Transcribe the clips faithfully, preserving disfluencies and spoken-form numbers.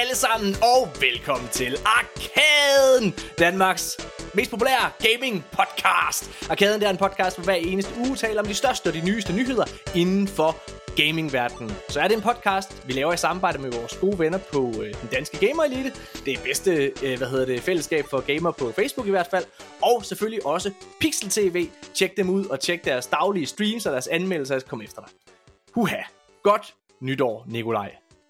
alle sammen, og velkommen til Arkaden, Danmarks mest populære gaming podcast. Arkaden, det er en podcast, hvor hver eneste uge taler om de største og de nyeste nyheder inden for gamingverdenen. Så er det en podcast, vi laver i samarbejde med vores gode venner på øh, den danske Gamer Elite. Det er bedste, øh, hvad hedder det, fællesskab for gamer på Facebook i hvert fald. Og selvfølgelig også Pixel T V. Tjek dem ud og tjek deres daglige streams og deres anmeldelser, så kom efter dig. Huha, godt nytår, Nikolaj.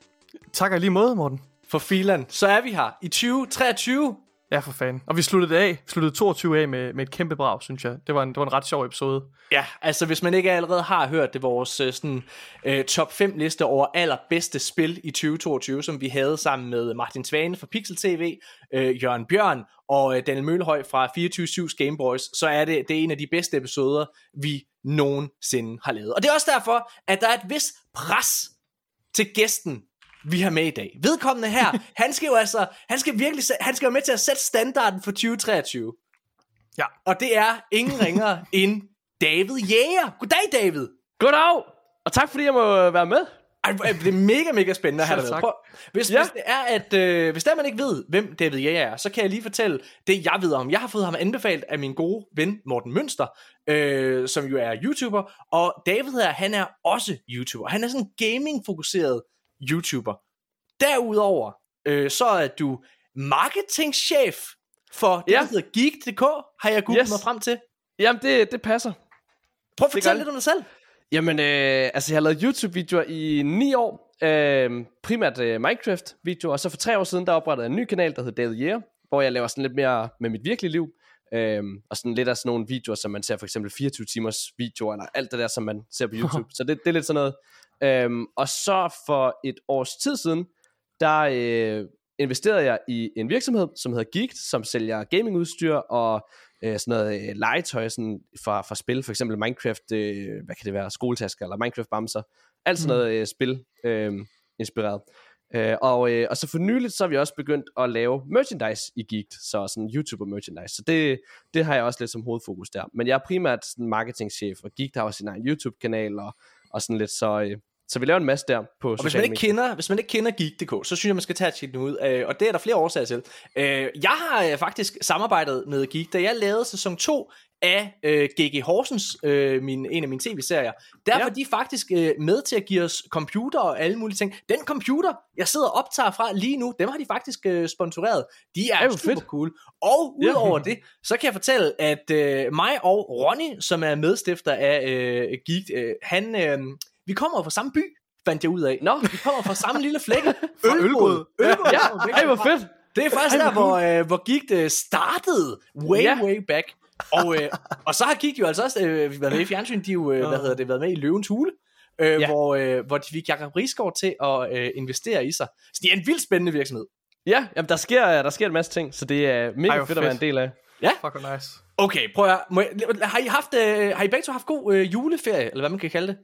Tak og lige måde, Morten. For filan, så er vi her i tyve treogtyve. Ja, for fanden. Og vi sluttede det af. Vi sluttede toogtyve af med, med et kæmpe brag, synes jeg. Det var en, det var en ret sjov episode. Ja, altså hvis man ikke allerede har hørt det, vores sådan, øh, top fem liste over allerbedste spil i tyve toogtyve, som vi havde sammen med Martin Svane fra Pixel T V, øh, Jørgen Bjørn og øh, Daniel Møllehøj fra fireogtyve syv Gameboys, så er det, det er en af de bedste episoder, vi nogensinde har lavet. Og det er også derfor, at der er et vis pres til gæsten, vi har med i dag. Vedkommende her, han skal jo altså, han skal virkelig, han skal jo med til at sætte standarden for tyve treogtyve. Ja. Og det er ingen ringere end David Jæger. Goddag, David. Goddag, og tak fordi jeg må være med. Ej, det er mega, mega spændende at have dig med. Prøv, hvis, ja. hvis det er, at øh, hvis der man ikke ved, hvem David Jæger er, så kan jeg lige fortælle det, jeg ved om. Jeg har fået ham anbefalet af min gode ven Morten Mønster, øh, som jo er YouTuber. Og David her, han er også YouTuber. Han er sådan en gaming-fokuseret YouTuber. Derudover, øh, så er du marketingchef for det, ja. der hedder Geek punktum d k, har jeg googlet yes. mig frem til. Jamen, det, det passer. Prøv at fortælle lidt om dig selv. Jamen, øh, altså jeg har lavet YouTube-videoer i ni år. Øh, primært øh, Minecraft-videoer. Og så for tre år siden, der oprettede jeg en ny kanal, der hedder David Jæger, hvor jeg laver sådan lidt mere med mit virkelige liv. Øh, og sådan lidt af sådan nogle videoer, som man ser for eksempel fireogtyve timers videoer, eller alt det der, som man ser på YouTube. Så det, det er lidt sådan noget. Øh, og så for et års tid siden, der øh, investerede jeg i en virksomhed, som hedder Geek, som sælger gamingudstyr og øh, sådan noget øh, legetøj sådan fra, fra spil, for eksempel Minecraft, øh, hvad kan det være, skoletasker eller Minecraft bamser, alt sådan noget øh, spil øh, inspireret. Øh, og, øh, og så for nyligt, så har vi også begyndt at lave merchandise i Geek, så sådan YouTuber merchandise, så det, det har jeg også lidt som hovedfokus der. Men jeg er primært sådan marketingchef, og Geek har også sin egen YouTube-kanal og, og sådan lidt, så... Øh, Så vi laver en masse der på og hvis man, ikke kender, hvis man ikke kender Geek punktum d k, så synes jeg, man skal tage et shit ud. Øh, og det er der flere årsager til. Øh, jeg har øh, faktisk samarbejdet med Geek, da jeg lavede sæson to af øh, G G Horsens, øh, min, en af mine tv-serier. Der var ja. de faktisk øh, med til at give os computer og alle mulige ting. Den computer, jeg sidder og optager fra lige nu, dem har de faktisk øh, sponsoreret. De er, er super fedt. Cool. Og udover ja. det, så kan jeg fortælle, at øh, mig og Ronny, som er medstifter af øh, Geek, øh, han... Øh, vi kommer fra samme by, fandt jeg ud af. Nå, vi kommer fra samme lille flække. Ølbåd. Ølbåd. Ja, ej, hvor fedt. Det er faktisk ej, der, hvor, øh, hvor Geek startede. Way, ja. way back. Og, øh, og så har Geek jo altså også øh, været med i fjernsyn. De jo, øh, hvad hedder det, været med i Løvens Hule. Øh, ja. hvor, øh, hvor de fik Jakob Risgaard til at øh, investere i sig. Så det er en vildt spændende virksomhed. Ja, jamen, der, sker, der sker en masse ting, så det er mega ej, fedt, fedt at være en del af. Ja. Fucking nice. Okay, prøv at må jeg, har I haft, øh, har I begge to haft god øh, juleferie, eller hvad man kan kalde det?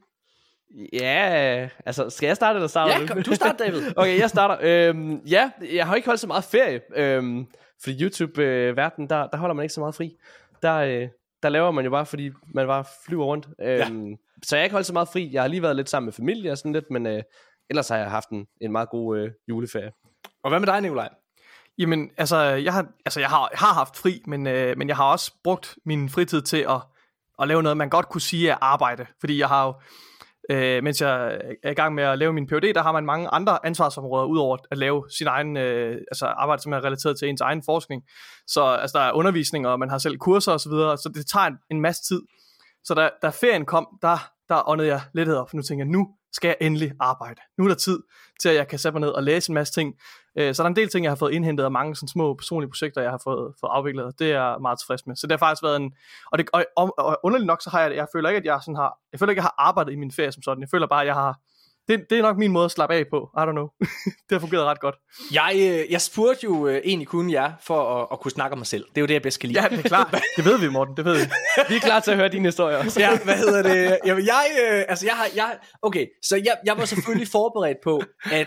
Ja, altså, skal jeg starte, eller starter ja, du? Ja, du starter, David. Okay, jeg starter. Øhm, ja, jeg har ikke holdt så meget ferie, øhm, fordi YouTube-verdenen, der, der holder man ikke så meget fri. Der, øh, der laver man jo bare, fordi man bare flyver rundt. Øhm, ja. Så jeg har ikke holdt så meget fri. Jeg har lige været lidt sammen med familie og sådan lidt, men øh, ellers har jeg haft en, en meget god øh, juleferie. Og hvad med dig, Nikolaj? Jamen, altså, jeg har, altså, jeg har, har haft fri, men, øh, men jeg har også brugt min fritid til at, at lave noget, man godt kunne sige er arbejde. Fordi jeg har jo Øh, mens jeg er i gang med at lave min P H D, der har man mange andre ansvarsområder, udover at lave sin egen, øh, altså arbejde, som er relateret til ens egen forskning. Så altså, der er undervisning, og man har selv kurser og så videre, så det tager en, en masse tid. Så da, da ferien kom, der, der åndede jeg lidt her, for nu tænker jeg, nu skal jeg endelig arbejde. Nu er der tid til, at jeg kan sætte mig ned og læse en masse ting. Øh, så der er en del ting, jeg har fået indhentet, og mange sådan små personlige projekter, jeg har fået, fået afviklet, og det er jeg meget tilfreds med. Så det har faktisk været en, og, det, og, og, og underligt nok, så har jeg, jeg føler ikke, at jeg sådan har, jeg føler ikke, at jeg har arbejdet i min ferie som sådan. Jeg føler bare, at jeg har, det, det er nok min måde at slappe af på. I don't know. Det har fungeret ret godt. Jeg, jeg spurgte jo egentlig kun jer for at, at kunne snakke om mig selv. Det er jo det, jeg bedst kan lide. Ja, det er klart. Det ved vi, Morten. Det ved vi. Vi er klar til at høre dine historier også. Ja, hvad hedder det? Jamen, jeg, øh, altså, jeg har, jeg, okay, så jeg, jeg var selvfølgelig forberedt på, at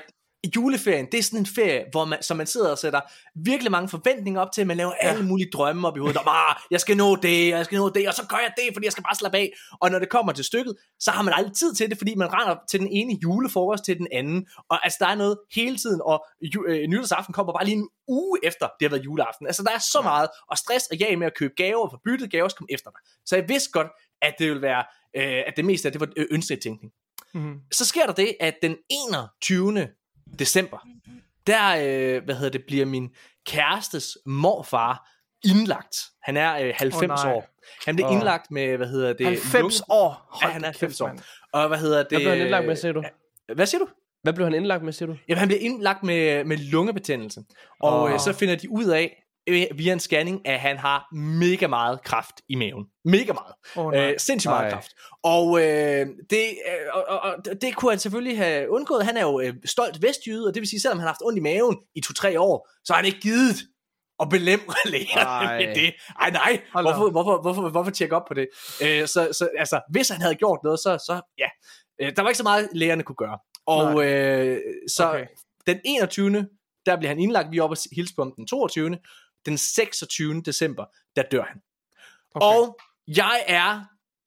juleferien, det er sådan en ferie, hvor man, som man sidder og sætter virkelig mange forventninger op til, man laver ja. alle mulige drømme op i hovedet, om, ah, jeg skal nå det, jeg skal nå det, og så gør jeg det, fordi jeg skal bare slappe af, og når det kommer til stykket, så har man aldrig tid til det, fordi man render til den ene julefrokost til den anden, og altså der er noget hele tiden, og ju, øh, nytårsaften kommer bare lige en uge efter, det har været juleaften, altså der er så meget, og stress og jag med at købe gaver, og få byttet gaver, skal komme efter dig, så jeg vidste godt, at det ville være, øh, at det meste af det var øh, ønsketænkning. Mm-hmm. Så sker der det, at den enogtyvende december, der øh, hvad hedder det, bliver min kærestes morfar indlagt. Han er øh, halvfems oh, år. Han bliver oh. indlagt med, hvad hedder det? halvfems år? Ja, han er halvfems år. Og hvad hedder det? Hvad blev han indlagt med, siger du? Hvad siger du? Hvad blev han indlagt med, siger du? Jamen, han bliver indlagt med, med lungebetændelse. Og oh. øh, så finder de ud af, via en scanning, at han har mega meget kraft i maven. Mega meget. Oh, øh, sindssygt meget kraft. Og, øh, det, øh, og, og, og det kunne han selvfølgelig have undgået. Han er jo øh, stolt vestjyde, og det vil sige, selvom han har haft ondt i maven i to-tre år, så har han ikke givet at belemre lægerne med det. Ej nej, hvorfor, hvorfor, hvorfor, hvorfor tjekke op på det? Øh, så, så altså, hvis han havde gjort noget, så, så ja. Øh, der var ikke så meget, lægerne kunne gøre. Og øh, så okay. den enogtyvende der bliver han indlagt, vi er oppe og hilse på om den toogtyvende Den seksogtyvende december, der dør han. Okay. Og jeg er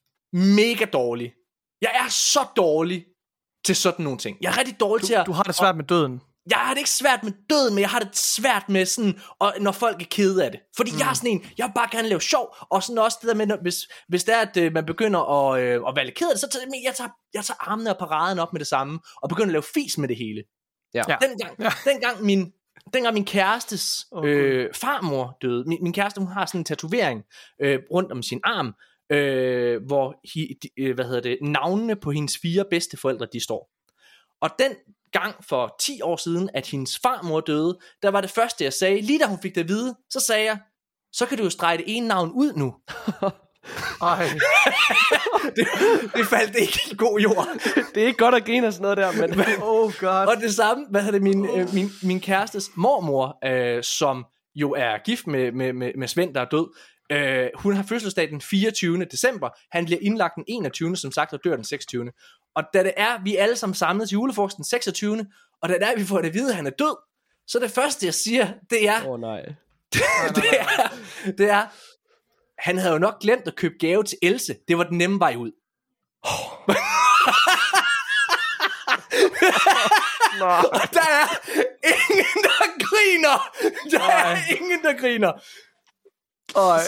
mega dårlig. Jeg er så dårlig til sådan nogle ting. Jeg er rigtig dårlig du, til at... Du har det svært med døden. Jeg har det ikke svært med døden, men jeg har det svært med sådan, og når folk er kede af det. Fordi mm. jeg er sådan en, jeg vil bare gerne lave sjov, og sådan også det der med, når, hvis, hvis det er, at øh, man begynder at, øh, at være lidt ked af det, så tager jeg, tager, jeg tager armene og paraden op med det samme, og begynder at lave fis med det hele. Ja. Dengang, ja. dengang min... Dengang min kærestes øh, farmor døde, min, min kæreste, hun har sådan en tatovering øh, rundt om sin arm, øh, hvor hi, de, øh, hvad hedder det, navnene på hendes fire bedsteforældre, de står. Og den gang for ti år siden, at hendes farmor døde, der var det første, jeg sagde, lige da hun fik det at vide, så sagde jeg, så kan du jo strege det ene navn ud nu. Ej. det, det faldt ikke i god jord. Det er ikke godt at grine af sådan noget der, men oh god. Og det samme, hvad hedder det, min, øh, min, min kærestes mormor, øh, som jo er gift med, med, med, med Svend, der er død, øh, hun har fødselsdag den fireogtyvende december, han bliver indlagt den enogtyvende som sagt, og dør den seksogtyvende Og da det er, vi er alle sammen samlet til julefrokost den seksogtyvende og da det er, vi får det at vide, at han er død, så det første, jeg siger, det er, åh oh, nej. det, det er, det er, han havde jo nok glemt at købe gave til Else. Det var den nemme vej ud. Oh. Og der er ingen, der griner. Der Nej. er ingen, der griner. Ej.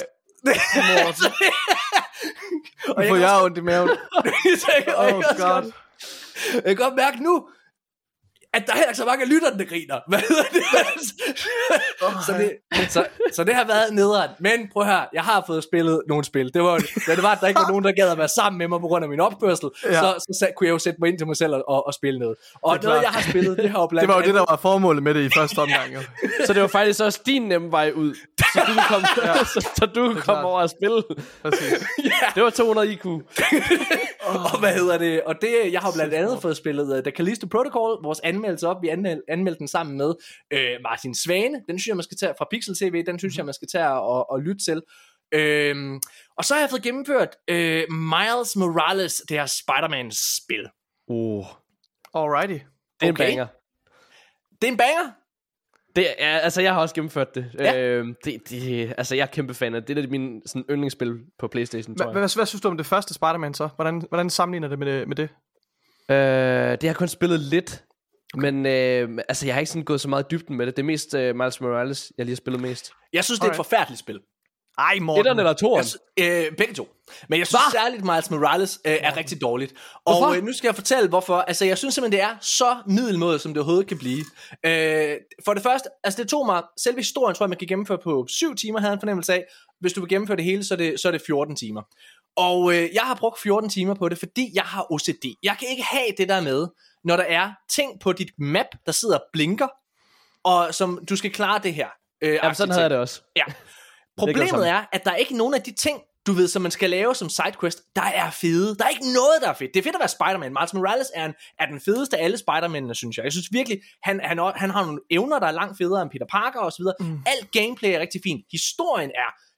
Og får jeg ondt i maven. Oh god. Jeg kan godt mærke nu, at der er heller ikke så mange af lytterne, der griner. Hvad hedder det? Oh, så, det så, så det har været nederen. Men prøv her, jeg har fået spillet nogle spil. Det var, da det var, at der ikke var nogen, der gad at være sammen med mig på grund af min opførsel, ja. så, så, så kunne jeg jo sætte mig ind til mig selv og, og spille noget. Og noget, klart. jeg har spillet, det har jo blandt Det var jo det, der var formålet med det i første omgang. Jo. Så det var faktisk også din nemme vej ud. Så du kunne komme, ja. så, så du kunne komme over og spille. Ja. Det var to hundrede I Q. oh. Og hvad hedder det? Og det, jeg har blandt andet fået spillet uh, The Callisto Protocol, vores anmeldelse op. Vi anmeld, anmeldte den sammen med øh, Martin Svane. Den synes jeg, man skal tage fra Pixel T V. Den synes jeg, man skal tage og, og lytte til. Øhm, og så har jeg fået gennemført øh, Miles Morales, det her Spider-Man-spil. Oh. Alrighty. Det er en okay. banger. Det er en banger? Det er, altså jeg har også gennemført det. Ja. Øhm, det, det altså jeg er kæmpe fan af det. Det er min sådan yndlingsspil på PlayStation, tror jeg. Hvad, hvad synes du om det første Spider-Man så? Hvordan, hvordan sammenligner det med det? Med det? Øh, det har jeg kun spillet lidt. Men øh, altså jeg har ikke sådan gået så meget i dybden med det. Det er mest øh, Miles Morales, jeg lige har spillet mest. Jeg synes, det er et forfærdeligt spil. Ej, Morten. Etteren eller toeren? Øh, begge to. Men jeg synes Hva? særligt, Miles Morales øh, er rigtig dårligt. Og øh, nu skal jeg fortælle, hvorfor. Altså, jeg synes simpelthen, det er så middelmådigt, som det overhovedet kan blive. Øh, for det første, altså det tog mig, selve historien tror jeg, man kan gennemføre på syv timer, havde en fornemmelse af. Hvis du vil gennemføre det hele, så er det, så er det fjorten timer. Og øh, jeg har brugt fjorten timer på det, fordi jeg har O C D. Jeg kan ikke have det der med, når der er ting på dit map, der sidder og blinker, og som du skal klare det her. Øh, ja, sådan havde jeg det også. Ja. Problemet er, at der er ikke nogen af de ting, du ved, som man skal lave som sidequest, der er fede. Der er ikke noget, der er fedt. Det er fedt at være Spider-Man. Miles Morales er, en, er den fedeste af alle Spider-Mændene, synes jeg. Jeg synes virkelig, han, han, han har nogle evner, der er langt federe end Peter Parker og så videre. Mm. Alt gameplay er rigtig fint. Historien er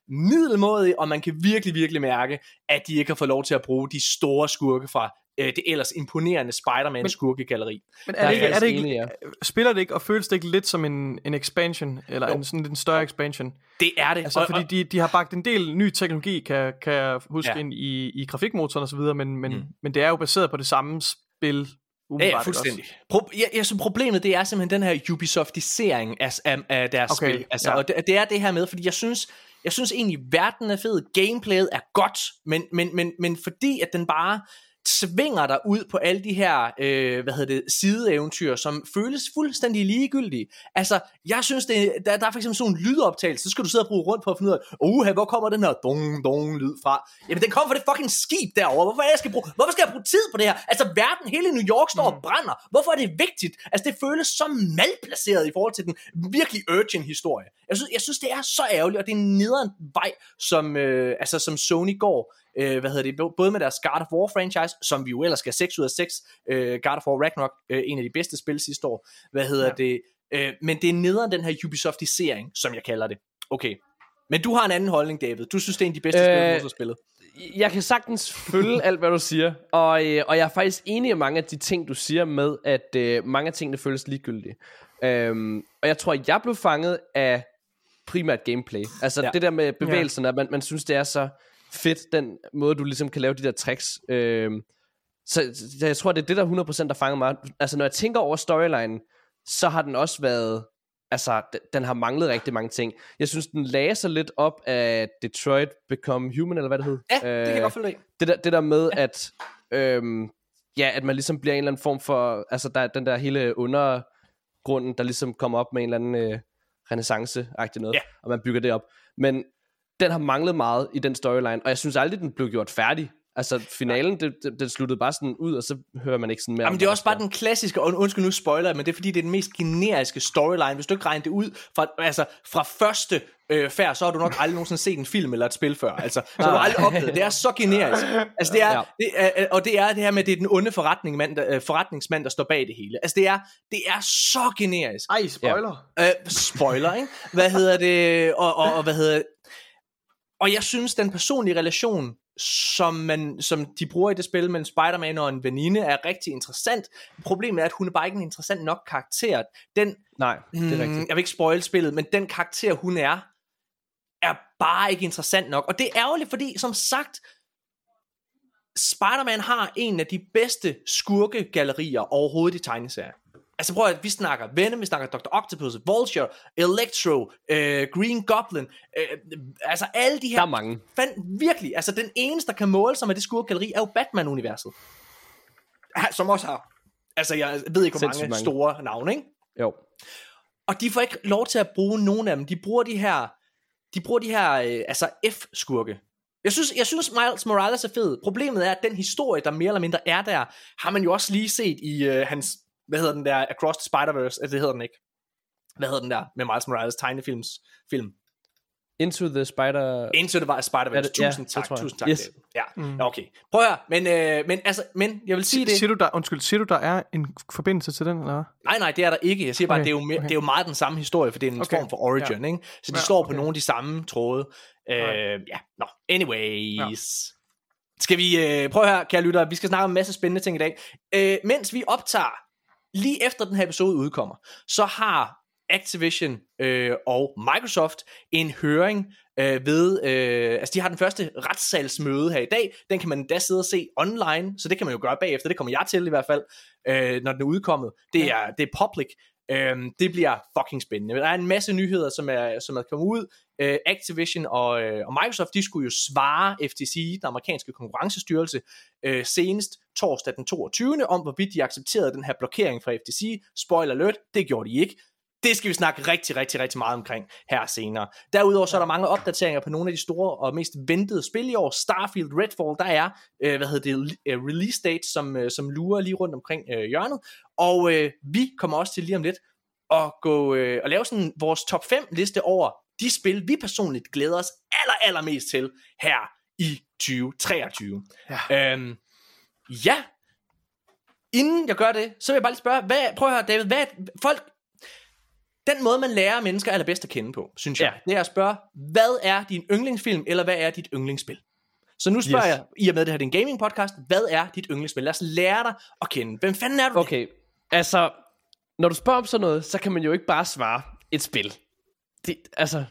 middelmådige, og man kan virkelig, virkelig mærke, at de ikke har fået lov til at bruge de store skurke fra øh, det ellers imponerende Spider-Man skurkegalleri. Men er det ikke, er det ikke, spiller det ikke, og føles det ikke lidt som en, en expansion, eller en, sådan en større expansion? Det er det. Altså, og, fordi de, de har bagt en del ny teknologi, kan, kan jeg huske, ja. ind i, i grafikmotoren og så videre, men, men, mm. men det er jo baseret på det samme spil. Ja, ja, fuldstændig. Pro- ja, ja, så problemet, det er simpelthen den her Ubisoftisering af, af, af deres okay, spil. Altså, ja. Og det, det er det her med, fordi jeg synes, jeg synes egentlig, verden er fed, gameplayet er godt, men, men, men, men fordi at den bare svinger dig ud på alle de her øh, hvad hedder det, sideeventyr, som føles fuldstændig ligegyldige. Altså, jeg synes, det, der, der er for eksempel sådan en lydoptagelse, så skal du sidde og bruge rundt på at finde ud af, uh, hvor kommer den her dong, dong lyd fra? Jamen, den kommer fra det fucking skib derovre. Hvorfor, jeg skal bruge, hvorfor skal jeg bruge tid på det her? Altså, verden, hele New York står mm. og brænder. Hvorfor er det vigtigt? Altså, det føles så malplaceret i forhold til den virkelig urgent historie. Jeg synes, jeg synes det er så ærgerligt, og det er en nederen vej, som, øh, altså, som Sony går. Øh, hvad hedder det, både med deres God of War franchise, som vi jo ellers skal seks ud af seks, øh, God of War Ragnarok, øh, en af de bedste spil sidste år, hvad hedder ja. det, øh, men det er nederen den her Ubisoftisering, som jeg kalder det. Okay, men du har en anden holdning, David. Du synes, det er en af de bedste øh, spil, du har spillet. Jeg kan sagtens følge alt, hvad du siger, og, øh, og jeg er faktisk enig i mange af de ting, du siger med, at øh, mange af tingene føles ligegyldige. Øhm, og jeg tror, jeg blev fanget af primært gameplay. Altså ja. det der med bevægelserne, at man, man synes, det er så fedt, den måde, du ligesom kan lave de der tricks. Øhm, så, så jeg tror, det er det, der hundrede procent der fanger mig. Altså, når jeg tænker over storylinen, så har den også været, altså, den, den har manglet rigtig mange ting. Jeg synes, den lagde sig lidt op af Detroit Become Human, eller hvad det hed. Ja, det øh, kan jeg godt følge af. Det der, det der med, ja. at, øhm, ja, at man ligesom bliver en eller anden form for, altså, der er den der hele undergrunden, der ligesom kommer op med en eller anden øh, renaissance-agtig noget, ja. og man bygger det op. Men den har manglet meget i den storyline, og jeg synes aldrig, den blev gjort færdig. Altså, finalen, det, det, den sluttede bare sådan ud, og så hører man ikke sådan mere. Jamen, det er også bare den klassiske, og undskyld nu spoiler, men det er fordi, det er den mest generiske storyline. Hvis du ikke regner det ud fra, altså, fra første øh, færd, så har du nok aldrig nogensinde set en film eller et spil før. Altså, så har du aldrig oplevet. Det er så generisk. Altså, det er, ja. det er, og det er det her med, det er den onde forretningsmand, der, forretningsmand, der står bag det hele. Altså, det er, det er så generisk. Ej, spoiler. Ja. Øh, spoiler, ikke? Hvad hedder det? Og, og, og hvad hedder det? Og jeg synes, den personlige relation, som, man, som de bruger i det spil mellem Spider-Man og en veninde, er rigtig interessant. Problemet er, at hun er bare ikke en interessant nok karakter. Den, Nej, det er rigtigt. Hmm, jeg vil ikke spoil spillet, men den karakter, hun er, er bare ikke interessant nok. Og det er ærgerligt, fordi som sagt, Spider-Man har en af de bedste skurkegallerier overhovedet i tegneserien. Altså prøv at vi snakker Venom, vi snakker doktor Octopus, Vulture, Electro, øh, Green Goblin, øh, altså alle de her. Der er mange. Fandt virkelig, altså den eneste, der kan måle sig med det skurkegalleri, er jo Batman-universet. Som også har, altså jeg ved ikke, hvor mange, mange store navne, ikke? Jo. Og de får ikke lov til at bruge nogen af dem. De bruger de her, de bruger de her, øh, altså F-skurke. Jeg synes, jeg synes Miles Morales er fed. Problemet er, at den historie, der mere eller mindre er der, har man jo også lige set i øh, hans, hvad hedder den der, Across the Spider-Verse, altså det hedder den ikke. Hvad hedder den der, med Miles Morales tegnefilms film? Into the Spider... Into the Spider-Verse, ja, tusind ja, tak, tusind tak. Yes. Ja, mm. okay. Prøv at høre, men, øh, men, altså, men jeg vil sige det... Siger du der, undskyld, siger du der er en forbindelse til den, eller? Nej, nej, det er der ikke. Jeg siger bare, okay. det, er jo mere, okay. det er jo meget den samme historie, for det er en okay. form for origin, ja. Ikke? Så de ja, står okay. på nogle af de samme tråde. Øh, ja, nå, no. anyways... Ja. Skal vi, øh, prøv at høre, kære lyttere, vi skal snakke om en masse spændende ting i dag. Øh, mens vi optager, lige efter den her episode udkommer, så har Activision øh, og Microsoft en høring øh, ved, øh, altså de har den første retssalsmøde her i dag, den kan man da sidde og se online, så det kan man jo gøre bagefter, det kommer jeg til i hvert fald, øh, når den er udkommet. Det er, det er public. Øhm, det bliver fucking spændende. Der er en masse nyheder, som er, som er kommet ud. øh, Activision og, øh, og Microsoft, de skulle jo svare F T C, den amerikanske konkurrencestyrelse, øh, senest torsdag den toogtyvende om hvorvidt de accepterede den her blokering fra F T C. Spoiler alert, det gjorde de ikke. Det skal vi snakke rigtig, rigtig, rigtig meget omkring her senere. Derudover så er der mange opdateringer på nogle af de store og mest ventede spil i år. Starfield, Redfall, der er øh, hvad hedder det, release date, som, øh, som lurer lige rundt omkring øh, hjørnet. Og øh, vi kommer også til lige om lidt at gå øh, og lave sådan vores top fem liste over de spil, vi personligt glæder os aller, allermest til her i tyve treogtyve. Ja. Øhm, ja. Inden jeg gør det, så vil jeg bare lige spørge, hvad, prøv at høre David, hvad folk... den måde, man lærer mennesker allerbedst at kende på, synes jeg, Ja. det er at spørge, hvad er din yndlingsfilm, eller hvad er dit yndlingsspil? Så nu spørger Yes. jeg, i og med det her det er en gaming podcast, hvad er dit yndlingsspil? Lad os lære dig at kende. Hvem fanden er du? Okay, altså, når du spørger om sådan noget, så kan man jo ikke bare svare et spil. Det, altså,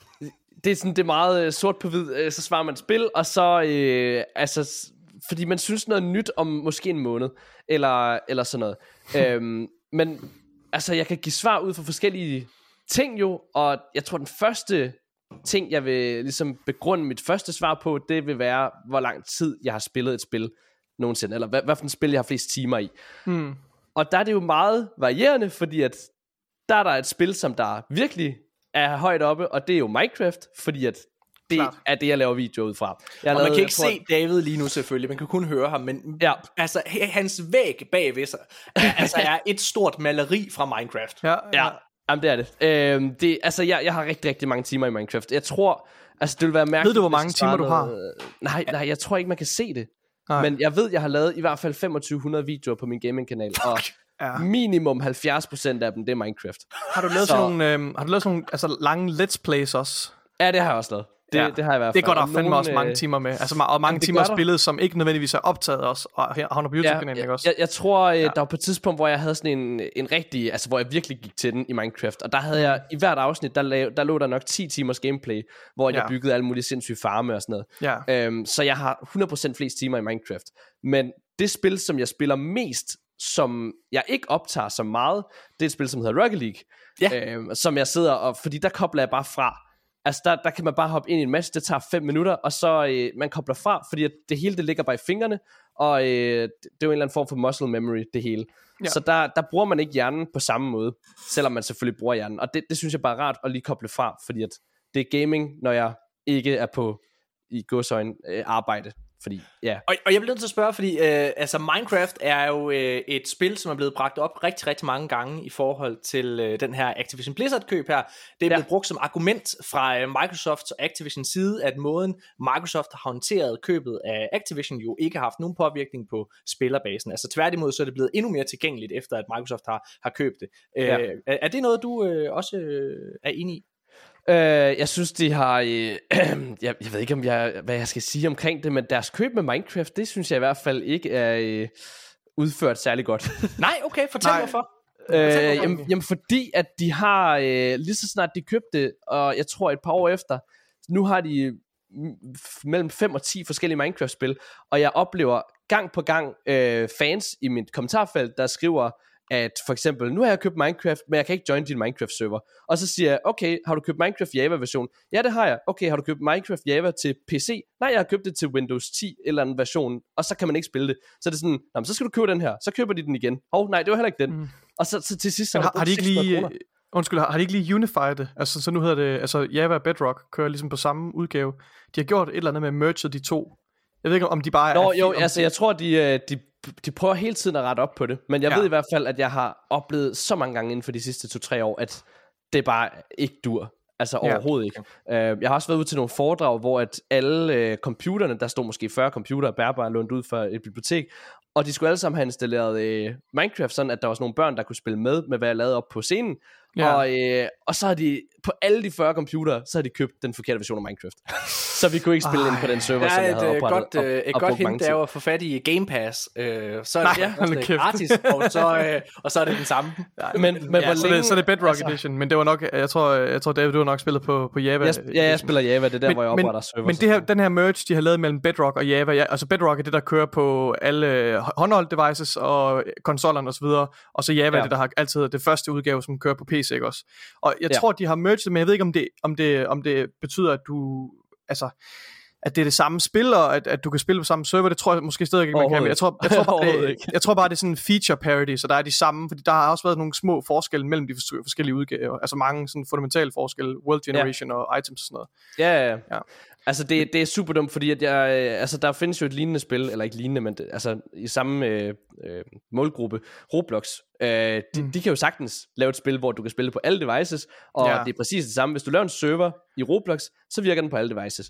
det er sådan, det er meget øh, sort på hvid, øh, så svarer man et spil, og så, øh, altså, s- fordi man synes noget nyt om måske en måned, eller, eller sådan noget. øhm, men, altså, jeg kan give svar ud for forskellige ting jo, og jeg tror, den første ting, jeg vil ligesom begrunde mit første svar på, det vil være, hvor lang tid jeg har spillet et spil nogensinde, eller hvad, hvad for et spil, jeg har flest timer i. Hmm. Og der er det jo meget varierende, fordi at der er der et spil, som der virkelig er højt oppe, og det er jo Minecraft, fordi at det Klart. er det, jeg laver video ud fra. Jeg har Og man lavet- kan ikke jeg tror, se David lige nu selvfølgelig, man kan kun høre ham, men Ja. altså, h- hans væg bagved sig, er, altså er et stort maleri fra Minecraft. Ja, Ja, jamen det er det. Øhm, det altså, jeg, jeg har rigtig, rigtig mange timer i Minecraft. Jeg tror, altså det vil være mærkeligt. Ved du, hvor hvis mange jeg timer du svarede noget- Nej, nej, jeg tror ikke, man kan se det. Nej. Men jeg ved, jeg har lavet i hvert fald femogtyve hundrede videoer på min gaming-kanal, og Ja. minimum halvfjerds procent af dem, det er Minecraft. Har du lavet Så- sådan nogle, øhm, har du lavet sådan nogle altså, lange let's plays også? Ja, det har jeg også lavet. Det, Ja. det har jeg i hvert fald. Det går der Og fandme nogen, også mange øh, timer med. Altså, ma- og mange jamen, det timer gør der. spillet, som ikke nødvendigvis er optaget også, og her havner på YouTube-kanalen, ikke jeg, også? jeg, jeg tror, øh, der var på et tidspunkt, hvor jeg havde sådan en, en rigtig, altså hvor jeg virkelig gik til den i Minecraft, og der havde jeg, i hvert afsnit, der, lav, der lå der nok ti timers gameplay, hvor jeg Ja. byggede alle mulige sindssyge farme og sådan noget. Ja. Øhm, så jeg har hundrede procent flest timer i Minecraft. Men det spil, som jeg spiller mest, som jeg ikke optager så meget, det er et spil, som hedder Rocket League. Ja. Øhm, som jeg sidder og, fordi der kobler jeg bare fra. Altså der, der kan man bare hoppe ind i en match, det tager fem minutter, og så øh, man kobler fra, fordi at det hele det ligger bare i fingrene, og øh, det er jo en eller anden form for muscle memory, det hele. Ja. Så der, der bruger man ikke hjernen på samme måde, selvom man selvfølgelig bruger hjernen, og det, det synes jeg bare er rart at lige koble fra, fordi at det er gaming, når jeg ikke er på i godsøjne øh, arbejde, fordi ja. Og, og jeg bliver nødt til at spørge, fordi øh, altså Minecraft er jo øh, et spil, som er blevet bragt op rigtig, rigtig mange gange i forhold til øh, den her Activision Blizzard-køb her. Det er blevet Ja. brugt som argument fra øh, Microsofts og Activisions side, at måden Microsoft har håndteret købet af Activision jo ikke har haft nogen påvirkning på spillerbasen. Altså tværtimod, så er det blevet endnu mere tilgængeligt, efter at Microsoft har, har købt det. Øh, Ja. er, er det noget, du øh, også øh, er enig i? Øh, jeg synes, de har... Øh, jeg, jeg ved ikke, om jeg, hvad jeg skal sige omkring det, men deres køb med Minecraft, det synes jeg i hvert fald ikke er øh, udført særlig godt. Nej, okay, fortæl Nej. hvorfor. øh, hvorfor. jamen, jamen, fordi at de har... Øh, lige så snart de købte, og jeg tror et par år efter, nu har de mm, f- mellem fem og ti forskellige Minecraft-spil, og jeg oplever gang på gang øh, fans i mit kommentarfelt, der skriver, at for eksempel, nu har jeg købt Minecraft, men jeg kan ikke join din Minecraft-server. Og så siger jeg, okay, har du købt Minecraft Java-version? Ja, det har jeg. Okay, har du købt Minecraft Java til P C? Nej, jeg har købt det til Windows ti eller anden version, og så kan man ikke spille det. Så er det sådan, nå, men så skal du købe den her. Så køber de den igen. Hov, nej, det var heller ikke den. Mm. Og så, så til sidst... så Men har, du har de brugt ikke seks hundrede lige... kroner. Undskyld, har, har de ikke lige unified det? Altså, så nu hedder det... Altså, Java og Bedrock kører ligesom på samme udgave. De har gjort et eller andet med merged de to. Jeg ved ikke, om de bare Nå, er... jo, om altså jeg tror, de, øh, de, de prøver hele tiden at rette op på det. Men jeg Ja. ja. ved i hvert fald, at jeg har oplevet så mange gange inden for de sidste to-tre år, at det bare ikke dur. Altså Ja. overhovedet ikke. Uh, jeg har også været ude til nogle foredrag, hvor at alle uh, computerne, der stod måske fyrre computere bærbare lånt ud fra et bibliotek, og de skulle alle sammen have installeret uh, Minecraft, sådan at der var sådan nogle børn, der kunne spille med, med hvad jeg lavede op på scenen. Ja. Og, øh, og så har de, på alle de fyrre computere, så har de købt den forkerte version af Minecraft. Så vi kunne ikke spille ind på den server, Der som er jeg havde et, øh, oprettet. godt, øh, et og godt brugt mange hint, det er timer. jo at få fat i Game Pass. Øh, så er Nej, det hold ja, nu kæft. gratis, og så, øh, og så er det den samme. Men, men Ja, hvor så, længe... det, så det er Bedrock altså- Edition, men det var nok, jeg tror, jeg tror David, du har nok spillet på, på Java. Jeg, ja, jeg spiller Java, det er der, men, hvor jeg men, opretter server. men det her, den her merge, de har lavet mellem Bedrock og Java, ja, altså Bedrock er det, der kører på alle håndholdt devices og konsollerne osv., og, og så Java ja. Ja. er det, der har altid det første udgave, som kører på P C, ikke også? Og jeg Ja. tror, de har merged det, men jeg ved ikke, om det, om det, om det betyder, at du, altså, at det er det samme spil, og at, at du kan spille på samme server, det tror jeg måske stadig ikke, man kan. Men jeg tror, jeg, tror bare, Overhovedet det, ikke. jeg tror bare, det er sådan en feature parity, så der er de samme, fordi der har også været nogle små forskelle mellem de fors- forskellige udgaver, altså mange sådan fundamentale forskelle, world generation ja. og items og sådan noget. Ja, ja, ja. Ja. Altså det, det er super dumt, fordi at jeg, øh, altså der findes jo et lignende spil, eller ikke lignende, men det, altså i samme øh, øh, målgruppe, Roblox. Øh, de, Mm. de kan jo sagtens lave et spil, hvor du kan spille på alle devices, og Ja. ja. det er præcis det samme. Hvis du laver en server i Roblox, så virker den på alle devices.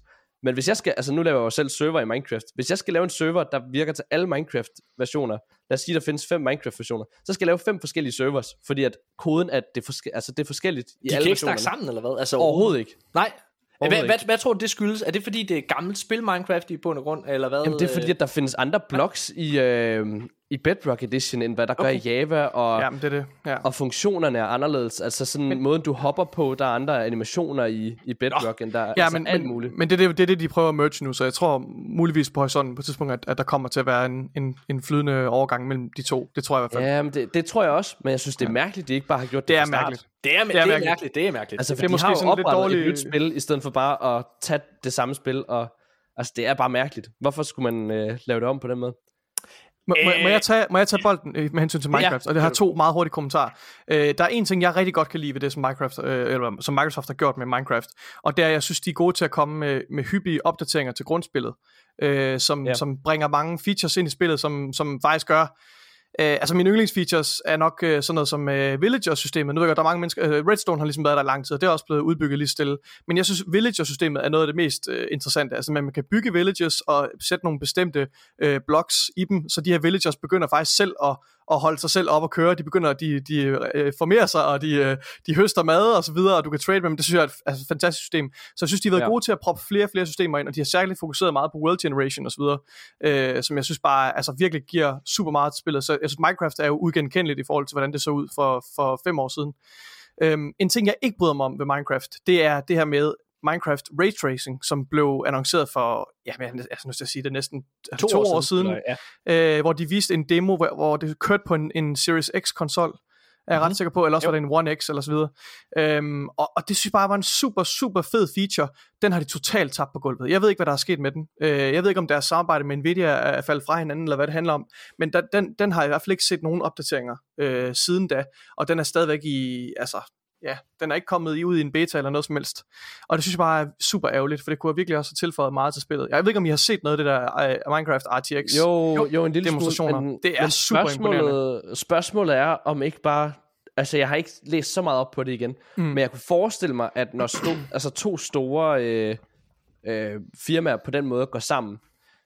Men hvis jeg skal, altså nu laver jeg jo selv server i Minecraft. Hvis jeg skal lave en server, der virker til alle Minecraft-versioner, lad os sige, der findes fem Minecraft-versioner, så skal jeg lave fem forskellige servers, fordi at koden er, det, forske- altså det er forskelligt i De alle kan ikke versionerne. snakke sammen, eller hvad? Altså, Overhovedet ikke. Nej. Hvad, Overhovedet hvad, hvad tror du, det skyldes? Er det fordi, det er gammelt spil Minecraft i bund og grund, eller hvad? Jamen det er fordi, at der findes andre blocks i, øh, i Bedrock Edition, end hvad der okay. gør i Java, og, Jamen, det er det. Ja. og funktionerne er anderledes. Altså sådan men, måden, du hopper på, der er andre animationer i, i Bedrock, end der er ja, altså men, alt men, muligt. men det, er det, det er det, de prøver at merge nu, så jeg tror muligvis på horisonten på et tidspunkt, at, at der kommer til at være en, en, en flydende overgang mellem de to. Det tror jeg i hvert fald. Ja, men det, det tror jeg også, men jeg synes, det er mærkeligt, de ikke bare har gjort det, Det er fra start. mærkeligt. Det er, det er, Det er mærkeligt. mærkeligt. Det er mærkeligt. Altså, for Det er de måske har jo sådan lidt oprettet dårligt- et nyt spil, i stedet for bare at tage det samme spil, og altså, det er bare mærkeligt. Hvorfor skulle man øh, lave det om på den måde? Må, må, må, jeg tage, må jeg tage bolden øh, med hensyn til Minecraft? Ja, Og det har to meget hurtige kommentarer. Øh, der er en ting, jeg rigtig godt kan lide ved det, som, Minecraft, øh, eller, som Microsoft har gjort med Minecraft. Og det er, at jeg synes, de er gode til at komme med, med hyppige opdateringer til grundspillet. Øh, som, Ja. som bringer mange features ind i spillet, som, som faktisk gør... Øh, altså mine yndlingsfeatures er nok øh, sådan noget som øh, Villager-systemet. Nu ved jeg godt, der er mange mennesker... Øh, Redstone har ligesom været der i lang tid, og det er også blevet udbygget lige stille. Men jeg synes, Villager-systemet er noget af det mest øh, interessante. Altså man kan bygge villagers og sætte nogle bestemte øh, blocks i dem, så de her villagers begynder faktisk selv at, at holde sig selv op og køre. De begynder, de, de øh, formerer sig, og de, øh, de høster mad og så videre, og du kan trade med dem. Det synes jeg er et, altså, et fantastisk system. Så jeg synes, de har været Ja. gode til at proppe flere og flere systemer ind, og de har særligt fokuseret meget på world generation og så videre, øh, som jeg synes bare altså, virkelig giver super meget til spillet. Så jeg synes, Minecraft er jo uigenkendeligt i forhold til, hvordan det så ud for, for fem år siden. Øhm, en ting, jeg ikke bryder mig om ved Minecraft, det er det her med Minecraft Ray Tracing, som blev annonceret for, ja, men jeg er nødt til at sige det, næsten to, to år, år siden, eller, ja. øh, hvor de viste en demo, hvor, hvor det kørte på en, en Series X-konsol, er jeg Mhm. ret sikker på, eller også Jo. var det en One X eller så videre. Øhm, og, og det synes jeg bare var en super, super fed feature. Den har de totalt tabt på gulvet. Jeg ved ikke, hvad der er sket med den. Øh, jeg ved ikke, om deres samarbejde med Nvidia er faldet fra hinanden, eller hvad det handler om. Men da, den, den har jeg i hvert fald ikke set nogen opdateringer øh, siden da. Og den er stadigvæk i, altså, ja, den er ikke kommet i, ud i en beta eller noget som helst. Og det synes jeg bare er super ærgerligt, for det kunne virkelig også have tilføjet meget til spillet. Jeg ved ikke, om I har set noget af det der uh, Minecraft R T X. Jo, jo, jo, en lille demonstrationer. smule, men, Det er men super spørgsmålet, spørgsmålet er, om ikke bare... Altså, jeg har ikke læst så meget op på det igen, mm. men jeg kunne forestille mig, at når sto, altså to store øh, øh, firmaer på den måde går sammen,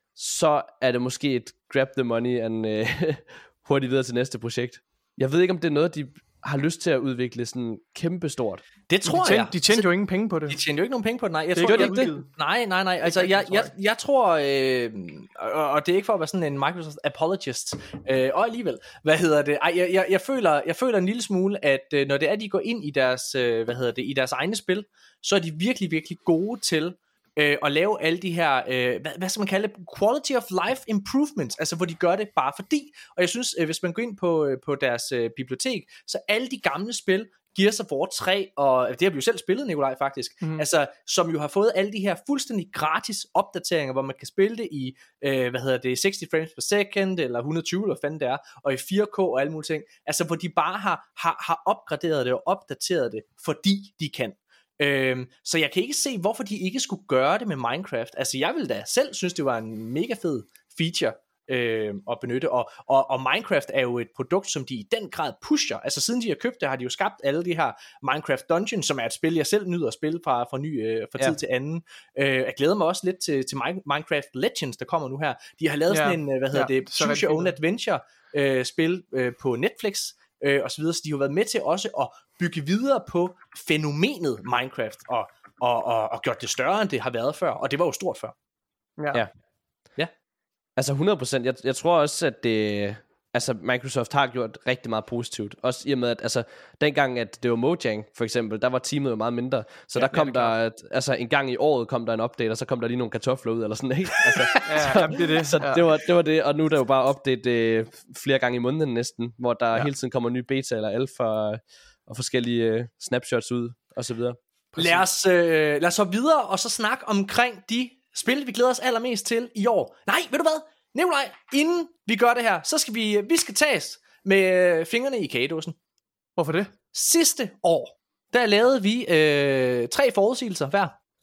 så er det måske et grab the money and øh, hurtigt videre til næste projekt. Jeg ved ikke, om det er noget, de har lyst til at udvikle sådan kæmpestort. Det tror de tjente, jeg. de tjente jo ingen penge på det. De tjener jo ikke nogen penge på det, nej. Jeg Det tror, gør jeg, de ikke. det, nej, nej, nej. Altså, Det jeg, rigtigt, jeg, tror jeg tror, øh, og, og det er ikke for at være sådan en Microsoft apologist, øh, og alligevel, hvad hedder det? Ej, jeg, jeg, jeg, føler, jeg føler en lille smule, at øh, når det er, de går ind i deres, øh, hvad hedder det, i deres egne spil, så er de virkelig, virkelig gode til øh, at lave alle de her, øh, hvad, hvad skal man kalde det, quality of life improvements, altså hvor de gør det bare fordi, og jeg synes, øh, hvis man går ind på, øh, på deres øh, bibliotek, så alle de gamle spil, Gears of War tre, og det har vi jo selv spillet, Nikolaj, faktisk, mm. altså, som jo har fået alle de her fuldstændig gratis opdateringer, hvor man kan spille det i, øh, hvad hedder det, seksti frames per second, eller et hundrede og tyve, eller hvad fanden det er, og i fire K og alle mulige ting, altså, hvor de bare har, har, har opgraderet det og opdateret det, fordi de kan. Øhm, så jeg kan ikke se, hvorfor de ikke skulle gøre det med Minecraft. Altså, jeg ville da selv synes, det var en mega fed feature, Øh, at benytte, og, og, og Minecraft er jo et produkt, som de i den grad pusher. Altså siden de har købt det, har de jo skabt alle de her Minecraft Dungeons, som er et spil, jeg selv nyder at spille fra, fra, ny, øh, fra tid ja. til anden. Øh, jeg glæder mig også lidt til, til Minecraft Legends, der kommer nu her. De har lavet ja. sådan en, hvad hedder ja, det, Choose Your Own Adventure øh, spil øh, på Netflix, øh, og så videre, så de har været med til også at bygge videre på fænomenet Minecraft, og, og, og, og gjort det større, end det har været før, og det var jo stort før. Ja. Ja. Ja. Altså hundrede procent, jeg, jeg tror også, at det, altså Microsoft har gjort rigtig meget positivt. Også i og med, at altså, dengang, at det var Mojang, for eksempel, der var teamet jo meget mindre. Så ja, der kom der, at, altså en gang i året kom der en update, og så kom der lige nogle kartofler ud, eller sådan, ikke? Altså, ja, det er det. Så ja. det, var, det var det, og nu er der jo bare update øh, flere gange i måneden næsten, hvor der ja. hele tiden kommer nye beta eller alpha, og forskellige øh, snapshots ud, og så videre. Lad os, øh, lad os så videre, og så snakke omkring de spil, vi glæder os allermest til i år. Nej, ved du hvad? Nikolaj, inden vi gør det her, så skal vi, vi skal tages med fingrene i kagedåsen. Hvorfor det? Sidste år, der lavede vi øh, tre forudsigelser hver.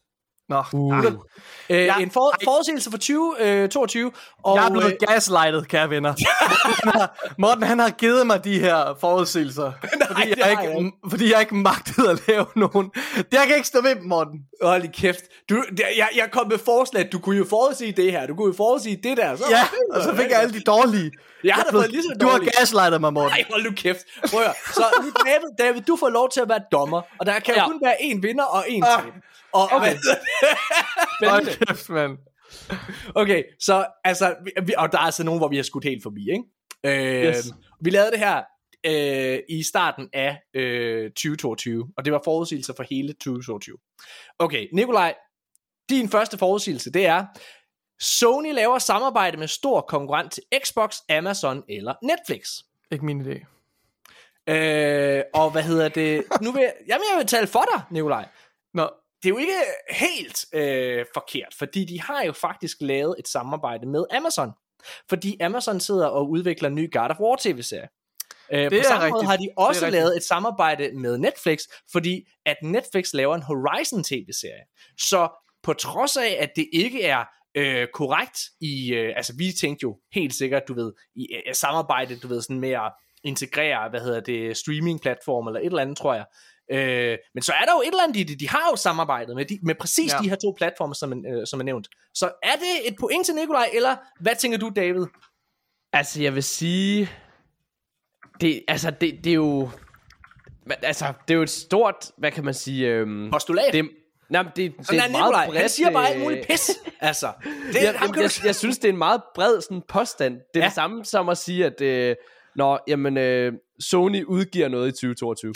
Nå, Uh. Øh, Ja, en for, forudsigelse for tyve toogtyve. Og, jeg er blevet øh, gaslightet, kære venner. Morten, har, Morten, han har givet mig de her forudsigelser, fordi, det jeg har ikke, jeg ikke. fordi jeg ikke magtede at lave nogen. Det jeg kan ikke stå ved, Morten. hold i kæft. Du, jeg, jeg kom med forslag. Du kunne jo forudsige det her. Du kunne jo forudsige det der. Så, Ja, og så fik jeg alle de dårlige. Jeg har er da blevet- fået lige så Du har dårlige. gaslightet mig, Morten. Nej, hold nu kæft. Prøv at høre. Så nu, David, David, du får lov til at være dommer. Og der kan jo Ja. kun være en vinder og en Ah. tab. Og, Okay. Hold Spændende. kæft, mand. Okay, så altså, vi, vi- og der er altså nogen, hvor vi har skudt helt forbi, ikke? Øh, Yes. Vi lavede det her øh, i starten af øh, tyve toogtyve, og det var forudsigelser for hele tyve toogtyve. Okay, Nikolaj, din første forudsigelse, det er, Sony laver samarbejde med stor konkurrent til Xbox, Amazon eller Netflix. Ikke min idé. Øh, og hvad hedder det? Nu vil jeg, jamen, jeg vil tale for dig, Nikolaj. Nå, Det er jo ikke helt øh, forkert, fordi de har jo faktisk lavet et samarbejde med Amazon. Fordi Amazon sidder og udvikler en ny God of War tv-serie. Øh, på er samme rigtigt. måde har de Det er også rigtigt. lavet et samarbejde med Netflix, fordi at Netflix laver en Horizon tv-serie. Så på trods af, at det ikke er øh, korrekt i, øh, altså vi tænkte jo helt sikkert, du ved, i øh, samarbejde, du ved, sådan med at integrere, hvad hedder det, streaming-platform eller et eller andet, tror jeg. Øh, men så er der jo et eller andet i det. De har jo samarbejdet med, de, med præcis Ja. de her to platforme, som, øh, som er nævnt. Så er det et point til Nikolaj, eller hvad tænker du, David? Altså, jeg vil sige... Det, altså, det, det er jo... men, Altså, det er jo et stort... Hvad kan man sige... Øhm, Postulat? det, nej, men det, det Sådan er er et Nikolaj. meget Han bredt... siger bare alt øh, muligt pis. Altså, det, jeg, ham jeg, kan jeg, du... jeg synes, det er en meget bred sådan, påstand. Det er Ja. det samme som at sige, at øh, Nå, jamen, øh, Sony udgiver noget i tyve toogtyve.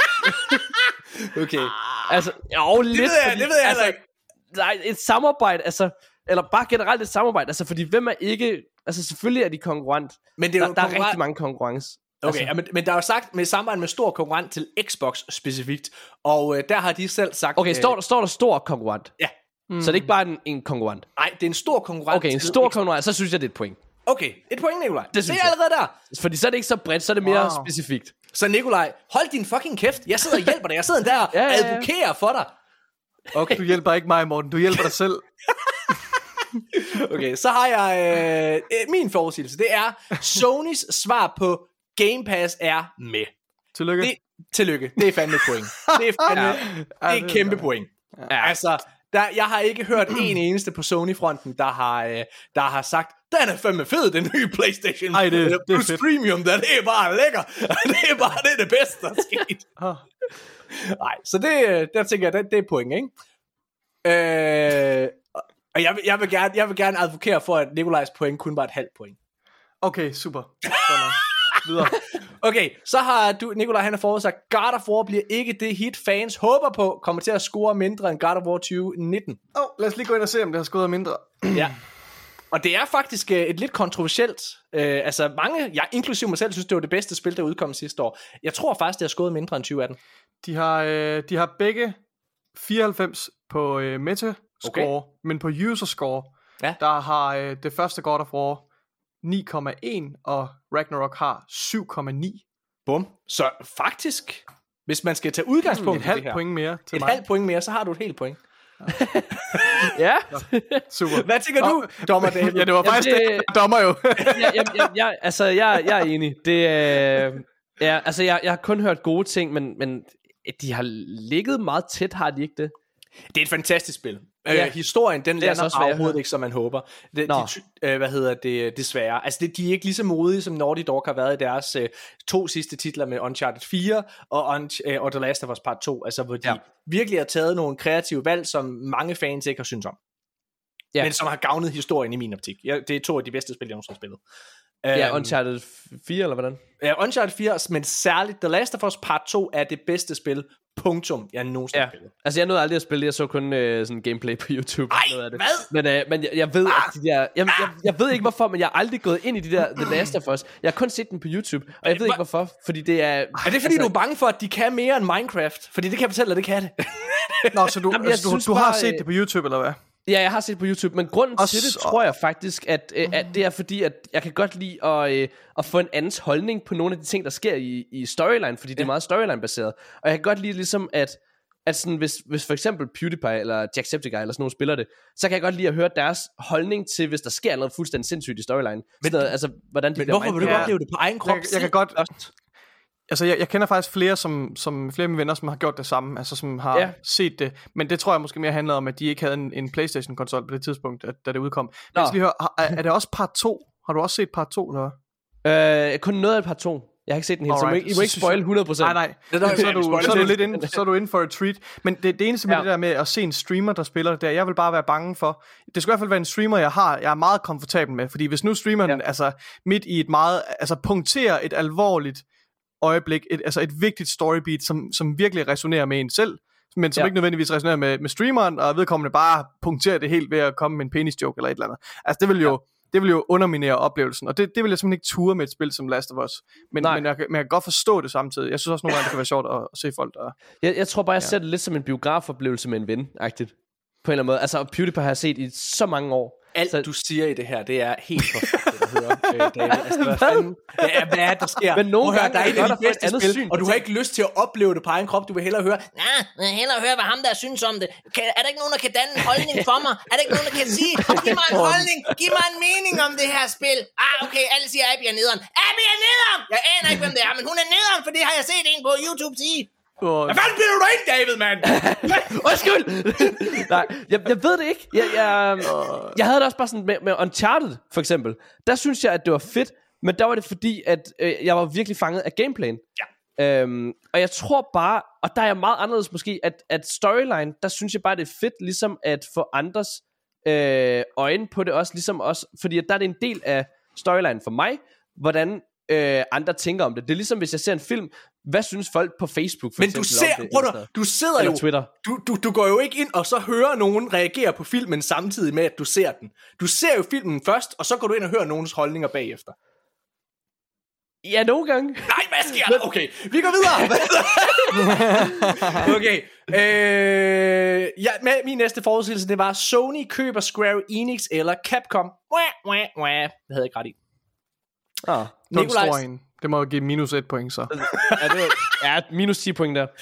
Okay. Altså, jo, lidt. Det ved jeg, fordi, det ved jeg altså, heller ikke. Nej, et samarbejde, altså... Eller bare generelt et samarbejde. Altså, fordi hvem er ikke... Altså, selvfølgelig er de konkurrent. Men det er Der, jo der er konkurrent- rigtig mange konkurrence. Okay, Altså, ja, men, men der er jo sagt med samarbejde med stor konkurrent til Xbox specifikt, og øh, der har de selv sagt... Okay, øh, står, der, står der stor konkurrent? Ja. Mm. Så det er ikke bare en, en konkurrent? Nej, det er en stor konkurrent Okay, en til stor Xbox. konkurrent, så synes jeg, det er et point. Okay, et point, Nikolaj. Det synes er jeg. allerede der. Fordi så er det ikke så bredt, så er det mere Wow. specifikt. Så Nikolaj, hold din fucking kæft. Jeg sidder og hjælper dig. Jeg sidder der og Ja, ja, ja. advokerer for dig. Okay, du hjælper ikke mig, Morten. Du hjælper dig selv. okay, så har jeg øh, øh, min forudsigelse. Det er, Sonys svar på Game Pass er med. Tillykke. Det, tillykke. Det er fandme et point. Det er fandme, Ja. det Ja, er det et er kæmpe godt. point. Ja. Altså, der, jeg har ikke hørt en eneste på Sony-fronten, der har, øh, der har sagt, den er fandme fed, den nye PlayStation Ej, det- øh, det er Plus fedt. Premium, der, det er bare lækker. Det er bare det, er det bedste, der er sket. Ah. Nej, så det, øh, der tænker jeg, det, det er point, ikke? Øh, og jeg vil, jeg, vil gerne, jeg vil gerne advokere for, at Nikolajs point kun var et halvt point. Okay, super. Sådan. Videre. Okay, så har du, Nikolaj, han har forudsagt, God of War bliver ikke det hit, fans håber på, kommer til at score mindre end God of War tyve nitten. Oh, lad os lige gå ind og se, om det har skåret mindre. Ja. Og det er faktisk øh, et lidt kontroversielt. Øh, altså mange, jeg inklusive mig selv, synes, det var det bedste spil, der udkom sidste år. Jeg tror faktisk, det har skåret mindre end tyve atten. De har, øh, de har begge fireoghalvfems på øh, Metascore, Okay. men på User Score, Ja. der har øh, det første God of War ni komma en, og Ragnarok har syv komma ni. Bum. Så faktisk, hvis man skal tage udgangspunkt Et i det halvt her, point mere til et mig. halvt point mere, så har du et helt point. Ja. Super. Hvad tænker du, dommer David? Ja, det var faktisk Jamen, det, det- det dommer jo. jeg, jeg, jeg, jeg, altså, jeg, jeg er enig. Det, øh, ja, altså, jeg, jeg har kun hørt gode ting, men, men de har ligget meget tæt, har de ikke det? Det er et fantastisk spil. Ja. Øh, historien, den Det er lander så svært bare at overhovedet høre. ikke, som man håber. Det, Nå. de, ty- øh, hvad hedder det, desværre. Altså, det, de er ikke lige så modige, som Naughty Dog har været i deres øh, to sidste titler med Uncharted fire og, Un- øh, og The Last of Us Part to. Altså, hvor de Ja. virkelig har taget nogle kreative valg, som mange fans ikke har syntes om. Ja. Men som har gavnet historien i min optik. Ja, det er to af de bedste spil, jeg nogensinde har spillet. Ja, Øhm, Uncharted fire, eller hvordan? Ja, Uncharted fire, men særligt The Last of Us Part to er det bedste spil, punktum, jeg nogensinde Ja. har spillet. Altså, jeg nåede aldrig at spille det. Jeg så kun øh, sådan gameplay på YouTube. Ej, noget af det. hvad? Men, øh, men jeg, jeg ved, at de der... Jeg, jeg, jeg ved ikke, hvorfor, men jeg har aldrig gået ind i de der The Last of Us. Jeg har kun set den på YouTube, og jeg ved ikke, hvorfor. Fordi det er... Er det fordi, du er bange for, at de kan mere end Minecraft? Fordi det kan jeg fortælle dig, det kan det. Nå, så du, Jamen, jeg altså, du, synes du har bare, set øh, det på YouTube, eller hvad? Ja, jeg har set på YouTube, men grunden Og til det, så- tror jeg faktisk, at, øh, at det er fordi, at jeg kan godt lide at, øh, at få en andens holdning på nogle af de ting, der sker i, i storyline, fordi det er meget storyline-baseret. Og jeg kan godt lide ligesom, at at sådan, hvis, hvis for eksempel PewDiePie eller Jacksepticeye eller sådan nogle spiller det, så kan jeg godt lide at høre deres holdning til, hvis der sker noget fuldstændig sindssygt i storyline. Men, noget, altså, hvordan de men hvorfor vil du opleve det på egen krop? Jeg, jeg kan godt... Altså, jeg, jeg kender faktisk flere, som, som flere af mine venner, som har gjort det samme, altså som har ja. set det, men det tror jeg måske mere handler om, at de ikke havde en, en PlayStation-konsol på det tidspunkt, at, da det udkom. Men jeg skal lige høre, er, er det også part to? Har du også set part to, eller hvad? Øh, kun noget af part to. Jeg har ikke set den helt, så I må ikke, I må ikke spoil hundrede procent. Nej, nej, det er, så, er du, så er du lidt inde, så er du inde for a treat. Men det, det eneste med ja. det der med at se en streamer, der spiller det, jeg vil bare være bange for, det skal i hvert fald være en streamer, jeg har, jeg er meget komfortabel med, fordi hvis nu streameren, ja. altså midt i et meget, altså punkterer et alvorligt øjeblik, et, altså et vigtigt storybeat, som, som virkelig resonerer med en selv, men som ja. ikke nødvendigvis resonerer med, med streameren, og vedkommende bare punkterer det helt ved at komme med en penis joke eller et eller andet. Altså det vil jo, ja. det vil jo underminere oplevelsen, og det, det vil jeg simpelthen ikke ture med et spil som Last of Us. Men, men, jeg, men jeg kan godt forstå det samtidig. Jeg synes også nogle gange, det kan være sjovt at, at se folk, der... Jeg, jeg tror bare, jeg ja. ser det lidt som en biografoplevelse med en ven-agtigt. På en eller anden måde. Altså PewDiePie har jeg set i så mange år. Alt så... du siger i det her, det er helt forfærdeligt at høre, øh, David. Altså, hvad fanden, det er, hvad er der sker? Men nogle gange der er et af de bedste spil, syn, og du har ikke lyst til at opleve det på egen krop. Du vil hellere høre, nej, jeg vil hellere høre, hvad ham der synes om det. Kan, er der ikke nogen, der kan danne en holdning for mig? Er der ikke nogen, der kan sige, giv mig en holdning, giv mig en mening om det her spil? Ah, okay, alle siger, Abby er nederen. Abby er nederen! Jeg aner ikke, hvem det er, men hun er nederen, for det har jeg set en på YouTube sige. Hvad fanden bliver du ikke, David, mand? Undskyld. Nej, jeg, jeg ved det ikke. Jeg, jeg, jeg havde det også bare sådan med, med Uncharted, for eksempel. Der synes jeg, at det var fedt, men der var det fordi, at øh, jeg var virkelig fanget af gameplayen. Ja. Øhm, og jeg tror bare, og der er jeg meget anderledes måske, at, at storyline, der synes jeg bare, det er fedt, ligesom at få andres øh, øjne på det også, ligesom også, fordi at der er det en del af storyline for mig, hvordan Øh, andre tænker om det. Det er ligesom hvis jeg ser en film, hvad synes folk på Facebook for men eksempel du ser, om det, bror, du, du sidder eller jo Twitter. Du, du, du går jo ikke ind og så hører nogen reagere på filmen samtidig med at du ser den. Du ser jo filmen først, og så går du ind og hører nogens holdninger bagefter. Ja, nogle gange. Nej, hvad sker der? Okay, vi går videre. Okay. Øh, ja, med min næste forudsigelse, det var Sony køber Square Enix eller Capcom. Wah, wah, wah. Det havde jeg ikke ret i. Ah, Nikolaj. Det må jo give minus et point, så. Ja, det var, ja, minus ti point der.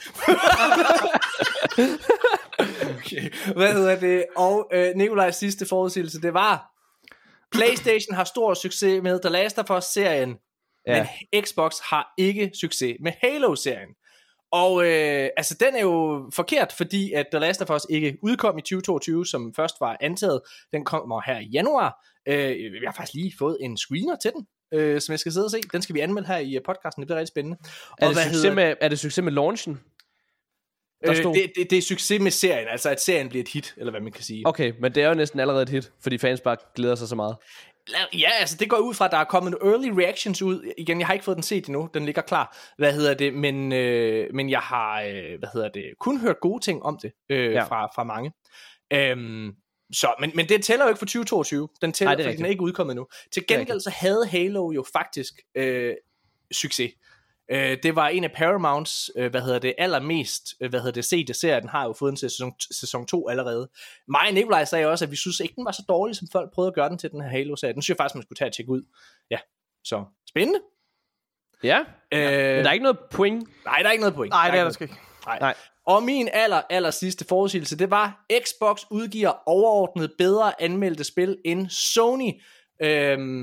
Okay, hvad hedder det? Og øh, Nikolajs sidste forudsigelse, det var PlayStation har stor succes med The Last of Us-serien, ja. Men Xbox har ikke succes med Halo-serien. Og øh, altså den er jo forkert, fordi at The Last of Us ikke udkom i tyve toogtyve, som først var antaget. Den kommer her i januar. øh, Jeg har faktisk lige fået en screener til den, øh, som jeg skal sidde og se. Den skal vi anmelde her i podcasten, det bliver rigtig spændende. Er, og det, succes hedder... med, er det succes med launchen? Øh, det, det, det er succes med serien, altså at serien bliver et hit, eller hvad man kan sige. Okay, men det er jo næsten allerede et hit, fordi fans bare glæder sig så meget. Ja, altså det går ud fra, at der er kommet early reactions ud. Igen, jeg har ikke fået den set endnu, den ligger klar. Hvad hedder det? Men, øh, men jeg har, øh, hvad hedder det, kun hørt gode ting om det øh, ja. fra, fra mange. Øhm, så, men, men det tæller jo ikke for tyve toogtyve. Den tæller, fordi den er ikke udkommet endnu. Til gengæld så havde Halo jo faktisk øh, succes. Øh, det var en af Paramounts, øh, hvad hedder det, allermest, øh, hvad hedder det, set serie. Den har jo fået en sæson, sæson to allerede. Mig og Nikolaj sagde også, at vi synes ikke, den var så dårlig, som folk prøvede at gøre den til den her Halo-serie. Den synes jeg faktisk, man skulle tage og tjekke ud. Ja, så spændende. Ja, øh, men der er ikke noget point. Nej, der er ikke noget point. Nej, det er der sgu ikke. Nej. Nej. Og min aller, aller sidste forudsigelse, det var, Xbox udgiver overordnet bedre anmeldte spil end Sony. Øhm,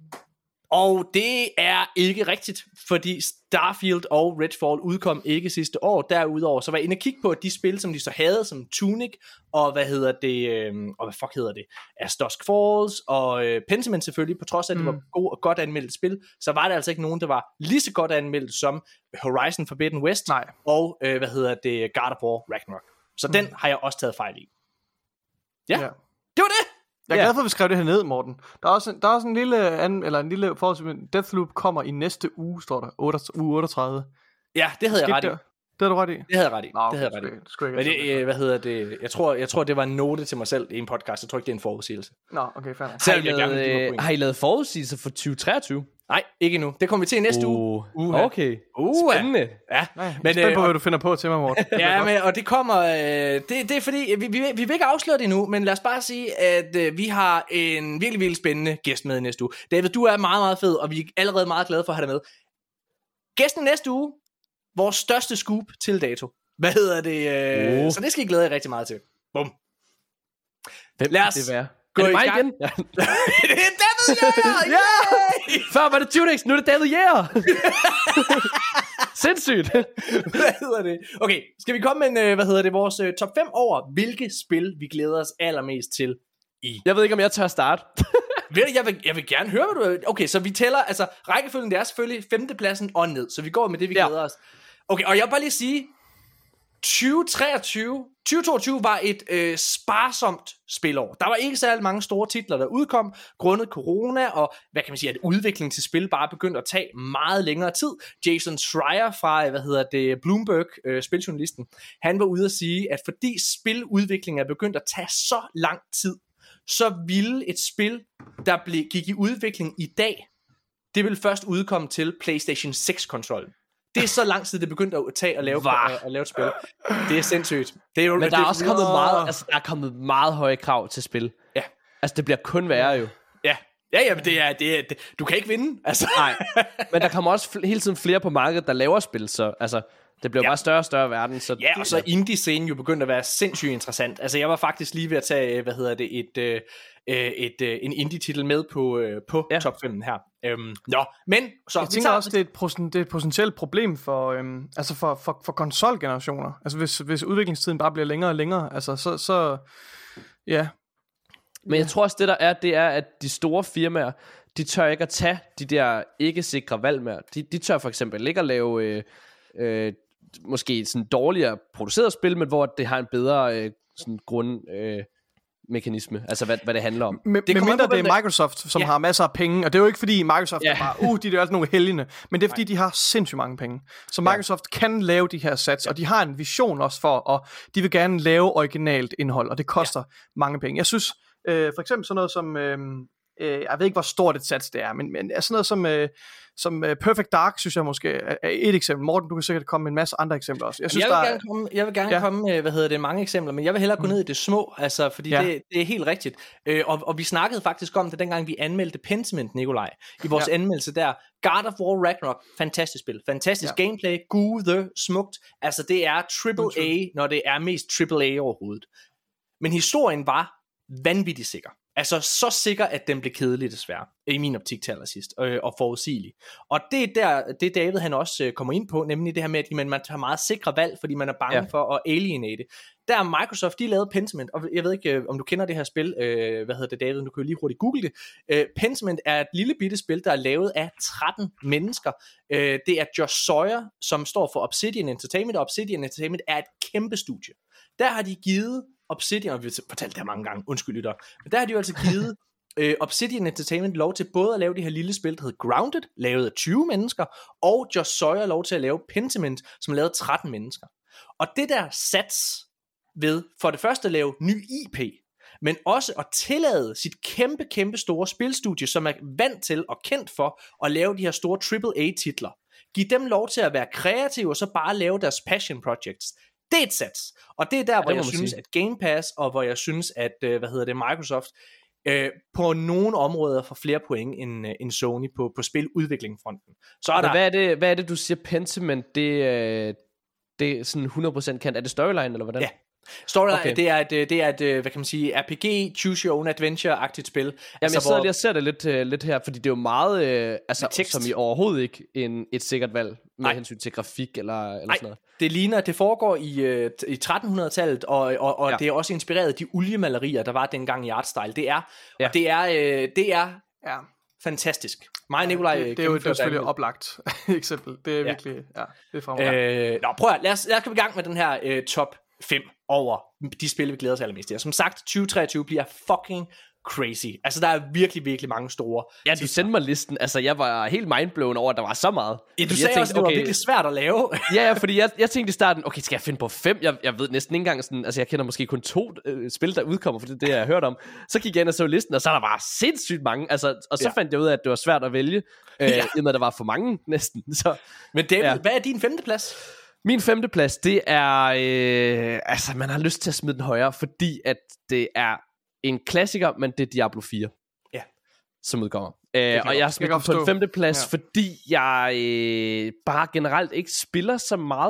Og det er ikke rigtigt, fordi Starfield og Redfall udkom ikke sidste år. Derudover så var jeg inde og kigge på de spil, som de så havde, som Tunic, og hvad hedder det, øh, og hvad fuck hedder det, Dusk Falls, og øh, Pentiment selvfølgelig, på trods af, at det mm. var god og godt anmeldt spil, så var der altså ikke nogen, der var lige så godt anmeldt som Horizon Forbidden West, Nej. og øh, hvad hedder det, God of War Ragnarok. Så mm. den har jeg også taget fejl i. Ja, ja. Det var det! Jeg er glad for, at vi skrev det her ned, Morten. Der er også en, der er også en lille an, eller en lille forhold, Deathloop kommer i næste uge, står der, uge otteogtredive. Ja, det havde jeg ret i. Det havde du ret i? Det havde jeg ret i. Nå, det havde jeg ret i. Det, Men det, øh, hvad hedder det? Jeg tror, jeg tror, det var en note til mig selv i en podcast. Jeg tror ikke, det er en forudsigelse. Nå, okay, fair. Har I lavet, øh, har I lavet forudsigelser for tyve treogtyve? Nej, ikke endnu. Det kommer vi til i næste uh, uge. Uh, okay. Uh, Spændende. Ja. Nej, men spændende på, hvad du finder på til mig, Morten. Ja, men, og det kommer... Øh, det, det er fordi, vi, vi, vi vil ikke afsløre det endnu, men lad os bare sige, at øh, vi har en virkelig, virkelig spændende gæst med i næste uge. David, du er meget, meget fed, og vi er allerede meget glade for at have dig med. Gæsten næste uge, vores største scoop til dato. Hvad hedder det? Øh, Uh. Så det skal I glæde jer rigtig meget til. Bum. Hvem Lad kan os det være? gå Er det i mig gang. igen? Ja. Det er David Jæger! Yay! Før var det Tunex, nu er det David Jæger. Sindssygt. Hvad hedder det? Okay, skal vi komme med en, øh, hvad hedder det, vores øh, top fem over, hvilke spil vi glæder os allermest til i? Jeg ved ikke, om jeg tør starte. Ved du, jeg vil, jeg vil gerne høre, hvad du... Okay, så vi tæller, altså rækkefølgen, det er selvfølgelig femtepladsen og ned, så vi går med det, vi Ja. glæder os. Okay, og jeg vil bare lige sige, tyve treogtyve, tyve toogtyve var et øh, sparsomt spilår. Der var ikke særlig mange store titler, der udkom, grundet corona, og hvad kan man sige, at udviklingen til spil bare begyndte at tage meget længere tid. Jason Schreier fra, hvad hedder det, Bloomberg, øh, spiljournalisten, han var ude at sige, at fordi spiludviklingen er begyndt at tage så lang tid, så ville et spil, der blev, gik i udvikling i dag, det vil først udkomme til PlayStation seks-konsollen. Det er så lang tid, det begyndte at tage at lave, at, at lave et spil. Det er sindssygt. Det er jo, Men der det, er også kommet meget, altså, der er kommet meget høje krav til spil. Ja. Altså, det bliver kun værre jo. Ja, ja, ja, men det er, det er, det, du kan ikke vinde. Altså. Nej, men der kommer også fl- hele tiden flere på markedet, der laver spil, så altså, det bliver Ja. bare større og større verden. Så Ja, og så er indie-scenen jo begyndt at være sindssygt interessant. Altså, jeg var faktisk lige ved at tage, hvad hedder det, et, øh, et, øh, en indie-titel med på, øh, på Ja. top fem her. Øhm, nå, men så Jeg vi tænker tager, også, det er, et, poten- det er et potentielt problem for, øhm, altså for, for, for konsolgenerationer. Altså hvis, hvis udviklingstiden bare bliver længere og længere, altså så, så ja. Men jeg tror også, det der er, det er, at de store firmaer, de tør ikke at tage de der ikke sikre valg mere. De, de tør for eksempel ikke at lave øh, øh, måske sådan dårligere produceret spil, men hvor det har en bedre øh, sådan grund... Øh, mekanisme, altså hvad, hvad det handler om. Men, Det med kommer mindre an på, det hvem er det- Microsoft, som Ja. har masser af penge, og det er jo ikke fordi Microsoft Ja. er bare, uh, de er jo altså nogle helgene, men det er fordi, de har sindssygt mange penge. Så Microsoft kan lave de her sats, og de har en vision også for, og de vil gerne lave originalt indhold, og det koster mange penge. Jeg synes, øh, for eksempel sådan noget som, øh, øh, jeg ved ikke, hvor stort et sats det er, men, men sådan noget som, øh, som øh, Perfect Dark, synes jeg måske er er et eksempel. Morten, du kan sikkert komme med en masse andre eksempler også. Jeg synes, jeg vil der gerne komme, jeg vil gerne Ja. komme med, hvad hedder det, mange eksempler, men jeg vil hellere gå ned i det små, altså, fordi Ja. det, det er helt rigtigt. Øh, og, og vi snakkede faktisk om det, dengang vi anmeldte Pentiment, Nikolaj, i vores Ja. anmeldelse der. God of War Ragnarok, fantastisk spil, fantastisk Ja. gameplay, gude, smukt, altså det er triple A, når det er mest triple A overhovedet. Men historien var vanvittigt sikker. Altså så sikker, at den blev kedelig desværre, i min optik til allersidst, øh, og forudsigelig. Og det er der, det David han også øh, kommer ind på, nemlig det her med, at man, man tager meget sikre valg, fordi man er bange Ja. ja. for at alienate. Der er Microsoft, de lavede Pentiment, og jeg ved ikke, øh, om du kender det her spil, øh, hvad hedder det David, du kan jo lige hurtigt google det. Øh, Pentiment er et lille bitte spil, der er lavet af tretten mennesker. Øh, det er Josh Sawyer, som står for Obsidian Entertainment, og Obsidian Entertainment er et kæmpe studie. Der har de givet Obsidian, og vi har fortalt det her mange gange, undskyld lytter, men der har de jo altså givet øh, Obsidian Entertainment lov til både at lave det her lille spil, der hedder Grounded, lavet af tyve mennesker, og Josh Sawyer lov til at lave Pentiment, som lavede tretten mennesker. Og det der sats ved, for det første at lave ny I P, men også at tillade sit kæmpe, kæmpe store spilstudie, som er vant til og kendt for at lave de her store triple A titler. Giv dem lov til at være kreative, og så bare lave deres passion projects. Det er et sats. Og det er der, ja, hvor jeg synes, sige. at Game Pass, og hvor jeg synes, at, øh, hvad hedder det, Microsoft, øh, på nogle områder får flere point end, øh, end Sony på, på spiludviklingsfronten. Så er Men der... hvad er det, hvad er det du siger, Pentiment, det, øh, det er sådan hundrede procent kendt. Er det storyline, eller hvordan? Ja. Storyline, Okay. okay. det er et, det er et, hvad kan man sige, R P G, choose your own adventure-agtigt spil. Jamen, altså, jeg sidder hvor- lige og ser det lidt, uh, lidt her, fordi det er jo meget, uh, altså, Med tekst. som i overhovedet ikke en, et sikkert valg, med Nej. hensyn til grafik eller, eller Nej, sådan noget. det ligner, det foregår i, øh, i tretten hundrede-tallet, og, og, og Ja. ja. det er også inspireret af de oliemalerier, der var dengang i Artstyle. Det er, Ja. og det er, øh, det er ja, fantastisk. Mig og Nikolaj det, det er jo det er jo selvfølgelig et oplagt eksempel. Det er Ja. virkelig, ja, det er fremragende. Øh, nå, prøv at, lad os, lad os komme i gang med den her øh, top fem over de spil, vi glæder os allermest til. Som sagt, tyve treogtyve bliver fucking crazy. Altså, der er virkelig, virkelig mange store. Ja, du sendte mig listen, altså jeg var helt mindblown over, at der var så meget. Ja, du Fordi sagde jeg også, at det var virkelig svært at lave. Ja, ja, fordi jeg, jeg tænkte i starten, okay, skal jeg finde på fem? Jeg, jeg ved næsten ikke engang sådan, altså jeg kender måske kun to øh, spil, der udkommer, for det er det, jeg har hørt om. Så gik jeg ind og så listen, og så er der bare sindssygt mange, altså, og så Ja. fandt jeg ud af, at det var svært at vælge, øh, Ja. i og med, at der var for mange næsten. Så Men David, Ja. ja. hvad er din femteplads? min femteplads, det er, øh, altså man har lyst til at smide den højere, fordi at det er en klassiker, men det er Diablo fire. Ja. Som udkommer. Øh, jeg og godt- jeg har det smidt kan den jeg på en forstå. femteplads, Ja. fordi jeg øh, bare generelt ikke spiller så meget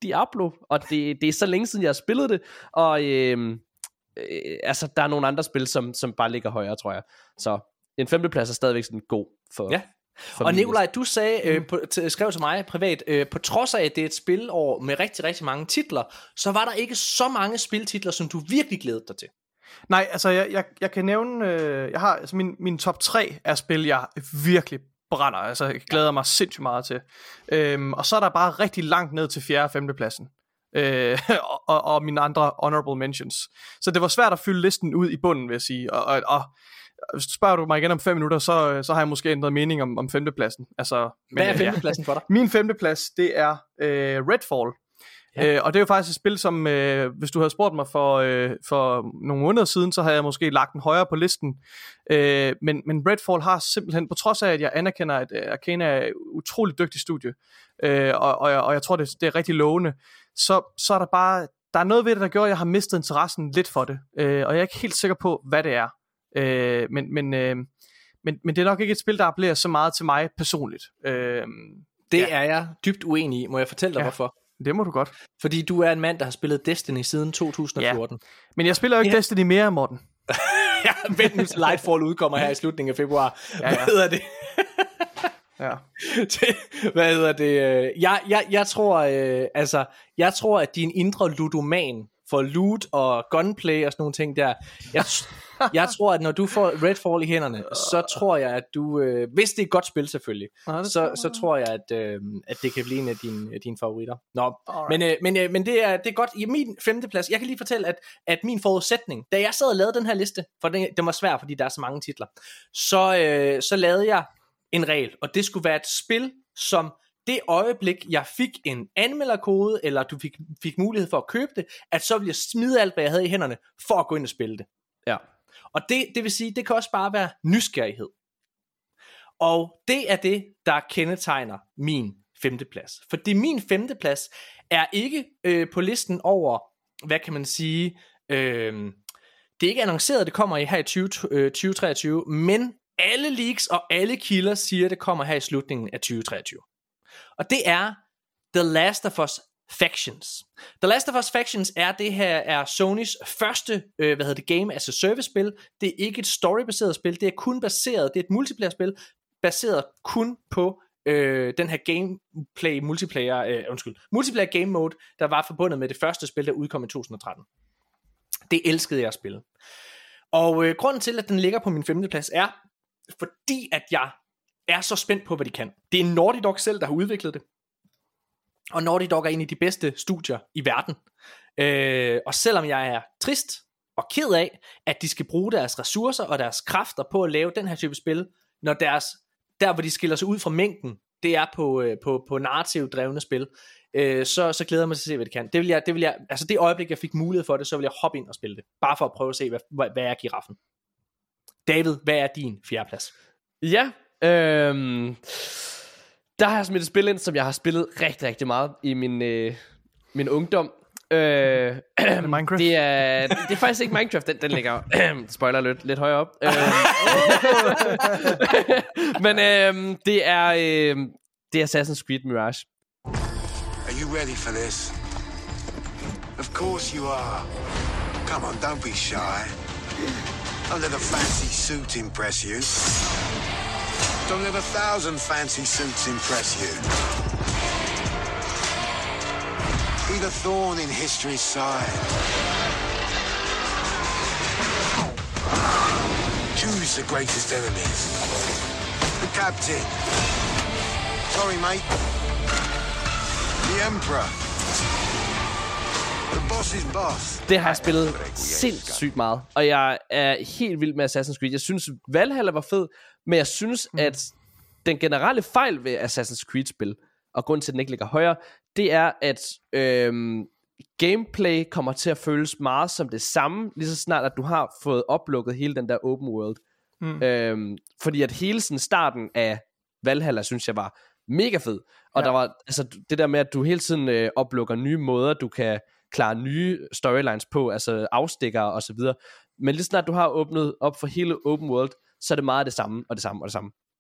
Diablo, og det, det er så længe siden, jeg har spillet det, og øh, øh, altså, der er nogle andre spil, som, som bare ligger højere, tror jeg. Så en femteplads er stadigvæk sådan god for... Ja. For og Nikolaj, du sagde, øh, på, t- skrev til mig privat, øh, på trods af, at det er et spilår med rigtig, rigtig mange titler, så var der ikke så mange spiltitler, som du virkelig glædede dig til. Nej, altså jeg, jeg, jeg kan nævne, øh, jeg har altså min, min top tre af spil, jeg virkelig brænder, altså jeg glæder ja. mig sindssygt meget til. Øhm, og så er der bare rigtig langt ned til fjerde og femte pladsen. Øh, og, og mine andre honorable mentions. Så det var svært at fylde listen ud i bunden, vil jeg sige. Og, og, og spørger du mig igen om fem minutter, så, så har jeg måske ændret mening om, om femtepladsen. Altså, hvad er femtepladsen ja. for dig? Min femteplads, det er øh, Redfall. Ja. Øh, og det er jo faktisk et spil, som øh, hvis du havde spurgt mig for, øh, for nogle måneder siden, så havde jeg måske lagt den højere på listen. Øh, men, men Redfall har simpelthen, på trods af, at jeg anerkender, at Arcane er et utroligt dygtigt studie, øh, og, og, jeg, og jeg tror, det, det er rigtig lovende, så, så er der bare, der er noget ved det, der gør, at jeg har mistet interessen lidt for det. Øh, og jeg er ikke helt sikker på, hvad det er. Øh, men, men, øh, men, men det er nok ikke et spil, der appellerer så meget til mig personligt. Øh, det ja. er jeg dybt uenig i. Må jeg fortælle dig, ja. hvorfor? Det må du godt. Fordi du er en mand, der har spillet Destiny siden to tusind og fjorten. Ja. Men jeg spiller jo ikke ja. Destiny mere, Morten. Ja, vent nu til Lightfall udkommer her i slutningen af februar. Ja, ja. Hvad hedder det? Ja. Hvad hedder det? Jeg, jeg, jeg tror, øh, altså, jeg tror, at din indre ludoman for loot og gunplay og sådan nogle ting der, jeg, jeg tror, at når du får Redfall i hænderne, så tror jeg, at du, øh, hvis det er et godt spil selvfølgelig, ah, så, så tror jeg, at, øh, at det kan blive en af dine, dine favoritter. Nå, men, øh, men, øh, men det, er, det er godt. I min femteplads, jeg kan lige fortælle, at, at min forudsætning, da jeg sad og lavede den her liste, for den, den var svær, fordi der er så mange titler, så, øh, så lavede jeg en regel, og det skulle være et spil, som det øjeblik, jeg fik en anmelderkode, eller du fik, fik mulighed for at købe det, at så ville jeg smide alt, hvad jeg havde i hænderne, for at gå ind og spille det. Ja. Og det, det vil sige, det kan også bare være nysgerrighed. Og det er det, der kendetegner min femteplads. Fordi min femteplads er ikke øh, på listen over, hvad kan man sige, øh, det er ikke annonceret, det kommer i her i tyve, øh, tyve treogtyve, men alle leaks og alle kilder siger, det kommer her i slutningen af tyve treogtyve. Og det er The Last of Us Factions. The Last of Us Factions er det her er Sonys første øh, hvad hedder det, game as a service spil. Det er ikke et storybaseret spil, det er kun baseret, det er et multiplayer spil baseret kun på øh, den her gameplay multiplayer øh, undskyld, multiplayer game mode, der var forbundet med det første spil, der udkom i to tusind og tretten. Det elskede jeg at spille. Og øh, grunden til at den ligger på min femte plads er fordi at jeg er så spændt på, hvad de kan. Det er Naughty Dog selv, der har udviklet det. Og Naughty Dog er en af de bedste studier i verden. Øh, og selvom jeg er trist og ked af, at de skal bruge deres ressourcer og deres kræfter på at lave den her type spil, når deres, der hvor de skiller sig ud fra mængden, det er på, øh, på, på narrativt drevne spil, øh, så, så glæder jeg mig til at se, hvad det kan. Det vil jeg, det vil jeg, altså det øjeblik, jeg fik mulighed for det, så vil jeg hoppe ind og spille det. Bare for at prøve at se, hvad, hvad er giraffen. David, hvad er din fjerdeplads? Ja, øhm, der har jeg smidt et spil ind, som jeg har spillet rigtig, rigtig meget i min, øh, min ungdom. Øh, er det Minecraft? Det er, det er faktisk ikke Minecraft, den, den ligger, spoiler lidt, lidt højere op. Øh, men øh, det er, øh, det er Assassin's Creed Mirage. Are you ready for this? Of course you are. Come on, don't be shy. Don't let a fancy suit impress you. Don't let a thousand fancy suits impress you. Be the thorn in history's side. Choose the greatest enemies. The captain. Sorry, mate. The emperor. The boss is boss. Det har jeg spillet sindssygt meget, og jeg er helt vild med Assassin's Creed. Jeg synes Valhalla var fed, men jeg synes mm. at den generelle fejl ved Assassin's Creed-spil, og grunden til at den ikke ligger højere, det er at øhm, gameplay kommer til at føles meget som det samme, lige så snart at du har fået oplukket hele den der open world. mm. øhm, Fordi at hele sådan starten af Valhalla synes jeg var mega fed. Og ja. der var altså det der med at du hele tiden øh, oplukker nye måder, du kan klare nye storylines på, altså afstikker og så videre. Men lige snart du har åbnet op for hele open world, så er det meget det samme og det samme og det samme.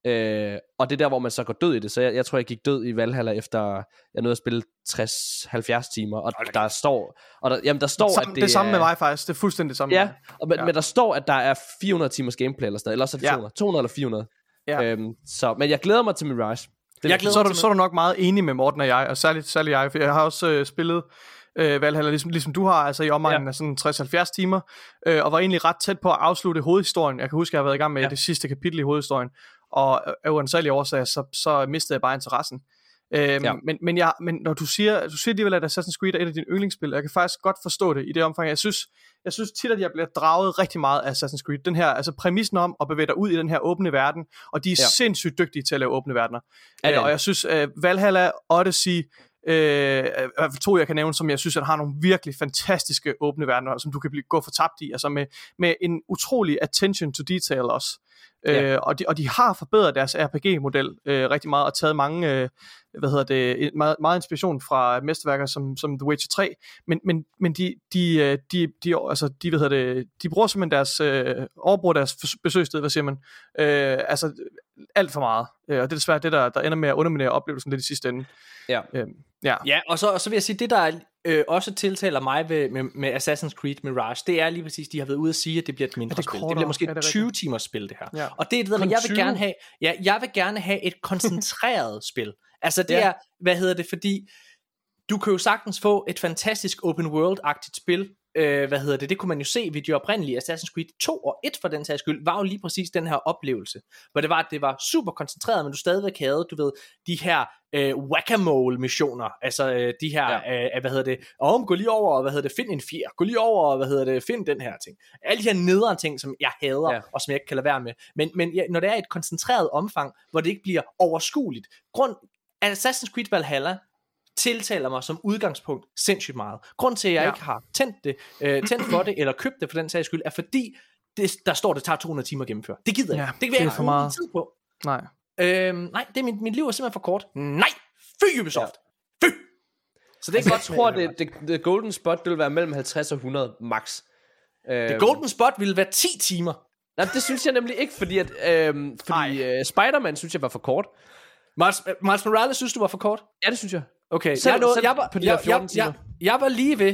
Øh, og det er der, hvor man så går død i det. Så jeg, jeg tror, jeg gik død i Valhalla efter jeg nåede at spille tres til halvfjerds timer. Og okay. der står, og der, jamen, der står Sam, at det, det er samme er, med mig faktisk. Det er fuldstændig det samme. Ja, og, men, ja. men der står, at der er fire hundrede timers gameplay eller sådan, eller også er det ja. to hundrede, to hundrede eller fire hundrede. Ja. Øhm, så, men jeg glæder mig til Mirage. Det jeg glæder så, er du, så er du nok meget enig med Morten og jeg, og særligt, særligt jeg, for jeg har også øh, spillet øh, Valhalla, ligesom, ligesom du har, altså i omegnen ja. af sådan tres til halvfjerds timer, øh, og var egentlig ret tæt på at afslutte hovedhistorien. Jeg kan huske, at jeg har været i gang med ja. det sidste kapitel i hovedhistorien, og af uansagelige årsager, så, så mistede jeg bare interessen. Øhm, ja. men, men, jeg, men når du siger, du siger alligevel, at Assassin's Creed er et af dine yndlingsspil, jeg kan faktisk godt forstå det i det omfang. Jeg synes, jeg synes tit, at jeg bliver draget rigtig meget af Assassin's Creed. Den her, altså præmissen om at bevæge dig ud i den her åbne verden, og de er ja. sindssygt dygtige til at lave åbne verdener. Ja, øh, og jeg synes, uh, Valhalla, Odyssey, Øh, to jeg kan nævne, som jeg synes at har nogle virkelig fantastiske åbne verdener, som du kan blive, gå fortabt i, altså med, med en utrolig attention to detail også. Ja. Øh, og, de, og de har forbedret deres R P G-model øh, rigtig meget, og taget mange øh, hvad hedder det, meget, meget inspiration fra mesterværker som, som The Witcher tre, men, men, men de, de, de, de, altså, de, hvad hedder det, de bruger simpelthen deres, øh, overbruger deres besøgssted, hvad siger man, øh, altså alt for meget, øh, og det er desværre det, der, der ender med at underminere oplevelsen lidt i sidste ende. Ja, øh, ja. ja og, så, og så vil jeg sige, det der øh, også tiltaler mig ved, med, med Assassin's Creed Mirage, det er lige præcis, de har været ude at sige, at det bliver et mindre det spil. Det bliver måske det tyve timers spil, det her. Ja. Og det er det, der, jeg vil gerne have, ja, jeg vil gerne have et koncentreret spil. Altså det ja. er, hvad hedder det, fordi du kan jo sagtens få et fantastisk open world-agtigt spil, øh, hvad hedder det, det kunne man jo se ved de oprindelige Assassin's Creed to og et for den sags skyld, var jo lige præcis den her oplevelse, hvor det var, at det var super koncentreret, men du stadigvæk havde, du ved, de her øh, whack-a-mole missioner, altså øh, de her, ja. øh, hvad hedder det, om, gå lige over, og hvad hedder det, find en fjer, gå lige over, og hvad hedder det, find den her ting, alle de her nederen ting, som jeg hader, ja. og som jeg ikke kan lade være med, men, men ja, når det er et koncentreret omfang, hvor det ikke bliver overskueligt, grund Assassin's Creed Valhalla tiltaler mig som udgangspunkt sindssygt meget. Grunden til at jeg ja. ikke har tændt det, øh, tændt for det eller købt det for den sags skyld, er fordi det, der står det tager to hundrede timer at gennemføre. Det gider jeg. Ja, det vil jeg ikke have meget tid på. Nej. Øhm, nej, det er mit, mit liv er simpelthen for kort. Nej, fy Ubisoft. Ja. Fy. Så det er altså, godt. Jeg tror det, det, det golden spot det vil være mellem halvtreds og hundrede max. Det golden spot ville være ti timer. Nej, det synes jeg nemlig ikke, fordi at øhm, fordi øh, Spider-Man synes jeg var for kort. Miles, Miles Morales synes du var for kort? Ja, det synes jeg. Okay, selv, jeg, nåede, selv jeg, var, på de jeg, der fjorten jeg, timer. jeg, jeg var lige ved,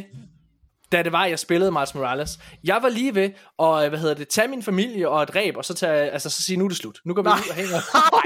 da det var, jeg spillede Miles Morales. Jeg var lige ved at, hvad hedder det, tage min familie og et ræb, og så, tage, altså, så sige, nu er det slut. Nu går vi nej. ud og hænger.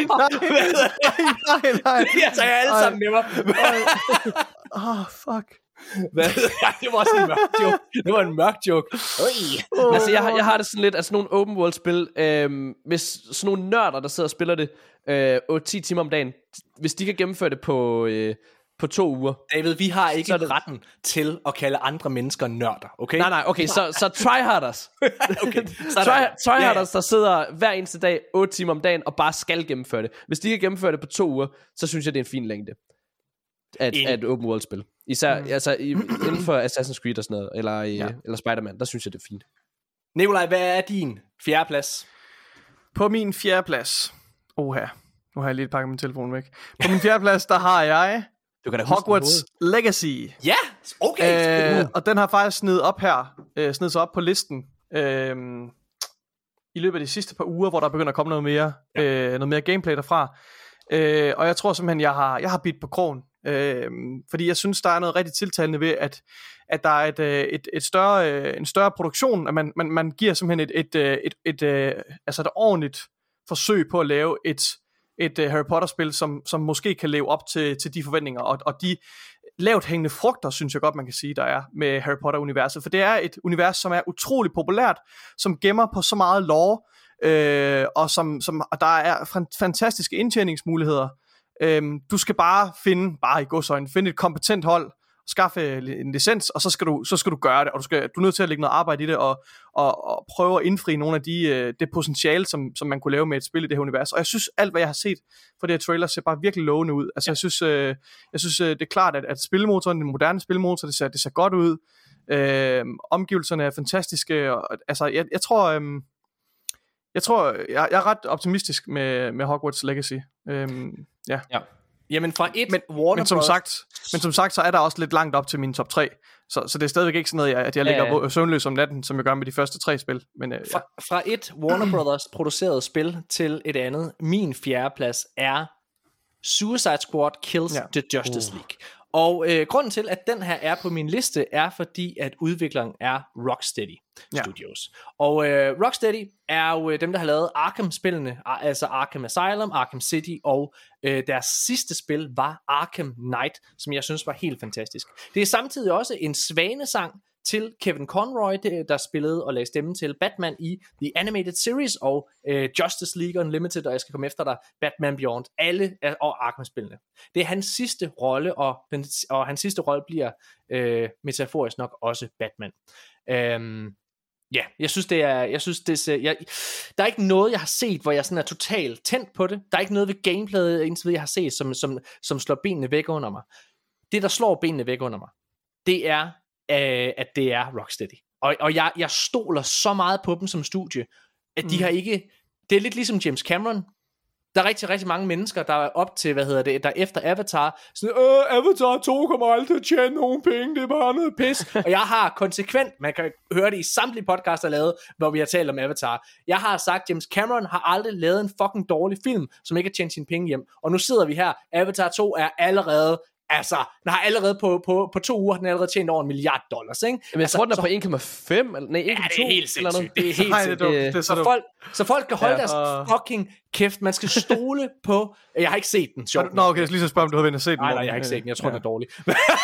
nej, nej, nej. Jeg tager alle sammen med mig. Åh, oh, fuck. Hvad? Ja, det var også en mørk joke. Det var en mørk joke. Oh. Altså jeg har, jeg har det sådan lidt, altså nogle open world spil, øhm, hvis sådan nogle nørder der sidder og spiller det øh, otte til ti timer om dagen, hvis de kan gennemføre det på øh, på to uger. David, vi har ikke det... retten til at kalde andre mennesker nørder, okay? Nej, nej, okay, så, så tryharders. okay, Try, tryharders, der sidder hver eneste dag otte timer om dagen og bare skal gennemføre det. Hvis de kan gennemføre det på to uger, så synes jeg det er en fin længde at, at et open world spil. Især mm. altså, i, inden for Assassin's Creed og sådan noget, eller, i, ja. eller Spider-Man, der synes jeg det er fint. Nikolaj, hvad er din fjerde plads? På min fjerde plads, oha, nu har jeg lige pakket min telefon væk. På min fjerde plads, der har jeg du kan da Hogwarts Legacy. Ja, okay. Øh, og den har faktisk snedet op her, øh, snedet sig op på listen øh, i løbet af de sidste par uger, hvor der begynder at komme noget mere, ja. øh, noget mere gameplay derfra. Øh, og jeg tror simpelthen, jeg har, jeg har bidt på krogen. Øh, fordi jeg synes, der er noget rigtig tiltalende ved, at, at der er et, et, et større, en større produktion, at man, man, man giver simpelthen et, et, et, et, et, altså et ordentligt forsøg på at lave et et uh, Harry Potter-spil, som, som måske kan leve op til, til de forventninger, og, og de lavt hængende frugter, synes jeg godt, man kan sige, der er med Harry Potter-universet, for det er et univers, som er utrolig populært, som gemmer på så meget lore, øh, og som, som og der er fantastiske indtjeningsmuligheder. Øh, du skal bare finde, bare i godsøjne, finde et kompetent hold, skaffe en licens, og så skal du, så skal du gøre det, og du, skal, du er nødt til at lægge noget arbejde i det, og, og, og prøve at indfri nogle af de, det potentiale, som, som man kunne lave med et spil i det her univers. Og jeg synes, alt hvad jeg har set for det her trailer, ser bare virkelig lovende ud. Altså, ja. jeg synes, øh, jeg synes øh, det er klart, at, at spillemotoren, den moderne spillemotor, det ser, det ser godt ud. Øh, omgivelserne er fantastiske, og, altså, jeg, jeg tror, øh, jeg tror, jeg, jeg er ret optimistisk med, med Hogwarts Legacy. Øh, ja. ja. Jamen fra et men, Warner men som sagt, men som sagt så er der også lidt langt op til min top tre. Så, så det er stadigvæk ikke sådan noget, at jeg ligger ja, ja. søvnløs om natten, som jeg gør med de første tre spil. Men, øh, ja. fra, fra et Warner Brothers produceret spil til et andet, min fjerdeplads er Suicide Squad Kills ja. the Justice uh. League. Og øh, grunden til, at den her er på min liste, er fordi, at udvikleren er Rocksteady ja. Studios. Og øh, Rocksteady er jo dem, der har lavet Arkham-spillene, altså Arkham Asylum, Arkham City, og øh, deres sidste spil var Arkham Knight, som jeg synes var helt fantastisk. Det er samtidig også en svanesang til Kevin Conroy, der spillede og lagde stemme til Batman i The Animated Series og øh, Justice League Unlimited, og jeg skal komme efter dig, Batman Beyond, alle og Arkham-spillene. Det er hans sidste rolle, og, den, og hans sidste rolle bliver øh, metaforisk nok også Batman. Øhm, ja, jeg synes det er, jeg synes det er, jeg, der er ikke noget jeg har set, hvor jeg sådan er totalt tændt på det. Der er ikke noget ved gameplayet, indtil videre jeg har set, som, som, som slår benene væk under mig. Det der slår benene væk under mig, det er at det er Rocksteady. Og, og jeg, jeg stoler så meget på dem som studie, at de mm. har ikke... Det er lidt ligesom James Cameron. Der er rigtig, rigtig mange mennesker, der er op til, hvad hedder det, der efter Avatar, sådan, øh, Avatar to kommer aldrig til at tjene nogen penge, det er bare noget pis. Og jeg har konsekvent, man kan høre det i samtlige podcasts, der er lavet, hvor vi har talt om Avatar. Jeg har sagt, James Cameron har aldrig lavet en fucking dårlig film, som ikke har tjent sine penge hjem. Og nu sidder vi her, Avatar to er allerede... Altså, den har allerede på, på, på to uger, den har allerede tjent over en milliard dollars, ikke? Men jeg altså, tror, den er på en komma fem, eller nej, en komma to. Ja, det er helt sindssygt. Det er helt sindssygt. Det, så, så, folk, så folk kan holde ja, deres og... fucking kæft. Man skal stole på... Jeg har ikke set den, sjovt. Nå, okay, jeg skal lige så spørge, om du har været at se den. Nej, nej, jeg har ikke set den. Jeg tror, ja. den er dårlig.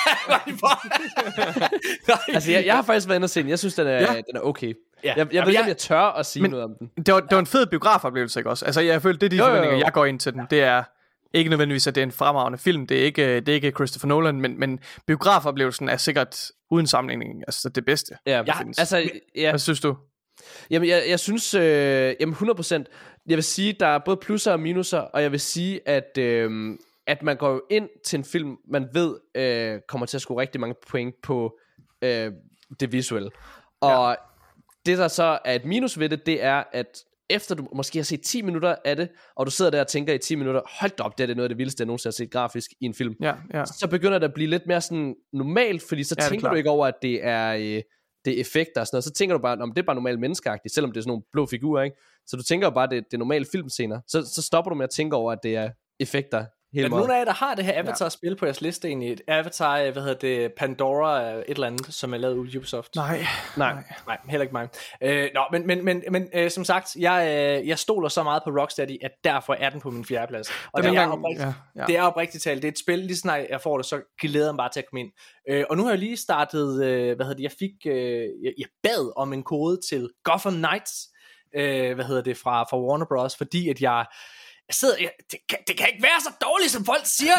altså, jeg, jeg har faktisk været inde og se den. Jeg synes, den er, ja. den er okay. Ja. Jeg, jeg ved ikke, om jeg tør at sige men, noget om den. Det var, det var en fed biografoplevelse, ikke også? Altså, jeg følte, det er de jo, forventninger, jo, jo. jeg går ind til den. Det er... Ikke nødvendigvis, at det er en fremragende film. Det er ikke, det er ikke Christopher Nolan, men, men biografoplevelsen er sikkert uden sammenligning altså det bedste. Ja, ja altså, ja. Hvad synes du? Jamen, jeg, jeg synes, øh, jamen hundrede procent. Jeg vil sige, der er både plusser og minuser, og jeg vil sige, at, øh, at man går jo ind til en film, man ved øh, kommer til at score rigtig mange point på øh, det visuelle. Og ja. det, der så er et minus ved det, det er, at efter du måske har set ti minutter af det, og du sidder der og tænker i ti minutter, hold op, det er det noget af det vildeste, jeg nogensinde har set grafisk i en film. Ja, ja. Så begynder det at blive lidt mere sådan normalt, fordi så ja, tænker du ikke over, at det er, øh, det er effekter og sådan noget. Så tænker du bare, om det er bare normalt menneskeagtigt, selvom det er sådan nogle blå figurer, ikke? Så du tænker jo bare, at det, det er normale filmscener. Så, så stopper du med at tænke over, at det er effekter. Er der nogen af jer, der har det her Avatar-spil på jeres liste egentlig? Et Avatar, hvad hedder det, Pandora, et eller andet, som er lavet ud i Ubisoft? Nej. Nej, nej, heller ikke mig. Øh, nå, men, men, men, men øh, som sagt, jeg, øh, jeg stoler så meget på Rocksteady, at derfor er den på min fjerdeplads. Og det, det, er oprigtigt, ja, ja. det er oprigtigt talt. Det er et spil, lige snart jeg får det, så glæder jeg mig bare til at komme ind. Øh, og nu har jeg lige startet, øh, hvad hedder det, jeg fik, øh, jeg, jeg bad om en kode til Gotham Knights, øh, hvad hedder det, fra, fra Warner Bros., fordi at jeg... Jeg sidder, jeg, det, kan, det kan ikke være så dårligt, som folk siger.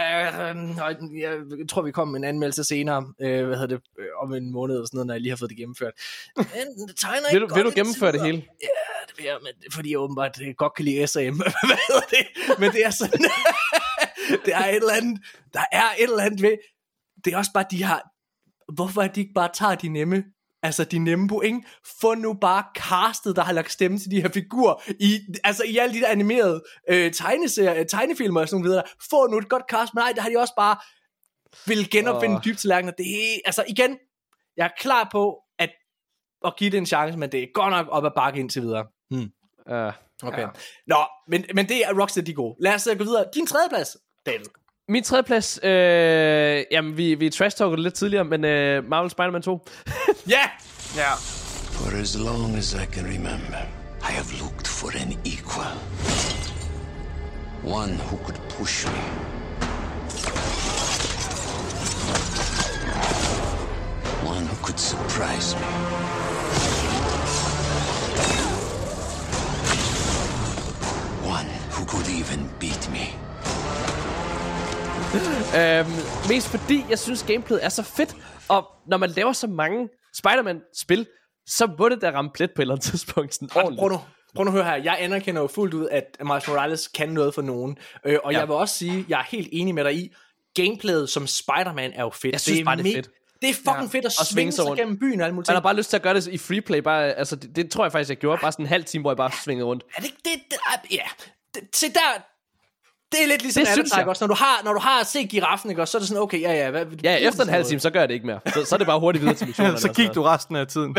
Øh, jeg tror, vi kommer med en anmeldelse senere, øh, hvad hedder det, øh, om en måned eller sådan noget, når jeg lige har fået det gennemført. Men det tegner vil ikke du, vil du gennemføre det hele? Ja, det vil jeg, men, fordi jeg åbenbart godt kan lide S A M. Hvad hedder det? Men det er sådan, det er et eller andet, der er et eller andet ved, det er også bare, de har, hvorfor er de ikke bare tager de nemme, altså de nemme point, få nu bare castet, der har lagt stemme til de her figurer, i, altså i alle de der animerede øh, tegneserier, tegnefilmer og sådan noget videre, få nu et godt cast, men nej, der har de også bare vil genopfinde oh. dybtallerkener. Det er, altså igen, jeg er klar på, at, at give det en chance, men det er godt nok op ad bakke indtil videre. Hmm. Uh, okay. Ja. Nå, men, men det er Rocksteady gode. Lad os uh, gå videre. Din tredje plads, David. Min tredje plads, øh, jamen vi, vi trash-talkede lidt tidligere, men øh, Marvel Spider-Man to. Ja! Ja. For as long as I can remember, I have looked for an equal. One who could push me. One who could surprise me. One who could even beat me. øhm, mest fordi jeg synes gameplayet er så fedt. Og når man laver så mange Spider-Man-spil, så må det da ramme plet på et eller andet tidspunkt sådan ordentligt. Prøv nu, prøv nu at høre her. Jeg anerkender jo fuldt ud, at Miles Morales kan noget for nogen. øh, Og ja. jeg vil også sige, jeg er helt enig med dig i, gameplayet som Spider-Man er jo fedt. Jeg synes det bare det er fedt. Det er fucking ja. fedt at og svinge sig gennem byen og alt muligt. Man har bare lyst til at gøre det i freeplay. Bare, altså, det, det tror jeg faktisk jeg gjorde. Bare sådan en halv time, hvor jeg bare svingede rundt. Ja, det, det, det, ja. Det, se der, Det er lidt ligesom Det Alan synes Wake jeg. også. Når du har, når du har set giraffen, ikke, også, så er det sådan, okay, ja, ja. Hvad, Ja, efter en halv time, så gør jeg det ikke mere. Så, så er det bare hurtigt videre til missionerne. Så gik du resten af tiden.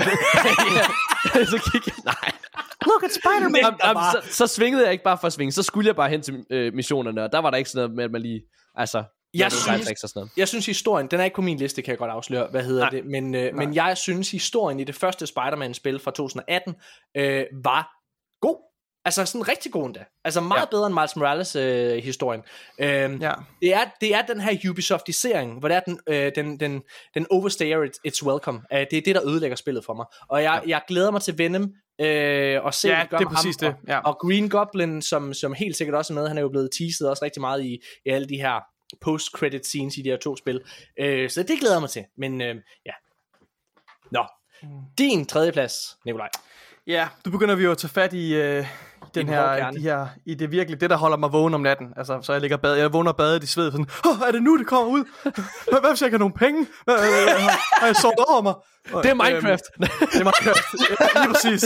ja, så gik jeg... Nej. Look at Spider-Man. Jamen, jamen, så, så svingede jeg ikke bare for at svinge. Så skulle jeg bare hen til øh, missionerne, og der var der ikke sådan noget med, at man lige... Altså, Jeg synes, synes, sådan noget. jeg synes historien, den er ikke på min liste, kan jeg godt afsløre, hvad hedder Nej. det, men, øh, men jeg synes historien i det første Spider-Man-spil fra to tusind atten øh, var god. Altså sådan rigtig god endda. Altså meget ja. bedre end Miles Morales øh, historien. Øh, Ja. det, er, det er den her Ubisoftisering, hvor det er den, øh, den, den, den overstayer it, it's welcome. Uh, det er det, der ødelægger spillet for mig. Og jeg, ja. jeg glæder mig til Venom øh, og se, Ja, hvad de gør det er med præcis ham, det. Ja. Og, og Green Goblin, som, som helt sikkert også er med. Han er jo blevet teaset også rigtig meget i, i alle de her post-credit scenes i de her to spil. Øh, så det glæder jeg mig til. Men øh, ja. Nå. Din tredje plads, Nikolaj. Ja, nu begynder vi jo at tage fat i øh, den den hårde her, kerne. de her, i det virkelig, det der holder mig vågen om natten. Altså, så jeg ligger bad, jeg vågner badet i sved, sådan, åh, er det nu, det kommer ud? Hvad, hvad hvis jeg ikke har nogen penge? Hvad, øh, har, har jeg sovet over mig? Det er Minecraft. Øhm, det er Minecraft, ja, lige præcis.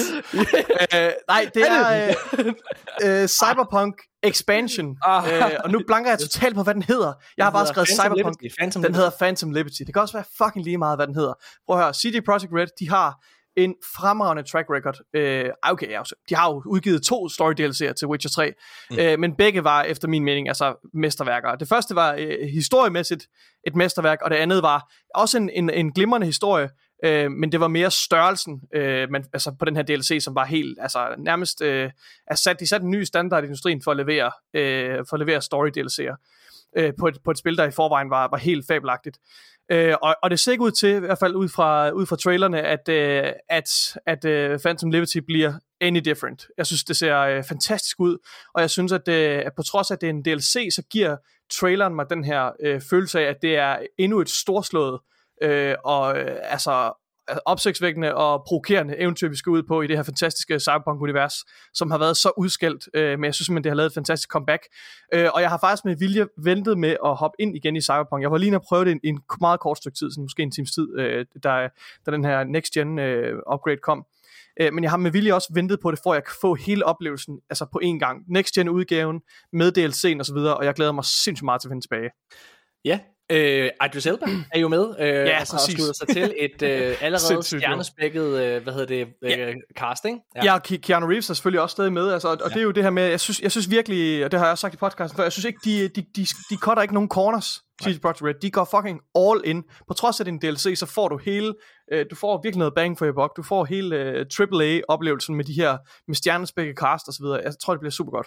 øh, nej, det er øh, øh, Cyberpunk Expansion, øh, og nu blanker jeg totalt på, hvad den hedder. Jeg har bare skrevet Phantom Cyberpunk. Liberty. Phantom Den Liberty. hedder Phantom Liberty. Det kan også være fucking lige meget, hvad den hedder. Prøv at høre, C D Projekt Red, de har en fremragende track record. Øh, okay, ja, de har jo udgivet to story D L C'er til Witcher tre, mm. øh, men begge var efter min mening altså mesterværker. Det første var øh, historiemæssigt et mesterværk, og det andet var også en, en, en glimrende historie, øh, men det var mere størrelsen øh, man, altså på den her D L C, som var helt, altså nærmest, øh, altså sat, de satte en ny standard i industrien for at levere, øh, for at levere story D L C'er øh, på, et, på et spil, der i forvejen var, var helt fabelagtigt. Øh, og, og det ser ikke ud til, i hvert fald ud fra, ud fra trailerne, at, øh, at, at øh, Phantom Liberty bliver any different. Jeg synes, det ser øh, fantastisk ud, og jeg synes, at, øh, at på trods af, at det er en D L C, så giver traileren mig den her øh, følelse af, at det er endnu et storslået øh, og øh, altså opsigtsvækkende og provokerende eventyr, vi skal ud på i det her fantastiske Cyberpunk-univers, som har været så udskældt, øh, men jeg synes simpelthen, det har lavet et fantastisk comeback. Øh, og jeg har faktisk med vilje ventet med at hoppe ind igen i Cyberpunk. Jeg var lige nødt at prøve det i en, en meget kort stykke tid, sådan måske en times tid, øh, da, da den her next-gen øh, upgrade kom. Øh, men jeg har med vilje også ventet på det, for at jeg kan få hele oplevelsen altså på én gang. Next-gen-udgaven med D L C'en og så videre, og jeg glæder mig sindssygt meget til at vende tilbage. Ja, øh, Idris Elba er jo med, øh, ja, altså og slutter sig til et øh, allerede stjernespækket, øh, hvad hedder det, øh, ja. casting. Ja, ja, Ke- Keanu Reeves er selvfølgelig også stadig med, altså, og, og ja. Det er jo det her med, jeg synes, jeg synes virkelig, og det har jeg også sagt i podcasten før, jeg synes ikke, de, de, de, de cutter ikke nogen corners, C D Projekt Red, de går fucking all in. På trods af din D L C, så får du hele, øh, du får virkelig noget bang for your buck, du får hele øh, triple A-oplevelsen med de her, med stjernespækket cast og så videre. Jeg tror, det bliver super godt.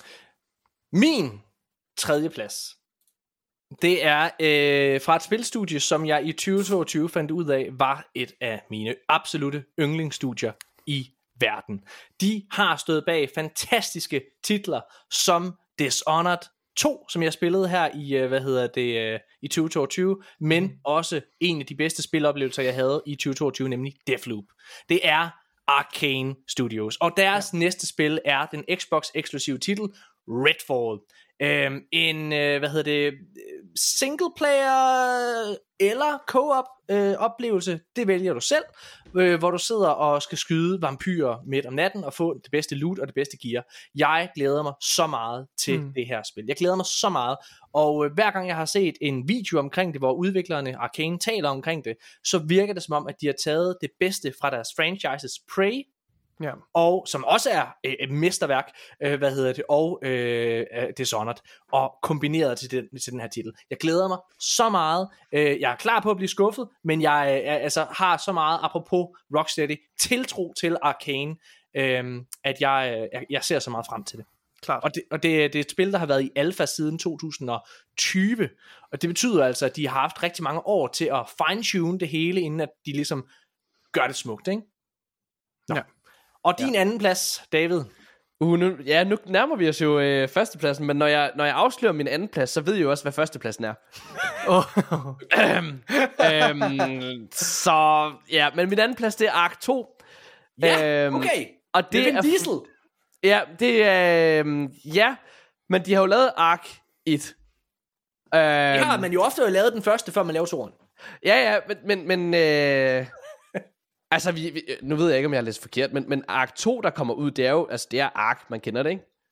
Min tredje plads, det er øh, fra et spilstudie, som jeg i tyve toogtyve fandt ud af, var et af mine absolute yndlingsstudier i verden. De har stået bag fantastiske titler som Dishonored to, som jeg spillede her i, øh, hvad hedder det, øh, i tyve toogtyve, men også en af de bedste spiloplevelser, jeg havde i tyve toogtyve, nemlig Deathloop. Det er Arcane Studios, og deres ja. næste spil er den Xbox-eksklusive titel Redfall. Øhm, en, øh, hvad hedder det, single player eller co-op øh, oplevelse, det vælger du selv, øh, hvor du sidder og skal skyde vampyrer midt om natten og få det bedste loot og det bedste gear. Jeg glæder mig så meget til mm. det her spil. Jeg glæder mig så meget, og øh, hver gang jeg har set en video omkring det, hvor udviklerne Arcane taler omkring det, så virker det som om, at de har taget det bedste fra deres franchises Prey, ja. Og som også er øh, et mesterværk, øh, hvad hedder det, og øh, Dishonored, og kombineret til den, til den her titel. Jeg glæder mig så meget. Øh, jeg er klar på at blive skuffet, men jeg øh, altså har så meget, apropos Rocksteady, tiltro til Arcane, øh, at jeg, øh, jeg ser så meget frem til det. Klart. Og, det, og det, det er et spil, der har været i alfa siden to tusind og tyve, og det betyder altså, at de har haft rigtig mange år til at fine-tune det hele, inden at de ligesom gør det smukt, ikke? Nå. Ja. Og din ja. anden plads, David? Uh, nu, ja, nu nærmer vi os jo øh, førstepladsen, men når jeg, når jeg afslører min anden plads, så ved jeg jo også, hvad førstepladsen er. oh. øhm, øhm, så, ja, men min anden plads, det er Ark to. Ja, øhm, okay. Og det, det er Vin Diesel. Ja, det er, øh, ja, men de har jo lavet Ark et. Øhm, ja, men jo ofte har jo lavet den første, før man laver toren. Ja, ja, men, men, men øh, altså, vi, vi, nu ved jeg ikke, om jeg har læst forkert, men, men Ark to, der kommer ud, det er jo, altså, det er Ark, man kender det, ikke?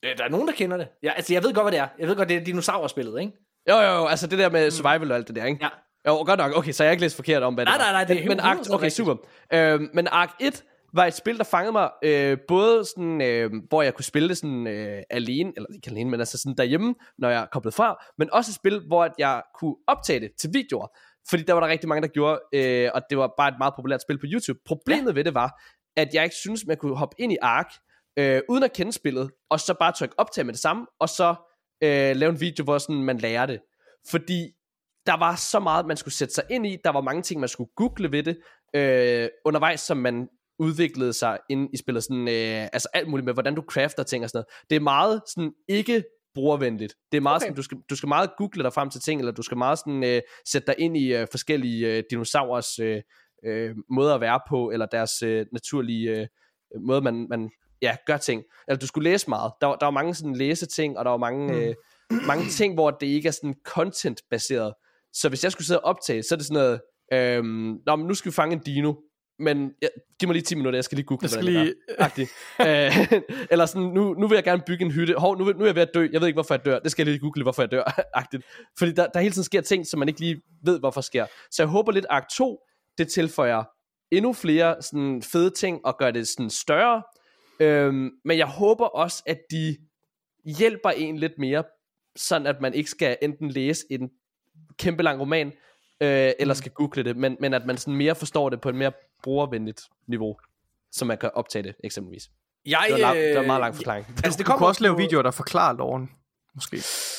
Der er nogen, der kender det. Ja, altså, jeg ved godt, hvad det er. Jeg ved godt, det er dinosaurspillet, ikke? Jo, jo, jo, altså det der med survival og alt det der, ikke? Ja. Jo, godt nok. Okay, så jeg har ikke læst forkert om, hvad det Nej, nej, nej, det er men, men hundrede Ark, procent okay, rigtigt. super. Øhm, men Ark et var et spil, der fangede mig, øh, både sådan, øh, hvor jeg kunne spille det sådan øh, alene, eller ikke alene, men altså sådan derhjemme, når jeg koblede fra, men også et spil, hvor at jeg kunne optage det til videoer, fordi der var der rigtig mange, der gjorde, øh, og det var bare et meget populært spil på YouTube. Problemet ja. ved det var, at jeg ikke synes man kunne hoppe ind i Ark, øh, uden at kende spillet, og så bare trykke optag med det samme, og så øh, lave en video, hvor sådan man lærer det. Fordi der var så meget, man skulle sætte sig ind i, der var mange ting, man skulle google ved det, øh, undervejs, som man udviklede sig ind i spillet, sådan, øh, altså alt muligt med, hvordan du crafter ting og sådan noget. Det er meget sådan ikke brugervenligt. Det er meget okay. sådan, du skal, du skal meget google dig frem til ting, eller du skal meget sådan øh, sætte dig ind i øh, forskellige øh, dinosaurers øh, øh, måder at være på, eller deres øh, naturlige øh, måde, man, man ja, gør ting. Eller du skulle læse meget. Der, der var mange sådan læseting, og der var mange, mm. øh, mange ting, hvor det ikke er sådan content-baseret. Så hvis jeg skulle sidde og optage, så er det sådan noget, øhm, nå, men nu skal vi fange en dino, men ja, giv mig lige ti minutter, jeg skal lige google, jeg hvordan lige... det er. øh, eller sådan, nu, nu vil jeg gerne bygge en hytte. Hov, nu, nu er jeg ved at dø, jeg ved ikke, hvorfor jeg dør. Det skal jeg lige google, hvorfor jeg dør. Fordi der, der hele tiden sker ting, som man ikke lige ved, hvorfor sker. Så jeg håber lidt, Ark to, det tilføjer endnu flere sådan fede ting, og gør det sådan større. Øhm, men jeg håber også, at de hjælper en lidt mere, sådan at man ikke skal enten læse en kæmpe lang roman, øh, eller skal google det, men, men at man sådan mere forstår det på et mere brugervenligt niveau, så man kan optage det eksempelvis. Jeg, det, var lang, øh, det var en meget lang forklaring. Altså, det Du kan kommer også lave på... videoer, der forklarer loven, måske.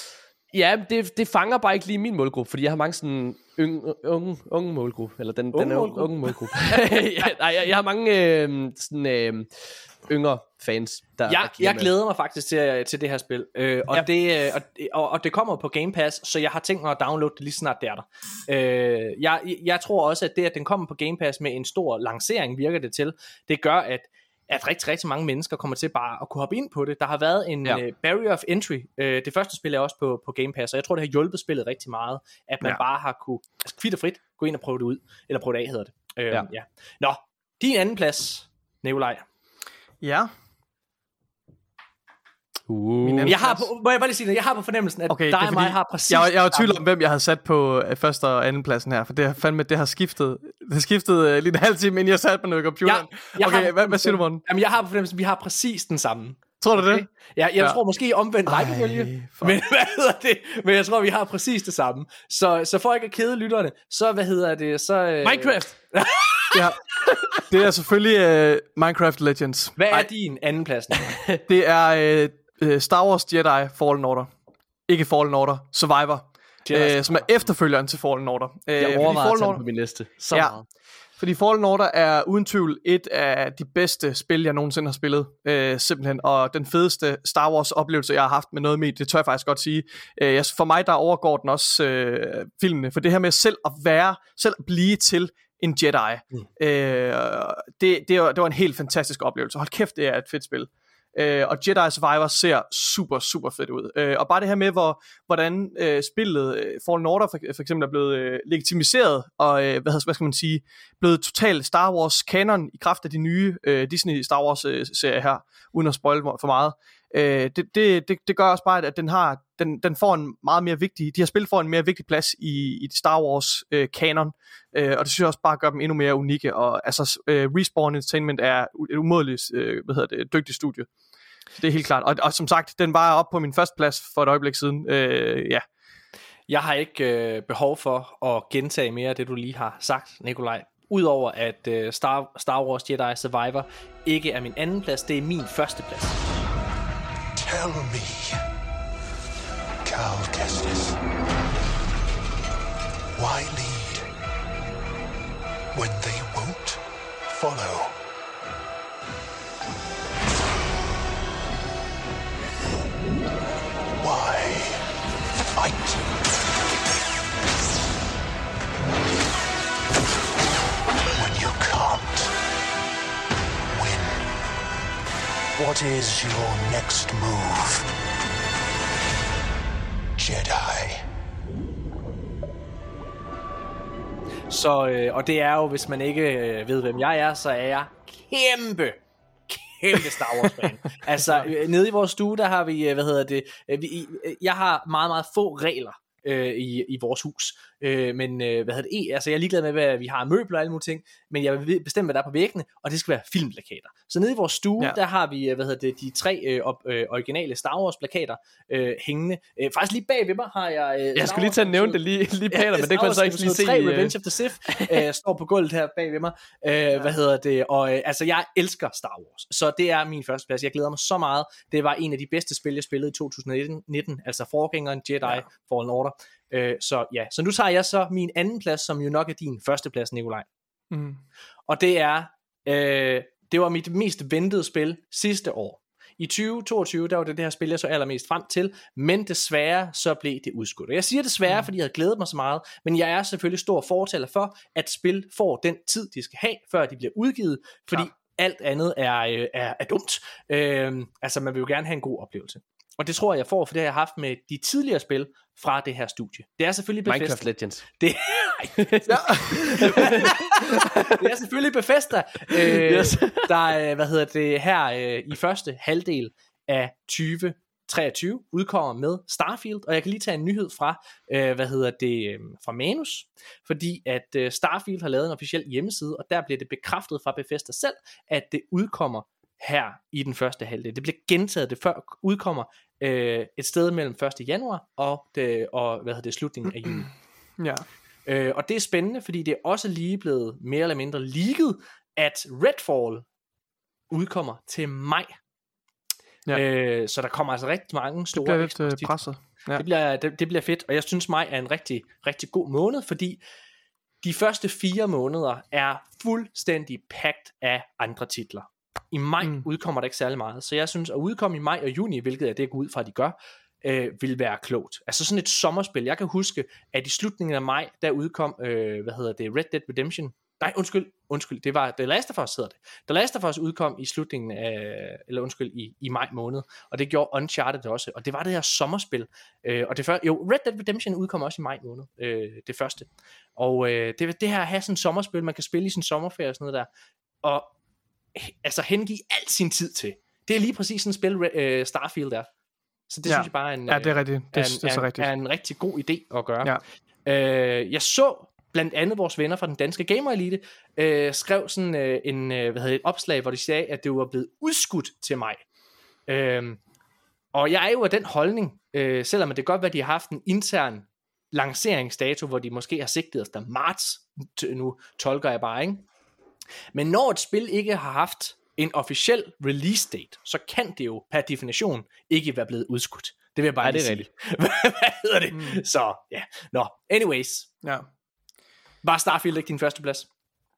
Ja, det, det fanger bare ikke lige min målgruppe, fordi jeg har mange sådan unge, unge, unge målgruppe, eller den, unge den er målgruppe. unge målgruppe. ja, nej, jeg, jeg har mange øh, sådan øh, yngre fans, der, Jeg, der jeg med. glæder mig faktisk til, til det her spil, øh, og, Ja. det, og, og, og det kommer på Game Pass, så jeg har tænkt mig at downloade det lige snart det er der. Øh, jeg, jeg tror også, at det, at den kommer på Game Pass med en stor lancering, virker det til, det gør, at at rigtig, rigtig mange mennesker kommer til bare at kunne hoppe ind på det. Der har været en Ja. uh, barrier of entry. Uh, det første spil er også på, på Game Pass, og jeg tror, det har hjulpet spillet rigtig meget, at man Ja. bare har kunne altså, kvitt og frit gå ind og prøve det ud, eller prøve det af, hedder det. Uh, Ja. ja. Ja. Nå, din anden plads, Nikolaj. Ja. Uh. Min anden Jeg har plads. på, må jeg bare lige sige det, jeg har på fornemmelsen, at Okay, dig det er og mig fordi, har præcis... Jeg, var- jeg var i tvivl samme- om, hvem jeg havde sat på øh, første og anden pladsen her, for det har fandme, det har skiftet. Det har skiftet øh, lige en halv time, inden jeg satte på noget computeren. Ja, jeg okay, har- hvad, hvad siger du, Morten? Jamen, jeg har på fornemmelsen, at vi har præcis den samme. Tror du det? Ja, jeg Ja. tror måske omvendt rækkefølge, fuck. men hvad hedder det? Men jeg tror, vi har præcis det samme. Så, så for ikke at kede lytterne, så hvad hedder det? Så, øh, Minecraft! Ja. Det er selvfølgelig øh, Minecraft Legends. Hvad er din anden plads? Det er øh, øh, Star Wars Jedi Fallen Order. Ikke Fallen Order, Survivor. Jedi Øh, som er efterfølgeren til Fallen Order. Øh, Jeg fordi overvejer at Fallen tage den Order- på min liste. Så Ja. meget. Fordi Fallen Order er uden tvivl et af de bedste spil, jeg nogensinde har spillet. Øh, simpelthen. Og den fedeste Star Wars oplevelse, jeg har haft med noget med, det tør jeg faktisk godt sige. Øh, jeg, for mig, der overgår den også øh, filmene. For det her med selv at være, selv at blive til en Jedi. Mm. Øh, det, det, var, det var en helt fantastisk oplevelse. Hold kæft, det er et fedt spil. Øh, og Jedi Survivor ser super, super fedt ud. Øh, og bare det her med, hvor, hvordan øh, spillet øh, Fallen Order for, for eksempel er blevet øh, legitimiseret, og øh, hvad, hvad skal man sige, blevet totalt Star Wars canon i kraft af de nye øh, Disney Star Wars øh, serier her, uden at spoil for meget. Øh, det, det, det, det gør også bare, at den har den, den får en meget mere vigtig, de her spil får en mere vigtig plads i, i Star Wars øh, canon, øh, og det synes jeg også bare gør dem endnu mere unikke, og altså øh, Respawn Entertainment er et umådeligt øh, hvad hedder det, dygtigt studie. Det er helt klart, og, og som sagt, den var op på min første plads for et øjeblik siden. Øh, ja. Jeg har ikke øh, behov for at gentage mere af det, du lige har sagt, Nikolaj. Udover at øh, Star, Star Wars Jedi Survivor ikke er min anden plads, det er min første plads. Tell me, Cal Kestis, why lead when they won't follow? Why fight when you can't win? What is your next move, Jedi? Så, øh, og det er jo, hvis man ikke øh, ved, hvem jeg er, så er jeg kæmpe, kæmpe Star Wars fan. Altså, øh, nede i vores stue, der har vi, øh, hvad hedder det, øh, vi, øh, jeg har meget, meget få regler øh, i, i vores hus. Øh, men øh, hvad hedder det, altså jeg er ligeglad med, hvad vi har af møbler og alle mulige ting, men jeg vil bestemme, hvad der er på væggene, og det skal være filmplakater. Så nede i vores stue, ja. der har vi, hvad hedder det, de tre øh, op, øh, originale Star Wars plakater øh, hængende. Øh, faktisk lige bag ved mig har jeg... Øh, jeg skulle lige tage at nævne det lige, lige bag dig, ja, men det kan man så ikke lige se. tre Revenge of the Sith øh, står på gulvet her bag ved mig. Øh, ja. Hvad hedder det, og øh, altså jeg elsker Star Wars, så det er min første plads. Jeg glæder mig så meget. Det var en af de bedste spil, jeg spillede i to tusind nitten, altså forgængeren Jedi ja. Fallen Order. Øh, så ja, så nu tager jeg så min anden plads, som jo nok er din første plads, Nikolaj. Mm. Og det er, øh, det var mit mest ventede spil sidste år. I tyve toogtyve, der var det det her spil, jeg så allermest frem til, men desværre så blev det udskudt. Og jeg siger desværre, mm. fordi jeg havde glædet mig så meget, men jeg er selvfølgelig stor fortaler for, at spil får den tid, de skal have, før de bliver udgivet, fordi ja. alt andet er, øh, er, er dumt. Øh, altså man vil jo gerne have en god oplevelse. Og det tror jeg, jeg får, for det har jeg haft med de tidligere spil fra det her studie. Det er selvfølgelig Bethesda. Minecraft Legends. Det, det er selvfølgelig Bethesda, øh, yes. der, hvad hedder det, her øh, i første halvdel af tyve treogtyve udkommer med Starfield, og jeg kan lige tage en nyhed fra, øh, hvad hedder det, øh, fra Manus, fordi at øh, Starfield har lavet en officiel hjemmeside, og der bliver det bekræftet fra Bethesda selv, at det udkommer her i den første halvdel. Det bliver gentaget, det før udkommer øh, et sted mellem første januar og, det, og hvad hedder det, slutningen af juni. Ja. Øh, og det er spændende, fordi det er også lige blevet mere eller mindre leaget, at Redfall udkommer til maj. Ja. Øh, så der kommer altså rigtig mange store... Det bliver lidt presset. Ja. Det, bliver, det, det bliver fedt, og jeg synes maj er en rigtig, rigtig god måned, fordi de første fire måneder er fuldstændig packed af andre titler. I maj mm. udkommer der ikke særlig meget, så jeg synes at udkomme i maj og juni, hvilket er det, jeg går ud fra, at de gør, øh, vil være klogt. Altså sådan et sommerspil. Jeg kan huske, at i slutningen af maj, der udkom, øh, hvad hedder det, Red Dead Redemption. Nej, undskyld, undskyld, det var The Last of Us, hedder det. The Last of Us udkom i slutningen af, eller undskyld, i, i maj måned, og det gjorde Uncharted også, og det var det her sommerspil. Øh, og det før, jo, Red Dead Redemption udkom også i maj måned, øh, det første. Og øh, det, det her at have sådan et sommerspil, man kan spille i sin sommerferie og sådan noget der, og altså hengive al sin tid til. Det er lige præcis sådan et spil, uh, Starfield er. Så det ja. synes jeg bare er en, ja, det er, rigtigt. Det, er, det er, så er, rigtigt. er en rigtig god idé at gøre. Ja. Uh, jeg så blandt andet vores venner fra den danske Gamer Elite uh, skrev sådan uh, en, uh, hvad hedder det, et opslag, hvor de sagde, at det var blevet udskudt til mig. Uh, og jeg er jo af den holdning, uh, selvom det godt være, at de har haft en intern lanceringsdato, hvor de måske har sigtet os der marts, nu tolker jeg bare, ikke? Men når et spil ikke har haft en officiel release date, så kan det jo per definition ikke være blevet udskudt. Det vil jeg bare ja, lige det er sige. Hvad hedder det? Mm. Så ja, nå, anyways. Ja. Var Starfield ikke din første plads?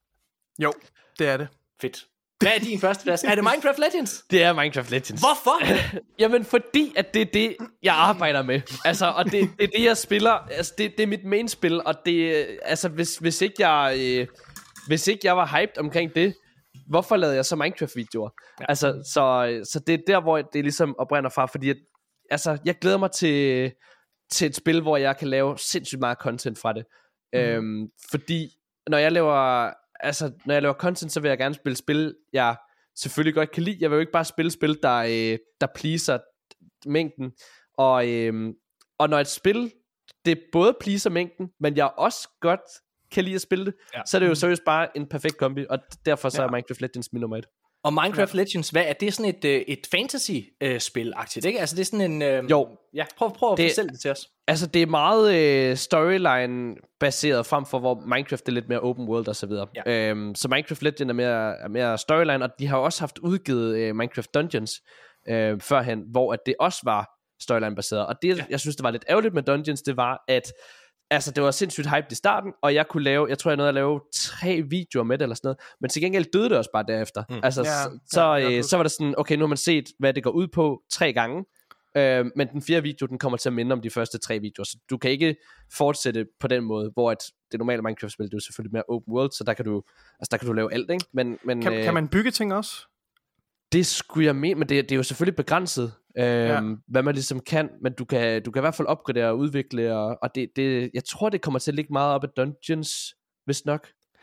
Jo, det er det. Fedt. Hvad er din første plads? Er det Minecraft Legends? Det er Minecraft Legends. Hvorfor? Jamen fordi at det er det jeg arbejder med. Altså og det, det er det jeg spiller. Altså det, det er mit main spil, og det altså hvis hvis ikke jeg øh, Hvis ikke jeg var hyped omkring det, hvorfor lavede jeg så Minecraft-videoer? Ja. Altså, så, så det er der, hvor det ligesom oprænder fra, fordi at, altså, jeg glæder mig til, til et spil, hvor jeg kan lave sindssygt meget content fra det. Mm. Øhm, fordi når jeg laver, altså, når jeg laver content, så vil jeg gerne spille spil, jeg selvfølgelig godt kan lide. Jeg vil jo ikke bare spille spil, der, øh, der pleaser mængden. Og, øh, og når et spil, det både pleaser mængden, men jeg også godt kan lide at spille det, ja. Så er det jo seriøst bare en perfekt kombi, og derfor så er ja. Minecraft Legends min nummer et. Og Minecraft ja. Legends, hvad er det sådan et, et fantasy-spil-agtigt, ikke? Altså det er sådan en... Øh, jo. Ja, prøv, prøv at fortælle det til os. Altså det er meget øh, storyline-baseret, frem for hvor Minecraft er lidt mere open world og så videre. Ja. Øhm, så Minecraft Legends er mere, er mere storyline, og de har også haft udgivet øh, Minecraft Dungeons øh, førhen, hvor at det også var storyline-baseret. Og det, ja. jeg synes, det var lidt ærgerligt med Dungeons, det var, at altså, det var sindssygt hype i starten, og jeg kunne lave, jeg tror, jeg nåede at lave tre videoer med det, eller sådan noget, men til gengæld døde det også bare derefter. Mm. Altså, ja, så, så, ja, øh, så var det sådan, okay, nu har man set, hvad det går ud på tre gange, øh, men den fjerde video, den kommer til at minde om de første tre videoer, så du kan ikke fortsætte på den måde, hvor at det normale Minecraft-spil, det er jo selvfølgelig mere open world, så der kan du, altså, der kan du lave alt, ikke? Men, men, kan, øh, kan man bygge ting også? Det skulle jeg mene, men det, det er jo selvfølgelig begrænset, øhm, ja. hvad man ligesom kan, men du kan, du kan i hvert fald opgradere og udvikle, og, og det, det, jeg tror, det kommer til at ligge meget op af Dungeons, hvis nok.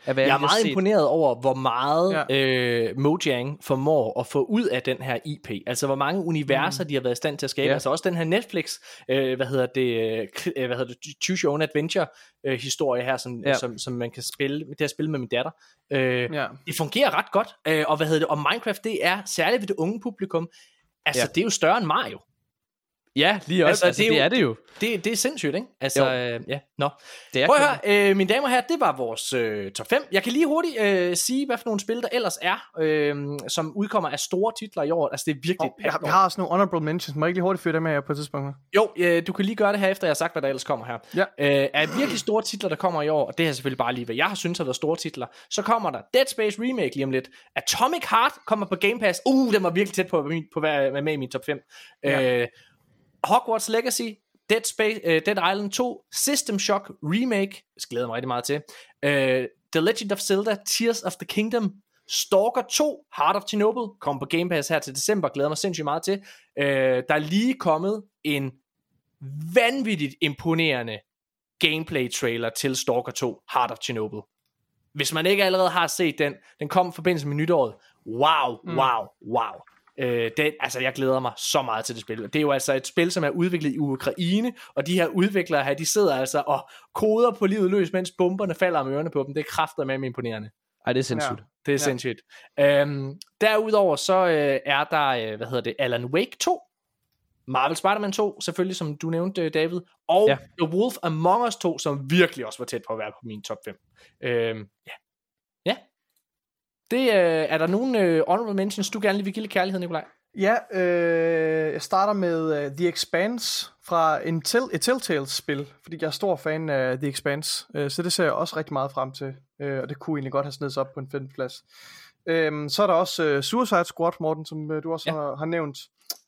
af hvad Jeg er lige har meget set. imponeret over, hvor meget Ja. øh, Mojang formår at få ud af den her I P. Altså, hvor mange universer mm. de har været i stand til at skabe. Ja. Altså også den her Netflix, øh, hvad hedder det, øh, hvad hedder det, Choose Your Own Adventure øh, historie her, som, Ja. som, som man kan spille, det at spille med min datter. Øh, Ja. Det fungerer ret godt. Øh, og hvad hedder det, og Minecraft, det er særligt ved det unge publikum. Altså, Ja. det er jo større end Mario. Ja, lige Altså, også. Altså, altså, det er det, jo- er det jo. Det, det er sindssygt, ikke? Altså, Jo. øh, ja, nå. Det er Prøv at høre, øh, mine damer og herrer, det var vores øh, top fem. Jeg kan lige hurtigt øh, sige, hvad for nogle spil der ellers er, øh, som udkommer af store titler i år. Altså, det er virkelig Oh, et jeg, packed jeg år. har også nogle honorable mentions. Må jeg ikke lige hurtigt fyre dem med på et tidspunkt? Jo, øh, du kan lige gøre det her, efter jeg har sagt, hvad der ellers kommer her. Ja. Øh, er virkelig store titler, der kommer i år, og det er selvfølgelig bare lige, hvad jeg har synes har været store titler. Så kommer der Dead Space Remake lige om lidt. Atomic Heart kommer på Game Pass. Uh, den var virkelig tæt på at være min- på at være med i min top fem. Ja. Øh, Hogwarts Legacy, Dead, Space, uh, Dead Island to, System Shock Remake, jeg glæder mig rigtig meget til, uh, The Legend of Zelda, Tears of the Kingdom, Stalker to, Heart of Chernobyl, kommer på Game Pass her til december, glæder mig sindssygt meget til. Uh, der er lige kommet en vanvittigt imponerende gameplay trailer til Stalker to, Heart of Chernobyl. Hvis man ikke allerede har set den, den kom i forbindelse med nytåret. Wow, wow, wow. Øh, det, altså jeg glæder mig så meget til det spil. Det er jo altså et spil, som er udviklet i Ukraine, og de her udviklere her, de sidder altså og koder på livet løs, mens bomberne falder om ørerne på dem. Det er kraftedeme imponerende. Ej, det er sindssygt. Det er Ja. sindssygt. Øhm, derudover så øh, er der, øh, hvad hedder det, Alan Wake to, Marvel Spider-Man to, selvfølgelig, som du nævnte, øh, David, og Ja. The Wolf Among Us to, som virkelig også var tæt på at være på min top fem. Øhm, ja. Ja. Det, øh, er der nogen øh, honorable mentions, du gerne lige vil give lidt kærlighed, Nikolaj? Ja, øh, jeg starter med uh, The Expanse fra en til, et Telltale-spil, fordi jeg er stor fan af The Expanse, uh, så det ser jeg også rigtig meget frem til, uh, og det kunne egentlig godt have snedet sig op på en femte plads. Um, så er der også uh, Suicide Squad, Morten, som uh, du også Ja. ja. har, har nævnt.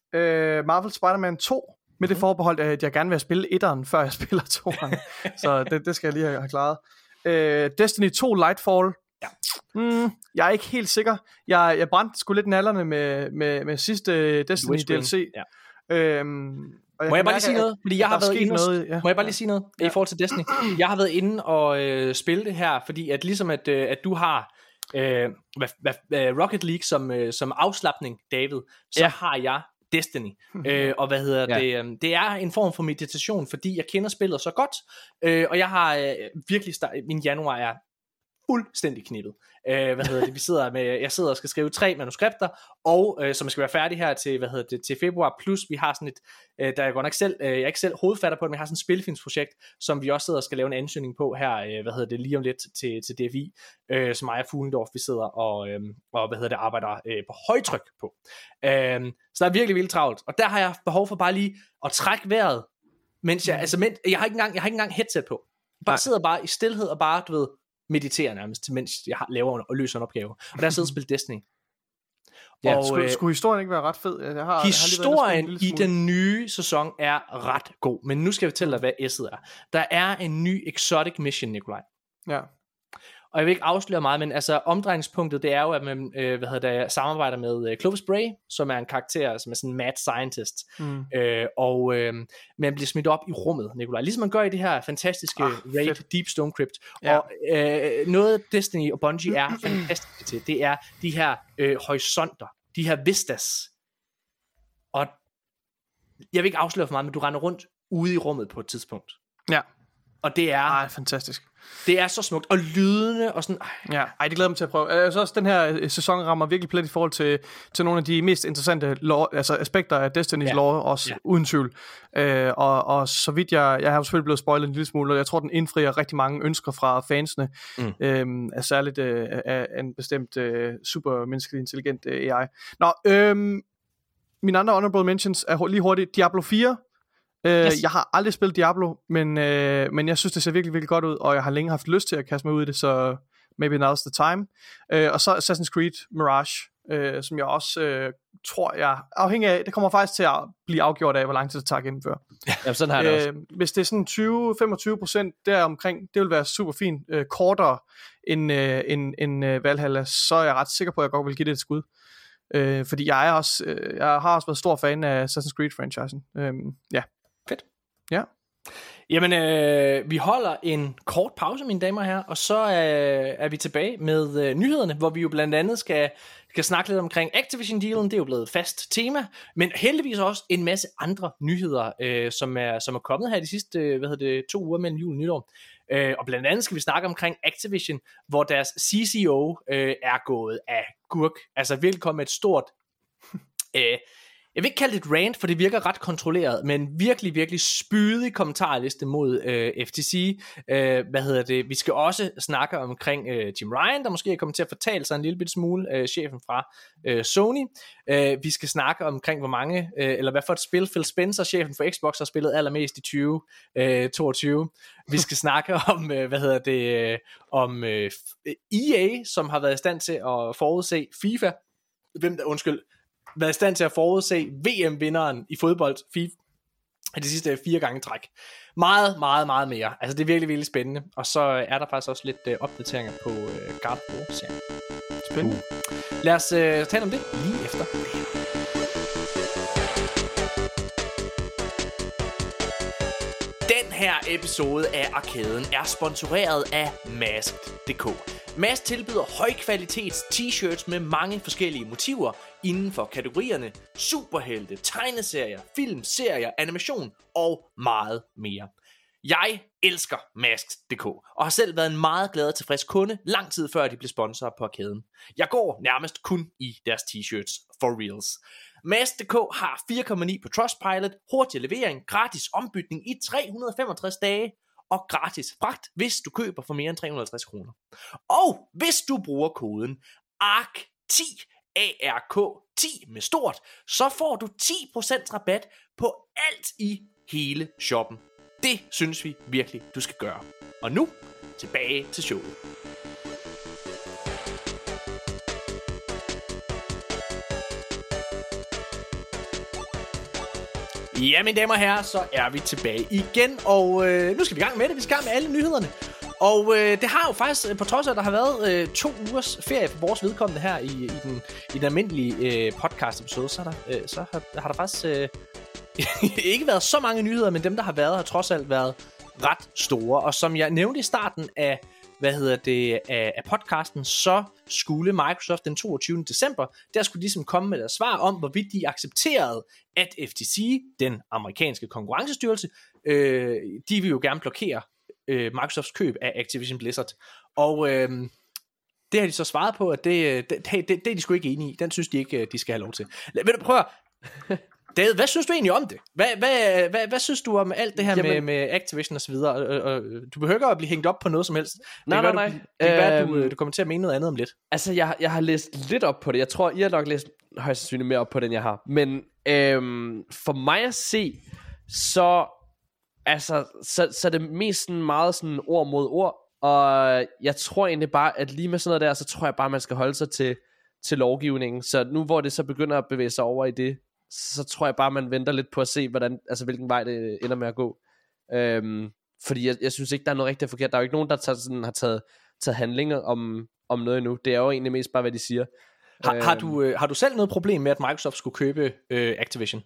Uh, Marvel Spider-Man to, med det forbehold, at jeg gerne vil spille etteren, før jeg spiller toeren, så det, det skal jeg lige have, have klaret. Uh, Destiny to Lightfall. Ja. Mm, jeg er ikke helt sikker. Jeg, jeg brændte sgu lidt nallerne med, med, med sidste Destiny D L C. Ja. Øhm, og Må jeg bare lige mærke, sige noget? Fordi jeg at har der er været sket inde og, noget, ja. Må jeg bare lige sige noget ja. i forhold til Destiny? Jeg har været inde og øh, spille det her, fordi at ligesom at, øh, at du har øh, hvad, hvad, øh, Rocket League som, øh, som afslapning, David, så Ja. har jeg Destiny. øh, og hvad hedder Ja. det? Øh, det er en form for meditation, fordi jeg kender spillet så godt, øh, og jeg har øh, virkelig start, min januar er fuldstændig knippet. Øh, hvad hedder det? Vi sidder med, jeg sidder og skal skrive tre manuskripter, og øh, som skal være færdige her til, hvad hedder det, til februar, plus vi har sådan et, øh, der er godt nok selv, øh, jeg er ikke selv hovedfatter på det, men jeg har sådan et spilfilmsprojekt, som vi også sidder og skal lave en ansøgning på her, øh, hvad hedder det, lige om lidt til, til D F I, øh, som mig og Fuglendorf, vi sidder og, øh, og hvad hedder det, arbejder øh, på højtryk på. Øh, så der er virkelig vildt travlt, og der har jeg behov for bare lige at trække vejret, mens jeg, mm. altså, men, jeg har ikke engang, jeg har ikke engang headset på. Bare Nej. sidder bare i stilhed og bare, du ved, mediterer nærmest, mens jeg har, laver og løser en opgave. Og der sidder og spiller Destiny. Ja, og skulle, øh, skulle historien ikke være ret fed? Jeg har, jeg har lige været inde og spille en historien lille i smule. den nye sæson er ret god. Men nu skal jeg fortælle dig, hvad S'et er. Der er en ny exotic mission, Nikolaj. Ja. Og jeg vil ikke afsløre meget, men altså omdrejningspunktet, det er jo, at man øh, hvad hedder det, samarbejder med øh, Clovis Bray, som er en karakter, som er sådan en mad scientist. Mm. Øh, og øh, man bliver smidt op i rummet, Nikolaj. Ligesom man gør i det her fantastiske Ah, Raid fedt. Deep Stone Crypt. Ja. Og øh, noget Destiny og Bungie er fantastiske til, det er de her øh, horisonter, de her vistas. Og jeg vil ikke afsløre for meget, men du render rundt ude i rummet på et tidspunkt. Ja. Og det er, Ej, fantastisk. det er så smukt. Og lydene og sådan... Ej, Ja, ej, det glæder mig til at prøve. Jeg synes også, den her øh, sæson rammer virkelig plet i forhold til, til nogle af de mest interessante lore, altså aspekter af Destiny's Ja. lore, også Ja. uden tvivl. Øh, og, og så vidt jeg, jeg har jo selvfølgelig blevet spoilet en lille smule, og jeg tror, den indfrier rigtig mange ønsker fra fansene, Mm. øhm, af særligt øh, af af en bestemt øh, supermenneskelig intelligent øh, A I. Nå, øhm, mine andre honorable mentions er lige hurtigt Diablo fire. Øh, Yes. Jeg har aldrig spillet Diablo, men, øh, men jeg synes, det ser virkelig, virkelig godt ud, og jeg har længe haft lyst til at kaste mig ud i det, så maybe now's the time. Øh, og så Assassin's Creed Mirage, øh, som jeg også øh, tror, jeg afhængig af, det kommer faktisk til at blive afgjort af, hvor lang tid det tager at gennemføre. Ja, sådan har jeg det også. Øh, hvis det er sådan tyve til femogtyve procent deromkring, det vil være super fint, øh, kortere end, øh, end, end øh, Valhalla, så er jeg ret sikker på, at jeg godt vil give det et skud. Øh, fordi jeg er også, øh, jeg har også været stor fan af Assassin's Creed franchisen. Øh, ja. Fedt. Ja. Jamen, øh, vi holder en kort pause, mine damer og herrer, og så øh, er vi tilbage med øh, nyhederne, hvor vi jo blandt andet skal, skal snakke lidt omkring Activision-dealen. Det er jo blevet et fast tema, men heldigvis også en masse andre nyheder, øh, som, er, som er kommet her de sidste øh, hvad hedder det, to uger mellem jul og nytår. Øh, og blandt andet skal vi snakke omkring Activision, hvor deres C C O øh, er gået af gurk. Altså virkelig kommet med et stort... Øh, Jeg vil ikke kalde det et rant, for det virker ret kontrolleret, men virkelig, virkelig spydig kommentarliste mod øh, F T C. Øh, hvad hedder det? Vi skal også snakke omkring øh, Jim Ryan, der måske er kommet til at fortælle sig en lille bit smule, øh, chefen fra øh, Sony. Øh, vi skal snakke omkring, hvor mange, øh, eller hvad for et spil Phil Spencer, chefen for Xbox, har spillet allermest i tyve toogtyve. Vi skal snakke om, øh, hvad hedder det, øh, om øh, E A, som har været i stand til at forudse FIFA. Hvem der, undskyld, været i stand til at forudse V M-vinderen i fodbold, FIFA, de sidste fire gange træk. Meget, meget, meget mere. Altså det er virkelig, virkelig spændende. Og så er der faktisk også lidt øh, opdateringer på øh, God of War-serien. Spændende. Uh. Lad os øh, tale om det lige efter det her. Den her episode af Arkaden er sponsoreret af Masked punktum d k. Masked tilbyder højkvalitets t-shirts med mange forskellige motiver inden for kategorierne superhelte, tegneserier, film, serier, animation og meget mere. Jeg elsker Masked punktum d k og har selv været en meget glad og tilfreds kunde lang tid før de blev sponsorer på Arkaden. Jeg går nærmest kun i deres t-shirts for reals. Masked punktum d k har fire komma ni på Trustpilot, hurtig levering, gratis ombytning i tre hundrede og femogtres dage og gratis fragt, hvis du køber for mere end tre hundrede og halvtreds kroner. Og hvis du bruger koden A R K ti, A R K ti med stort, så får du ti procent rabat på alt i hele shoppen. Det synes vi virkelig, du skal gøre. Og nu, tilbage til showet. Ja, mine damer og herrer, så er vi tilbage igen, og øh, nu skal vi i gang med det. Vi skal i gang med alle nyhederne. Og øh, det har jo faktisk, på trods af, at der har været øh, to ugers ferie for vores vedkommende her i, i, den, i den almindelige øh, podcast-episode, så, er der, øh, så har, har der faktisk øh, ikke været så mange nyheder, men dem, der har været, har trods alt været ret store. Og som jeg nævnte i starten af, hvad hedder det, af, af podcasten, så skulle Microsoft den toogtyvende december, der skulle ligesom komme med deres svar om, hvorvidt de accepterede, at F T C, den amerikanske konkurrencestyrelse, øh, de vil jo gerne blokere øh, Microsofts køb af Activision Blizzard. Og øh, det har de så svaret på, at det, det, det, det er de sgu ikke enige i. Den synes de ikke, de skal have lov til. Vil du prøve? David, hvad synes du egentlig om det? Hvad, hvad, hvad, hvad synes du om alt det her Jamen, med, med Activision og så videre? Du behøver ikke at blive hængt op på noget som helst. Nej, nej, nej. Det kan være, at du, du kommer til at mene noget andet om lidt. Altså, jeg, jeg har læst lidt op på det. Jeg tror, I har nok læst højst sandsynligt mere op på det, end jeg har. Men øhm, for mig at se, så, altså, så, så er det mest sådan meget sådan ord mod ord. Og jeg tror egentlig bare, at lige med sådan noget der, så tror jeg bare, man skal holde sig til, til lovgivningen. Så nu hvor det så begynder at bevæge sig over i det, så tror jeg bare, man venter lidt på at se, hvordan, altså, hvilken vej det ender med at gå. Øhm, fordi jeg, jeg synes ikke, der er noget rigtig forkert. Der er jo ikke nogen, der tager, sådan, har taget, taget handlinger om, om noget endnu. Det er jo egentlig mest bare, hvad de siger. Har, øhm, har, du, øh, har du selv noget problem med, at Microsoft skulle købe øh, Activision?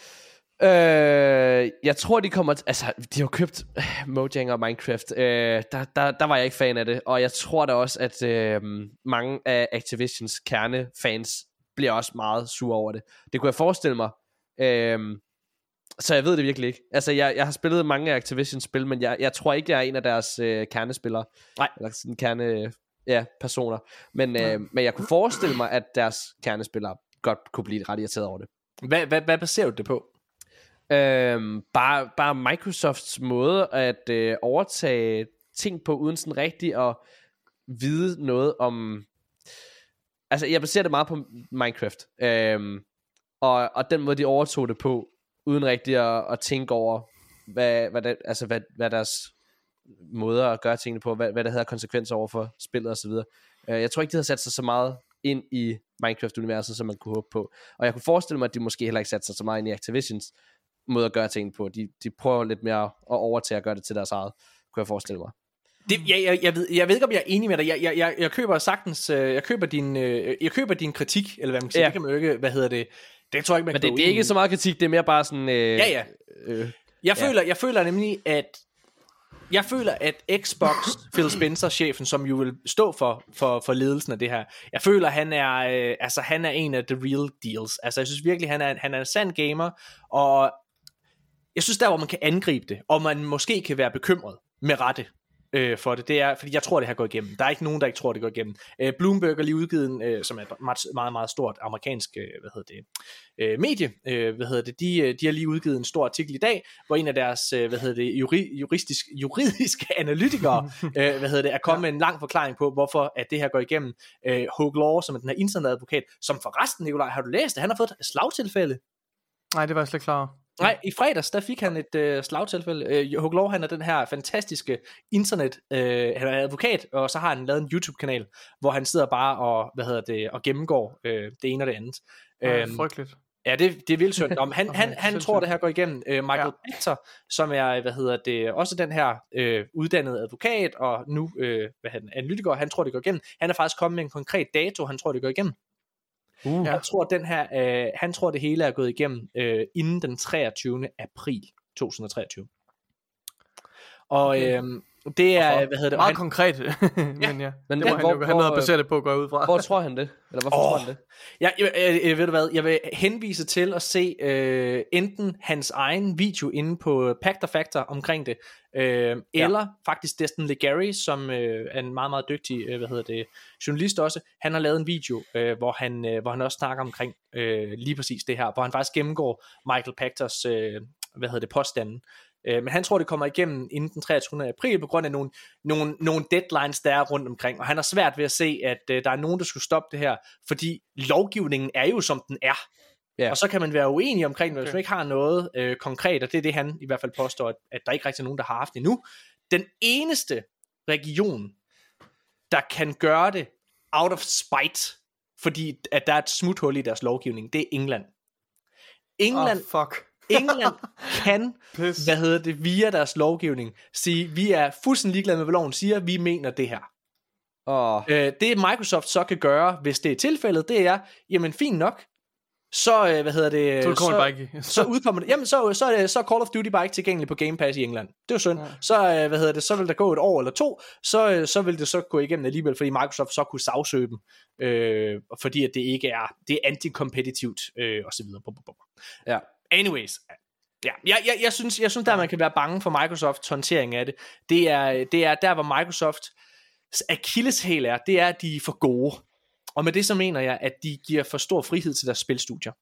Øh, jeg tror, de kommer... T- altså, de har købt øh, Mojang og Minecraft. Øh, der, der, der var jeg ikke fan af det. Og jeg tror da også, at øh, mange af Activisions kernefans bliver også meget sure over det. Det kunne jeg forestille mig. Øhm, så jeg ved det virkelig ikke. Altså, jeg, jeg har spillet mange af Activisions spil, men jeg, jeg tror ikke, jeg er en af deres øh, kernespillere. Nej. Eller sådan kerne... Ja, personer. Men, øh, men jeg kunne forestille mig, at deres kernespillere godt kunne blive ret irriteret over det. Hvad, hvad, hvad baserer du det på? Øhm, bare, bare Microsofts måde at øh, overtage ting på, uden sådan rigtig at vide noget om... Altså, jeg baserer det meget på Minecraft. Øhm, og, og den måde, de overtog det på, uden rigtig at, at tænke over, hvad, hvad, det, altså, hvad, hvad deres måder at gøre tingene på, hvad, hvad der havde konsekvenser over for spillet osv. Øh, jeg tror ikke, de havde sat sig så meget ind i Minecraft-universet, som man kunne håbe på. Og jeg kunne forestille mig, at de måske heller ikke satte sig så meget ind i Activisions måde at gøre tingene på. De, de prøver lidt mere at overtage at gøre det til deres eget, kunne jeg forestille mig. Det, jeg, jeg, jeg, ved, jeg ved ikke, om jeg er enig med dig. Jeg, jeg, jeg, jeg køber sagtens, jeg køber din, jeg køber din kritik, eller hvad man kan sige. Ja. Det kan man jo ikke, hvad hedder det? Det tror jeg ikke, man Men kan det, det er ikke så meget kritik, det er mere bare sådan... Øh, ja, ja. Øh, Jeg Ja. føler, jeg føler nemlig, at jeg føler, at Xbox, Phil Spencer, chefen, som jo vil stå for, for, for ledelsen af det her, jeg føler, han er, øh, altså, han er en af the real deals. Altså, jeg synes virkelig, han er, han er en sand gamer, og jeg synes, der hvor man kan angribe det, og man måske kan være bekymret med rette øh, for det, det er, fordi jeg tror, det her går igennem. Der er ikke nogen, der ikke tror, det går igennem. Øh, Bloomberg har lige udgivet en, øh, som er et meget, meget, meget stort amerikansk, øh, hvad hedder det, øh, medie, øh, hvad hedder det, de, de har lige udgivet en stor artikel i dag, hvor en af deres, øh, hvad hedder det, juri, juristisk, juridiske analytikere, øh, hvad hedder det, er kommet med en lang forklaring på, hvorfor at det her går igennem. Øh, Hogue Law, som er den her internetadvokat, som forresten, Nikolaj, har du læst det? Han har fået et slagtilfælde. Nej, det var jeg slet ikke klar over. Nej, i fredags, der fik han et øh, slagtilfælde. Øh, Hogue Law, han er den her fantastiske internet, øh, han er advokat, og så har han lavet en YouTube-kanal, hvor han sidder bare og, hvad hedder det, og gennemgår øh, det ene og det andet. Nej, Øhm, frygteligt. Ja, det, det er vildt synd. Om, han, Okay, han, han sindssygt. tror, det her går igennem. Øh, Michael Ja. Pachter, som er, hvad hedder det, også den her øh, uddannede advokat, og nu øh, hvad han, analytiker, han tror, det går igennem. Han er faktisk kommet med en konkret dato, han tror, det går igengen. Uh. Jeg tror, den her, øh, han tror, det hele er gået igennem øh, inden den treogtyvende april to tusind og treogtyve. Og Okay. øh, det er, Hvorfor? hvad hedder det? og Meget han, konkret, men ja. Men det må hvor- han jo hvor- have noget at basere det på, går jeg ud fra. Hvor tror han det? Eller hvorfor Åh. tror han det? Ja, jeg, jeg, jeg, ved du hvad, jeg vil henvise til at se øh, enten hans egen video inde på Pactor Factor omkring det, øh, eller faktisk Destin Legary, som øh, er en meget, meget dygtig øh, hvad hedder det, journalist også. Han har lavet en video, øh, hvor, han, øh, hvor han også snakker omkring øh, lige præcis det her, hvor han faktisk gennemgår Michael Pachters øh, hvad hedder det, påstanden. Øh, men han tror, det kommer igennem inden den treogtyvende april på grund af nogle, nogle, nogle deadlines, der er rundt omkring. Og han har svært ved at se, at øh, der er nogen, der skulle stoppe det her, fordi lovgivningen er jo, som den er. Ja. Og så kan man være uenig omkring det, hvis Okay. man ikke har noget øh, konkret, og det er det, han i hvert fald påstår, at, at der ikke rigtig er nogen, der har haft endnu. Den eneste region, der kan gøre det out of spite, fordi at der er et smuthul i deres lovgivning, det er England. England, Oh, fuck. England kan, Pis. hvad hedder det, via deres lovgivning, sige, vi er fuldstændig ligeglade med, hvad loven siger, vi mener det her. Åh, Øh, det Microsoft så kan gøre, hvis det er tilfældet, det er, jamen fint nok, så, øh, hvad hedder det, Så kommer det bare ikke. så udkommer det, jamen så, så, er det, så er Call of Duty bare ikke tilgængelig på Game Pass i England. Det er jo synd. Ja. Så, øh, hvad hedder det, så vil der gå et år eller to, så, øh, så vil det så gå igennem alligevel, fordi Microsoft så kunne sagsøge dem, øh, fordi at det ikke er, det er anti-kompetitivt, øh, og så videre. Bum, bum, bum. ja. Anyways, ja, jeg, jeg, jeg, synes, jeg synes der man kan være bange for Microsofts håndtering af det. Det er, det er der hvor Microsofts akilleshæl er, det er at de er for gode. Og med det så mener jeg at de giver for stor frihed til deres spilstudier.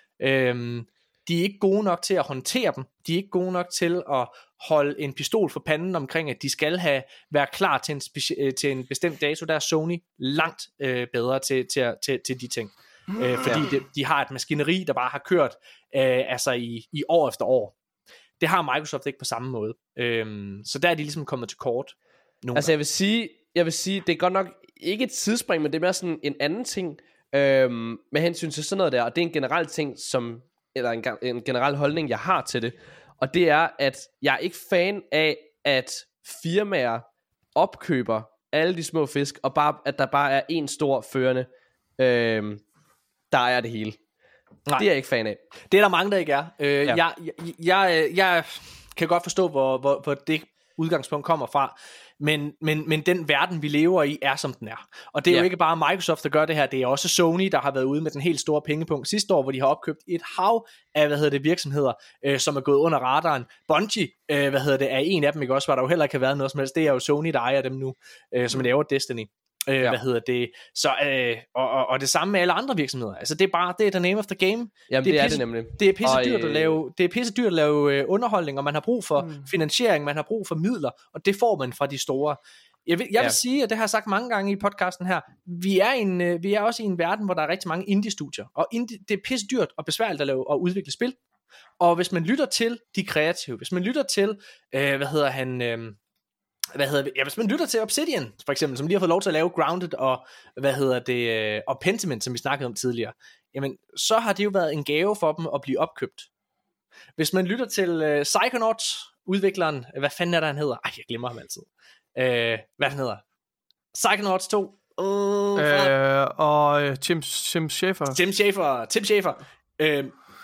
Øhm, de er ikke gode nok til at håndtere dem. De er ikke gode nok til at holde en pistol for panden omkring at de skal have være klar til en, speci- øh, til en bestemt dato. Der er Sony langt øh, bedre til, til, til, til de ting. Øh, fordi de, de har et maskineri, der bare har kørt øh, altså i, i år efter år. Det har Microsoft ikke på samme måde. Øhm, så der er de ligesom kommet til kort. Nogle Altså jeg vil sige, jeg vil sige, det er godt nok ikke et sidespring, men det er mere sådan en anden ting, øhm, med hensyn til sådan noget der, og det er en generel ting, som, eller en, en generel holdning, jeg har til det, og det er, at jeg er ikke fan af, at firmaer opkøber alle de små fisk, og bare, at der bare er en stor førende, øhm, der er det hele. Nej. Det er jeg ikke fan af. Det er der mange, der ikke er. Øh, Ja. jeg, jeg, jeg, jeg kan godt forstå, hvor, hvor, hvor det udgangspunkt kommer fra. Men, men, men den verden, vi lever i, er som den er. Og det er Ja. jo ikke bare Microsoft, der gør det her. Det er også Sony, der har været ude med den helt store pengepunkt sidste år, hvor de har opkøbt et hav af, hvad hedder det, virksomheder, øh, som er gået under radaren. Bungie, øh, hvad hedder det, er en af dem, ikke også? Hvor der jo heller ikke har været noget som helst. Det er jo Sony, der ejer dem nu, øh, som laver Destiny. Øh, Ja. Hvad hedder det? Så, øh, og, og, og det samme med alle andre virksomheder. Altså det er bare, det er the name of the game. Jamen Det det er er, pisse- det nemlig. Det er pisse Og, dyrt at øh, lave, det er pisse dyrt at lave øh, underholdning, og man har brug for Mm. finansiering, man har brug for midler, og det får man fra de store. Jeg vil, jeg vil Ja. sige, og det har jeg sagt mange gange i podcasten her, vi er, i en, øh, vi er også i en verden, hvor der er rigtig mange indie-studier, og indie, det er pisse dyrt og besværligt at lave og udvikle spil. Og hvis man lytter til de kreative, hvis man lytter til, øh, hvad hedder han, øh, hvad hedder det? Ja, hvis man lytter til Obsidian, for eksempel, som lige har fået lov til at lave Grounded og, hvad hedder det, øh, og Pentiment, som vi snakkede om tidligere, jamen, så har det jo været en gave for dem at blive opkøbt. Hvis man lytter til øh, Psychonauts, udvikleren, hvad fanden er der, han hedder? Ej, jeg glemmer ham altid. Øh, hvad han hedder? Psychonauts to. Uh, Øh, og øh, Tim, Tim Schafer. Tim Schafer. Tim Schafer. Øh,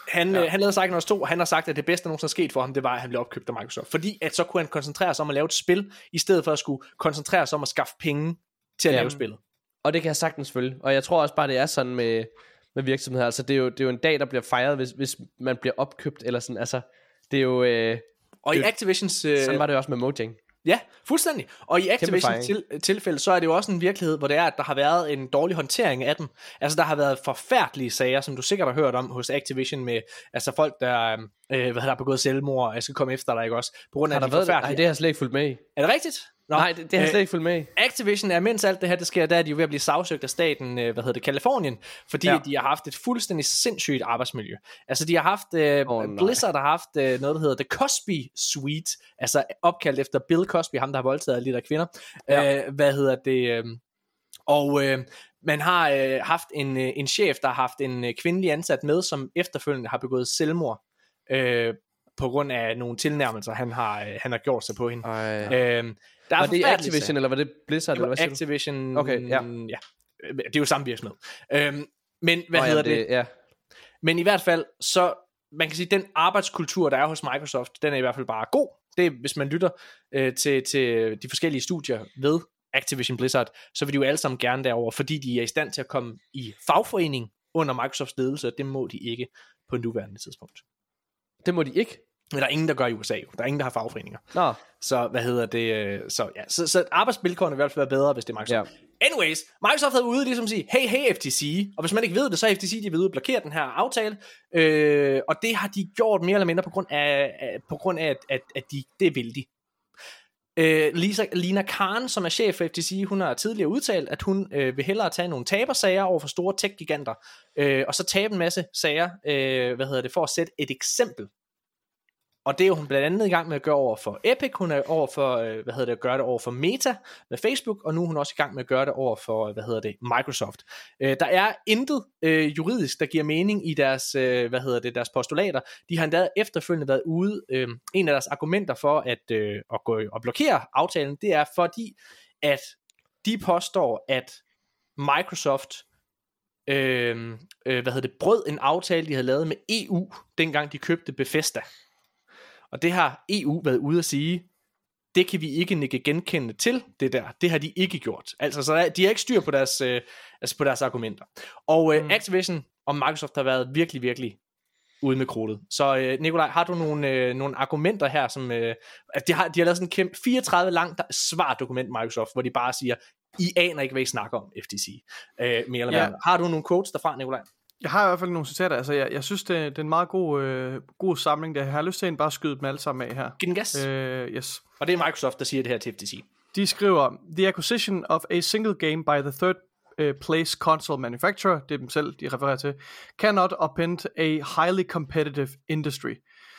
Han, Ja. øh, han lavede Psychonauts to, og han har sagt, at det bedste, der nogensinde er sket for ham, det var, at han blev opkøbt af Microsoft. Fordi at så kunne han koncentrere sig om at lave et spil, i stedet for at skulle koncentrere sig om at skaffe penge til at Ja. lave spillet. Og det kan jeg sagtens følge. Og jeg tror også bare, det er sådan med, med virksomheder. Altså, det er, jo, det er jo en dag, der bliver fejret, hvis, hvis man bliver opkøbt, eller sådan. Altså, det er jo... Øh, Og i det- Activisions... Øh, sådan var det også med Mojang. Ja, fuldstændig. Og i Activisions fejring. til, tilfælde, så er det jo også en virkelighed, hvor det er, at der har været en dårlig håndtering af dem. Altså, der har været forfærdelige sager, som du sikkert har hørt om hos Activision, med altså folk, der, øh, hvad hedder, har begået selvmord, og jeg skal komme efter dig, ikke også? På grund af Har der de været det? forfærdelige... Nej, det har jeg slet ikke fulgt med i. Er det rigtigt? Nå, Nej, det, det har jeg øh, slet ikke fulgt med i. Activision er, mens alt det her det sker, der er de jo ved at blive sagsøgt af staten, øh, hvad hedder det, Kalifornien, fordi Ja. ja. de har haft et fuldstændig sindssygt arbejdsmiljø. Altså de har haft, øh, Åh, oh, nej. Blizzard har haft øh, noget, der hedder The Cosby Suite, altså opkaldt efter Bill Cosby, ham der har voldtaget alle de der kvinder. Ja. Øh, hvad hedder det? Øh, og øh, man har øh, haft en, øh, en chef, der har haft en øh, kvindelig ansat med, som efterfølgende har begået selvmord, øh, på grund af nogle tilnærmelser, han har, øh, han har gjort sig på hende. Ej. Øh, der er Var det forfærdelige Activision, sager. eller var det Blizzard? Det Eller var hvad siger du? Activision. Okay, ja. ja. Det er jo samme virksomhed. Øhm, men hvad Nå, hedder jamen, det? Ja. Men i hvert fald, så man kan sige, den arbejdskultur, der er hos Microsoft, den er i hvert fald bare god. Det er, hvis man lytter øh, til, til de forskellige studier ved Activision Blizzard, så vil de jo alle sammen gerne derover, fordi de er i stand til at komme i fagforening under Microsofts ledelse, og det må de ikke på nuværende tidspunkt. Det må de ikke. Men der er ingen, der gør i U S A jo. Der er ingen, der har fagforeninger. Nå, Så hvad hedder det? øh, Så, ja. så, så arbejdsvilkårene vil i hvert fald være bedre, hvis det er Microsoft. ja. Anyways, Microsoft havde ude ligesom at sige, hey, hey F T C, og hvis man ikke ved det, så er F T C, de ved at blokere den her aftale, øh, og det har de gjort mere eller mindre på grund af, af, på grund af at, at, at de, det vil de. Øh, Lisa, Lina Khan, som er chef for F T C, hun har tidligere udtalt, at hun øh, vil hellere tage nogle tabersager over for store tech-giganter, øh, og så tabe en masse sager, øh, hvad hedder det, for at sætte et eksempel. Og det er jo hun blandt andet i gang med at gøre over for Epic, hun er over for, øh, hvad hedder det, at gøre det over for Meta med Facebook, og nu er hun også i gang med at gøre det over for, hvad hedder det, Microsoft. Øh, der er intet øh, juridisk, der giver mening i deres, øh, hvad hedder det, deres postulater. De har endda efterfølgende været ude, øh, en af deres argumenter for at, øh, at gå og blokere aftalen, det er fordi, at de påstår, at Microsoft øh, øh, hvad hedder det, brød en aftale, de havde lavet med E U, dengang de købte Bethesda. Og det har E U været ude at sige, det kan vi ikke nikke genkendende til, det der. Det har de ikke gjort. Altså, så der, de har ikke styr på deres, øh, altså på deres argumenter. Og øh, Mm. Activision og Microsoft har været virkelig, virkelig ude med krudtet. Så øh, Nikolaj, har du nogle, øh, nogle argumenter her, som øh, at de, har, de har lavet sådan en kæmpe fireogtredive langt svardokument, Microsoft, hvor de bare siger, I aner ikke, hvad I snakker om, F T C. Øh, mere eller Ja. mindre. Har du nogle quotes derfra, Nikolaj? Jeg har i hvert fald nogle citater. Altså, jeg, jeg synes, det, det er en meget god, øh, god samling. Der. Jeg har lyst til at bare skyde dem alle sammen af her. Giv den gas. Øh. Øh, yes. Og det er Microsoft, der siger det her til F T C. De skriver, the acquisition of a single game by the third uh, place console manufacturer, det er dem selv, de refererer til, cannot upend a highly competitive industry.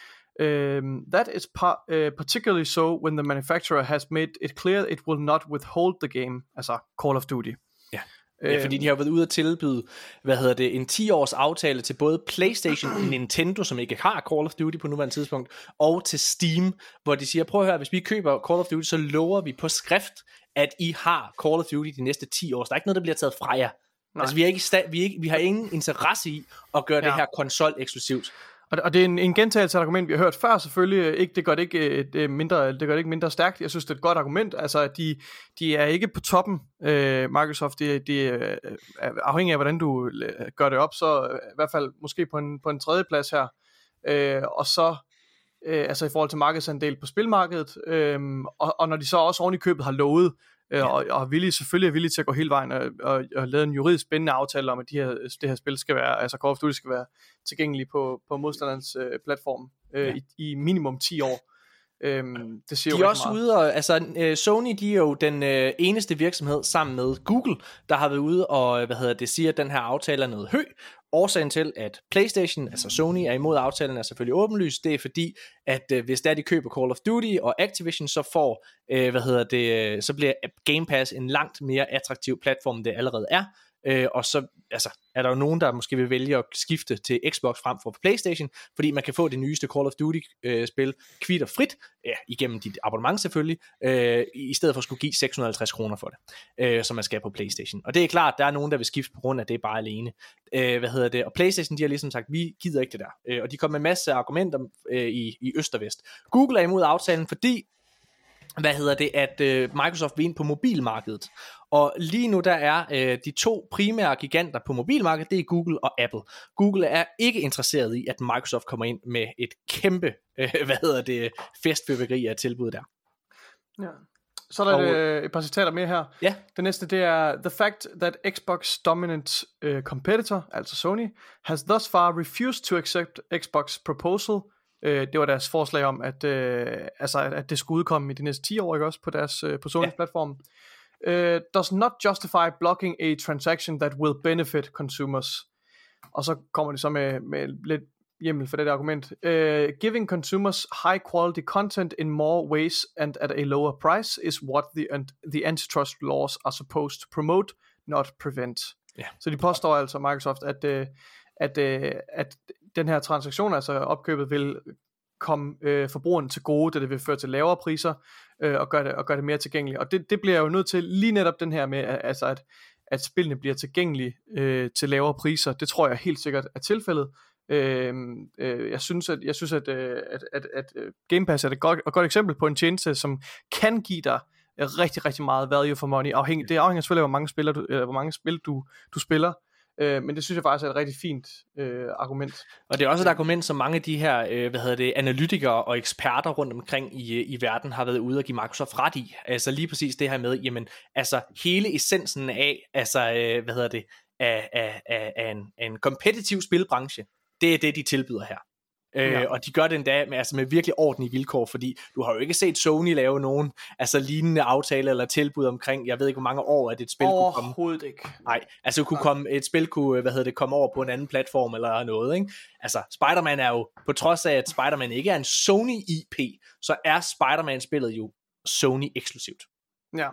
Um, that is par- uh, particularly so when the manufacturer has made it clear it will not withhold the game, altså Call of Duty. Ja. Ja, fordi de har været ude at tilbyde, hvad hedder det, en ti års aftale til både PlayStation og Nintendo, som ikke har Call of Duty på nuværende tidspunkt, og til Steam, hvor de siger, prøv at høre, hvis vi køber Call of Duty, så lover vi på skrift, at I har Call of Duty de næste ti år. Så der er ikke noget, der bliver taget fra jer. Nej. Altså, vi, er ikke sta- vi, er ikke, vi har ingen interesse i at gøre ja. det her konsol eksklusivt. Og, og det er en, en gentagelse af et argument, vi har hørt før selvfølgelig. Ikke, det, gør det, ikke, det, mindre, det gør det ikke mindre stærkt. Jeg synes, det er et godt argument. Altså, de, de er ikke på toppen, øh, Microsoft. De, de er afhængig af, hvordan du gør det op. Så i hvert fald måske på en, på en tredje plads her. Øh, og så, øh, altså i forhold til markedsandel på spilmarkedet. Øh, og, og når de så også oven i købet har lovet, Ja. Og, og villige, selvfølgelig er villige til at gå hele vejen og, og, og lave en juridisk spændende aftale om, at de her, det her spil skal være, altså Call of Duty skal være tilgængelige på, på modstanderens øh, platform øh, ja. i, i minimum ti år. Øhm, det siger de jo er også meget. Ude og, altså øh, Sony, de er jo den øh, eneste virksomhed sammen med Google, der har været ude og, hvad hedder det, siger, at den her aftale er noget høj. Årsagen til, at PlayStation, altså Sony, er imod aftalen, er selvfølgelig åbenlyst. Det er fordi, at øh, hvis der de køber Call of Duty og Activision, så får, øh, hvad hedder det, så bliver Game Pass en langt mere attraktiv platform, end det allerede er. øh, og så altså, er der jo nogen, der måske vil vælge at skifte til Xbox frem for PlayStation, fordi man kan få det nyeste Call of Duty-spil øh, kvitt og frit, ja, igennem dit abonnement selvfølgelig, øh, i stedet for at skulle give seks hundrede og halvtreds kroner for det, øh, som man skal på PlayStation. Og det er klart, der er nogen, der vil skifte på grund af det bare alene. Øh, hvad hedder det? Og PlayStation, de har ligesom sagt, vi gider ikke det der. Øh, og de kommer med en masse argumenter øh, i, i øst og vest. Google er imod aftalen, fordi hvad hedder det, at øh, Microsoft vil ind på mobilmarkedet. Og lige nu der er øh, de to primære giganter på mobilmarkedet, det er Google og Apple. Google er ikke interesseret i, at Microsoft kommer ind med et kæmpe, øh, hvad hedder det, festfyrværkeri af tilbud der. Ja. Så er der og, et, et par citater mere her. Ja. Det næste, det er: The fact that Xbox dominant uh, competitor, altså Sony, has thus far refused to accept Xbox proposal. Uh, det var deres forslag om, at, uh, altså, at det skulle udkomme i de næste ti år, ikke også, på, deres, uh, på Sonys ja. platform. Uh, does not justify blocking a transaction that will benefit consumers. Og så kommer de så med, med lidt hjemmel for det argument. Uh, giving consumers high quality content in more ways and at a lower price is what the, the antitrust laws are supposed to promote, not prevent. Yeah. Så de påstår altså, Microsoft, at, uh, at, uh, at den her transaktion, altså opkøbet, vil komme uh, forbrugeren til gode, da det vil føre til lavere priser uh, og gøre det, og gøre det mere tilgængeligt. Og det, det bliver jo nødt til lige netop den her med, altså at, at spillene bliver tilgængelige uh, til lavere priser. Det tror jeg helt sikkert er tilfældet. Øh, øh, jeg synes at jeg synes at, øh, at, at, at Game Pass er et godt, et godt eksempel på en tjeneste, som kan give dig rigtig rigtig meget value for money. Afhæng, det afhænger selvfølgelig af hvor mange spiller du, eller hvor mange spil du du spiller. Øh, men det synes jeg faktisk er et rigtig fint øh, argument. Og det er også et argument, som mange af de her øh, hvad hedder det, analytikere og eksperter rundt omkring i, i verden har været ude og give Microsoft ret i. Altså lige præcis det her med, jamen altså hele essensen af, altså øh, hvad hedder det, af, af, af, af, en, af en kompetitiv spilbranche, det er det, de tilbyder her. Ja. Øh, og de gør det endda med, altså med virkelig ordentlige vilkår, fordi du har jo ikke set Sony lave nogen altså lignende aftale eller tilbud omkring, jeg ved ikke hvor mange år, at et spil kunne komme. Overhovedet ikke. Nej, altså kunne komme, et spil kunne, hvad hedder det, komme over på en anden platform eller noget, ikke? Altså Spider-Man er jo, på trods af at Spider-Man ikke er en Sony I P, så er Spider-Man spillet jo Sony eksklusivt. Ja.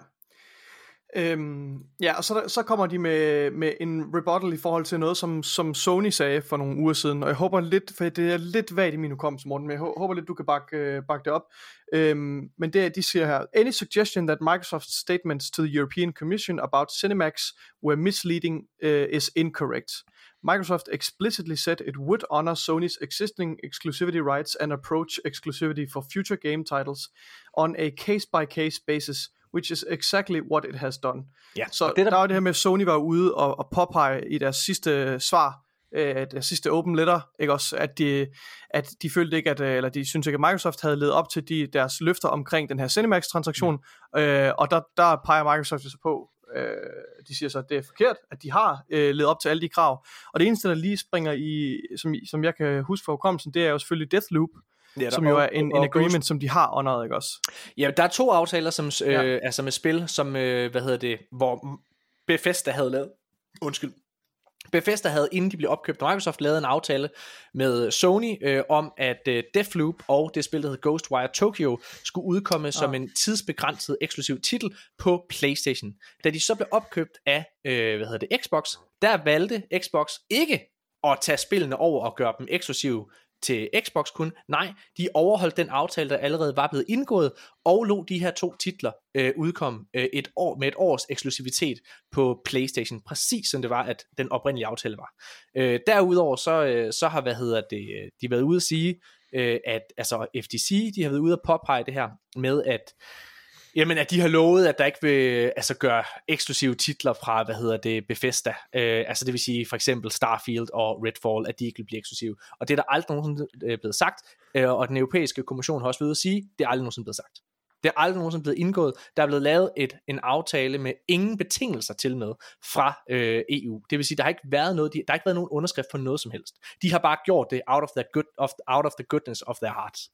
Øhm, ja, og så, så kommer de med, med en rebuttal i forhold til noget, som, som Sony sagde for nogle uger siden, og jeg håber lidt, for det er lidt vagt i min hukommelse, Morten, men jeg håber lidt, du kan bakke, bakke det op. Øhm, men det de siger her: any suggestion that Microsoft's statements to the European Commission about Cinemax were misleading uh, is incorrect. Microsoft explicitly said it would honor Sony's existing exclusivity rights and approach exclusivity for future game titles on a case-by-case basis, which is exactly what it has done. Ja, så det der... der var det her med, at Sony var ude og, og påpege i deres sidste svar, øh, deres sidste open letter, ikke også, at de, at de følte ikke, at, eller de synes ikke, at Microsoft havde levet op til de, deres løfter omkring den her Cinemax-transaktion, mm. øh, og der, der peger Microsoft så på, øh, de siger så, at det er forkert, at de har øh, levet op til alle de krav. Og det eneste, der lige springer i, som, som jeg kan huske fra hukommelsen, det er jo selvfølgelig Deathloop, ja, som jo er en, en agreement, Ghost, som de har honoret, ikke også? Ja, der er to aftaler, som, øh, ja. altså med spil, som, øh, hvad hedder det, hvor Bethesda havde lavet, undskyld, Bethesda havde, inden de blev opkøbt af Microsoft, lavet en aftale med Sony øh, om, at øh, Deathloop og det spil, der hed Ghostwire Tokyo, skulle udkomme som ah. en tidsbegrænset eksklusiv titel på PlayStation. Da de så blev opkøbt af, øh, hvad hedder det, Xbox, der valgte Xbox ikke at tage spillene over og gøre dem eksklusive til Xbox kun. Nej, de overholdt den aftale, der allerede var blevet indgået, og lod de her to titler øh, udkomme øh, et år, med et års eksklusivitet på PlayStation, præcis som det var, at den oprindelige aftale var. Øh, derudover så, øh, så har, hvad hedder det, de været ude at sige, øh, at altså F T C, de har været ude at påpege det her med, at jamen, at de har lovet, at der ikke vil altså, gøre eksklusive titler fra, hvad hedder det, Bethesda. Øh, altså det vil sige for eksempel Starfield og Redfall, at de ikke vil blive eksklusive. Og det er der aldrig nogensinde blevet sagt, øh, og den europæiske kommission har også ved at sige, det er aldrig nogensinde blevet sagt. Det er aldrig nogensinde blevet indgået. Der er blevet lavet et, en aftale med ingen betingelser til med fra øh, E U. Det vil sige, der har ikke været noget, der har ikke været nogen underskrift på noget som helst. De har bare gjort det out of the, good, of, out of the goodness of their hearts.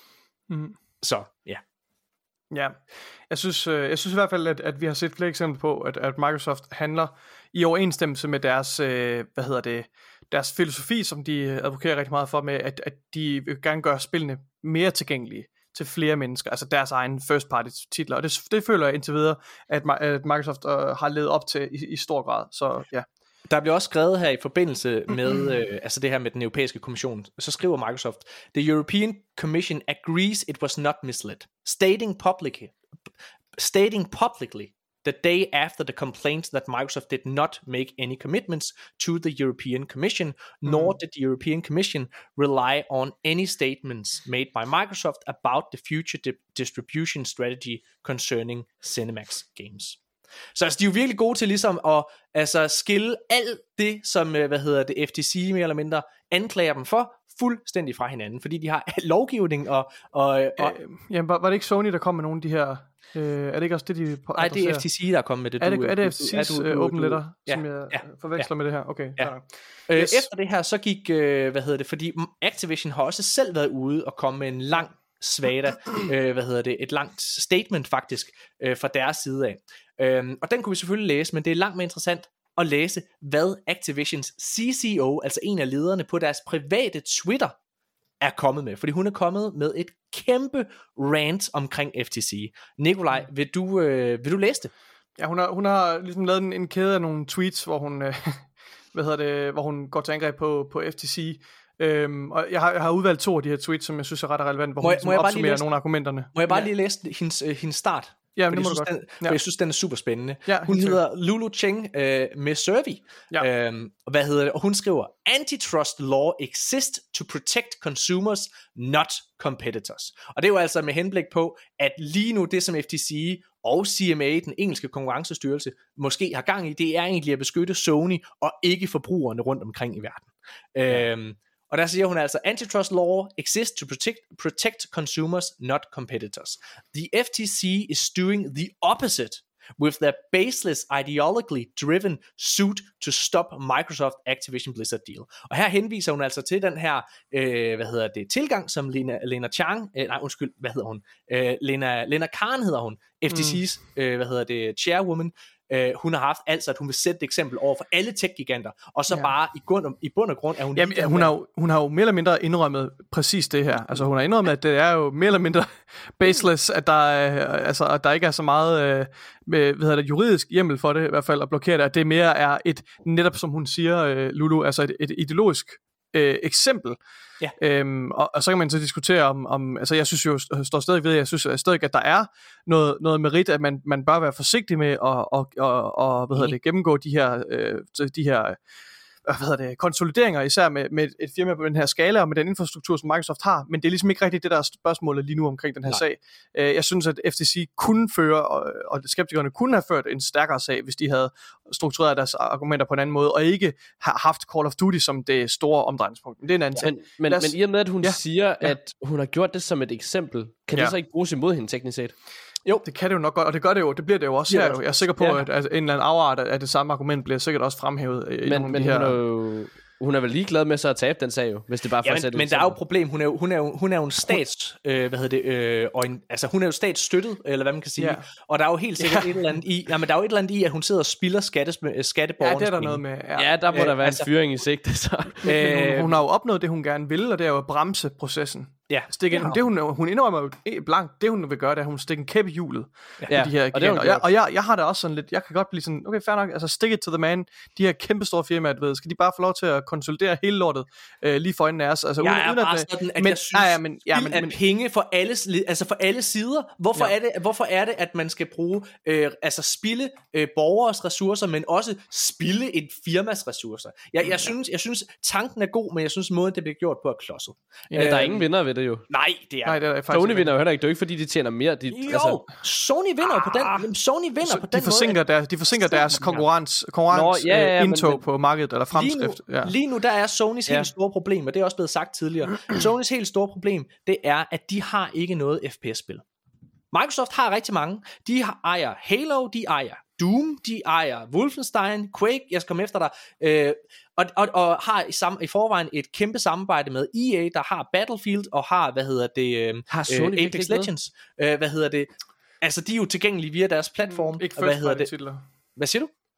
Mm. Så, ja. Ja, jeg synes, øh, jeg synes i hvert fald, at, at vi har set flere eksempler på, at, at Microsoft handler i overensstemmelse med deres, øh, hvad hedder det, deres filosofi, som de advokerer rigtig meget for, med at, at de vil gerne gøre spillene mere tilgængelige. til flere mennesker, altså deres egen first party titler, og det, det føler jeg indtil videre, at, at Microsoft øh, har levet op til i, i stor grad, så ja. Der bliver også skrevet her i forbindelse med øh, altså det her med den europæiske kommission, så skriver Microsoft, The European Commission agrees it was not misled, stating publicly, stating publicly the day after the complaints that Microsoft did not make any commitments to the European Commission, nor did the European Commission rely on any statements made by Microsoft about the future di- distribution strategy concerning Cinemax games. Så altså, de er jo virkelig gode til ligesom at altså, skille alt det, som hvad hedder det, F T C mere eller mindre anklager dem for, fuldstændig fra hinanden, fordi de har lovgivning og... og, og øh, jamen, var, var det ikke Sony, der kom med nogle af de her... Øh, er det ikke også det, de Nej, det er F T C, der er kommet med det. Er det, du, er det F T C's uh, open letter, ja, som jeg ja, forveksler ja. med det her? Okay, ja. øh, yes. Efter det her, så gik, øh, hvad hedder det, fordi Activision har også selv været ude og komme med en lang svada, øh, hvad hedder det, et langt statement faktisk, øh, fra deres side af. Øh, og den kunne vi selvfølgelig læse, men det er langt mere interessant at læse, hvad Activisions C C O, altså en af lederne på deres private Twitter, er kommet med, fordi hun er kommet med et kæmpe rant omkring F T C. Nikolaj, vil du, øh, vil du læse det? Ja, hun har, hun har ligesom lavet en, en kæde af nogle tweets, hvor hun, øh, hvad hedder det, hvor hun går til angreb på, på F T C. Øhm, og jeg har, jeg har udvalgt to af de her tweets, som jeg synes er ret relevant, hvor må hun jeg, ligesom opsummerer nogle af argumenterne. Må jeg bare ja. lige læse hendes, øh, hendes start? Ja, det må du godt. Den, ja. Jeg synes, den er super spændende. Ja, hun hedder Lulu Cheng øh, med Servi. Ja. Øhm, hvad hedder det? Og hun skriver, Antitrust law exists to protect consumers, not competitors. Og det er jo altså med henblik på, at lige nu det, som F T C og C M A, den engelske konkurrencestyrelse, måske har gang i, det er egentlig at beskytte Sony og ikke forbrugerne rundt omkring i verden. Ja. Øhm, Og der siger hun altså, antitrust law exists to protect, protect consumers, not competitors. The F T C is doing the opposite with their baseless, ideologically driven suit to stop Microsoft Activision Blizzard deal. Og her henviser hun altså til den her, øh, hvad hedder det, tilgang, som Lena, Lena Chang, øh, nej undskyld, hvad hedder hun, øh, Lena, Lena Khan hedder hun, F T C's, mm. øh, hvad hedder det, chairwoman, Uh, hun har haft, altså at hun vil sætte et eksempel over for alle tech-giganter, og så ja. bare i, grund, i bund og grund er hun... Jamen, ja, hun, har jo, hun har jo mere eller mindre indrømmet præcis det her. Altså hun har indrømmet, at det er jo mere eller mindre baseless, at der, er, altså, at der ikke er så meget uh, med, hvad hedder det, juridisk hjemmel for det, i hvert fald at blokere det, at det mere er et, netop som hun siger, uh, Lulu, altså et, et ideologisk uh, eksempel. Ja. Øhm, og, og så kan man så diskutere om, om altså jeg synes jo, står stadig ved, jeg synes stadig, at der er noget, noget merit, at man, man bør være forsigtig med at og, og, og, hvad hedder det, gennemgå de her, øh, de her hvad hedder det, konsolideringer, især med, med et firma på den her skala, og med den infrastruktur, som Microsoft har, men det er ligesom ikke rigtigt det, der er spørgsmålet lige nu omkring den her Nej. sag. Øh, jeg synes, at F T C kunne føre, og, og skeptikerne kunne have ført en stærkere sag, hvis de havde struktureret deres argumenter på en anden måde, og ikke har haft Call of Duty som det store omdrejningspunkt. Det er en anden ja. Men, men, men i og med, at hun ja. siger, ja. at hun har gjort det som et eksempel, kan ja. det så ikke bruges imod hende teknisk set? Jo, det kan det jo nok godt, og det gør det jo, det bliver det jo også ja, her. Jeg er sikker på, ja. at, at en eller anden afart af det samme argument bliver sikkert også fremhævet i men, nogle af men de her... Hun er jo, hun er vel ligeglad med så at tabe den sag jo, hvis det bare for ja, at sætte men, men der er jo et problem, hun er jo, hun er jo, hun er jo en stats, øh, hvad hedder det, øh, og en, altså hun er jo statsstøttet, eller hvad man kan sige, ja. og der er jo helt sikkert ja. et eller andet i, ja, men der er jo et eller andet i, at hun sidder og spilder skattes, skatteborgernes Ja, det er der noget med. Ja, ja der må øh, der være altså, en fyring i sigte, så. øh, hun, hun har jo opnået det, hun gerne vil, og det er jo at bremse processen. Ja, stikke ind. Det hun hun indrømmer jo blankt, det hun vil gøre, det er at hun stikker en kæppe i hjulet. Ja, de her og, det og, jeg, og jeg jeg har da også sådan lidt, jeg kan godt blive sådan, okay, fair nok, altså stick it to the man. De her kæmpe store firmaer, du ved, skal de bare få lov til at konsolidere hele lortet øh, lige for øjnene af os. Altså jeg uden, er uden bare at, sådan, at men, jeg synes, ja, ja, men, ja, men, men, penge for alle, altså for alle sider. Hvorfor ja. er det, hvorfor er det, at man skal bruge, øh, altså spilde øh, borgers ressourcer, men også spilde et firmas ressourcer? Jeg, jeg synes, jeg synes tanken er god, men jeg synes måden det bliver gjort på er klodset. Ja, øh, der er ingen vinder ved det jo. Nej, det er. Nej, det er Sony vinder jo heller ikke, det er jo ikke fordi de tjener mere. De, jo, altså... Sony vinder ah, på den. Sony vinder så på den de forsinker måde. Deres, de forsinker deres konkurrence, konkurrence Nå, ja, ja, indtog men, på markedet eller fremskrift. Lige nu, ja. lige nu der er Sonys ja. helt store problem, og det er også blevet sagt tidligere. Sonys helt store problem, det er at de har ikke noget F P S-spil. Microsoft har rigtig mange. De ejer Halo, de ejer Doom, de ejer Wolfenstein, Quake, jeg skal komme efter dig, øh, og, og, og har i, sam, i forvejen et kæmpe samarbejde med E A, der har Battlefield, og har, hvad hedder det, øh, har Sony øh, Apex Legends, øh, hvad hedder det, altså de er jo tilgængelige via deres platform, mm, ikke og hvad hedder det, titler. Hvad siger du?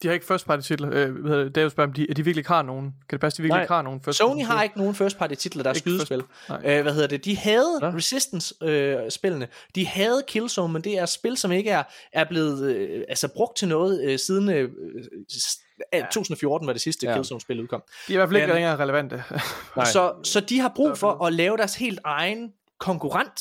De har ikke first party titler. Øh, David spørger, om de, de virkelig ikke har nogen. Kan det passe, de virkelig Nej. ikke har nogen first Sony party har ikke nogen first party titler, der er Ikke skydespil. first- Øh, hvad hedder det? De havde Nå. Resistance øh, spillene. De havde Killzone, men det er spil, som ikke er, er blevet øh, altså brugt til noget øh, siden øh, ja. to tusind og fjorten, var det sidste Ja. Killzone-spil udkom. De er i hvert fald ikke Men- længere relevante. Nej. Så, så de har brug for at lave deres helt egen konkurrent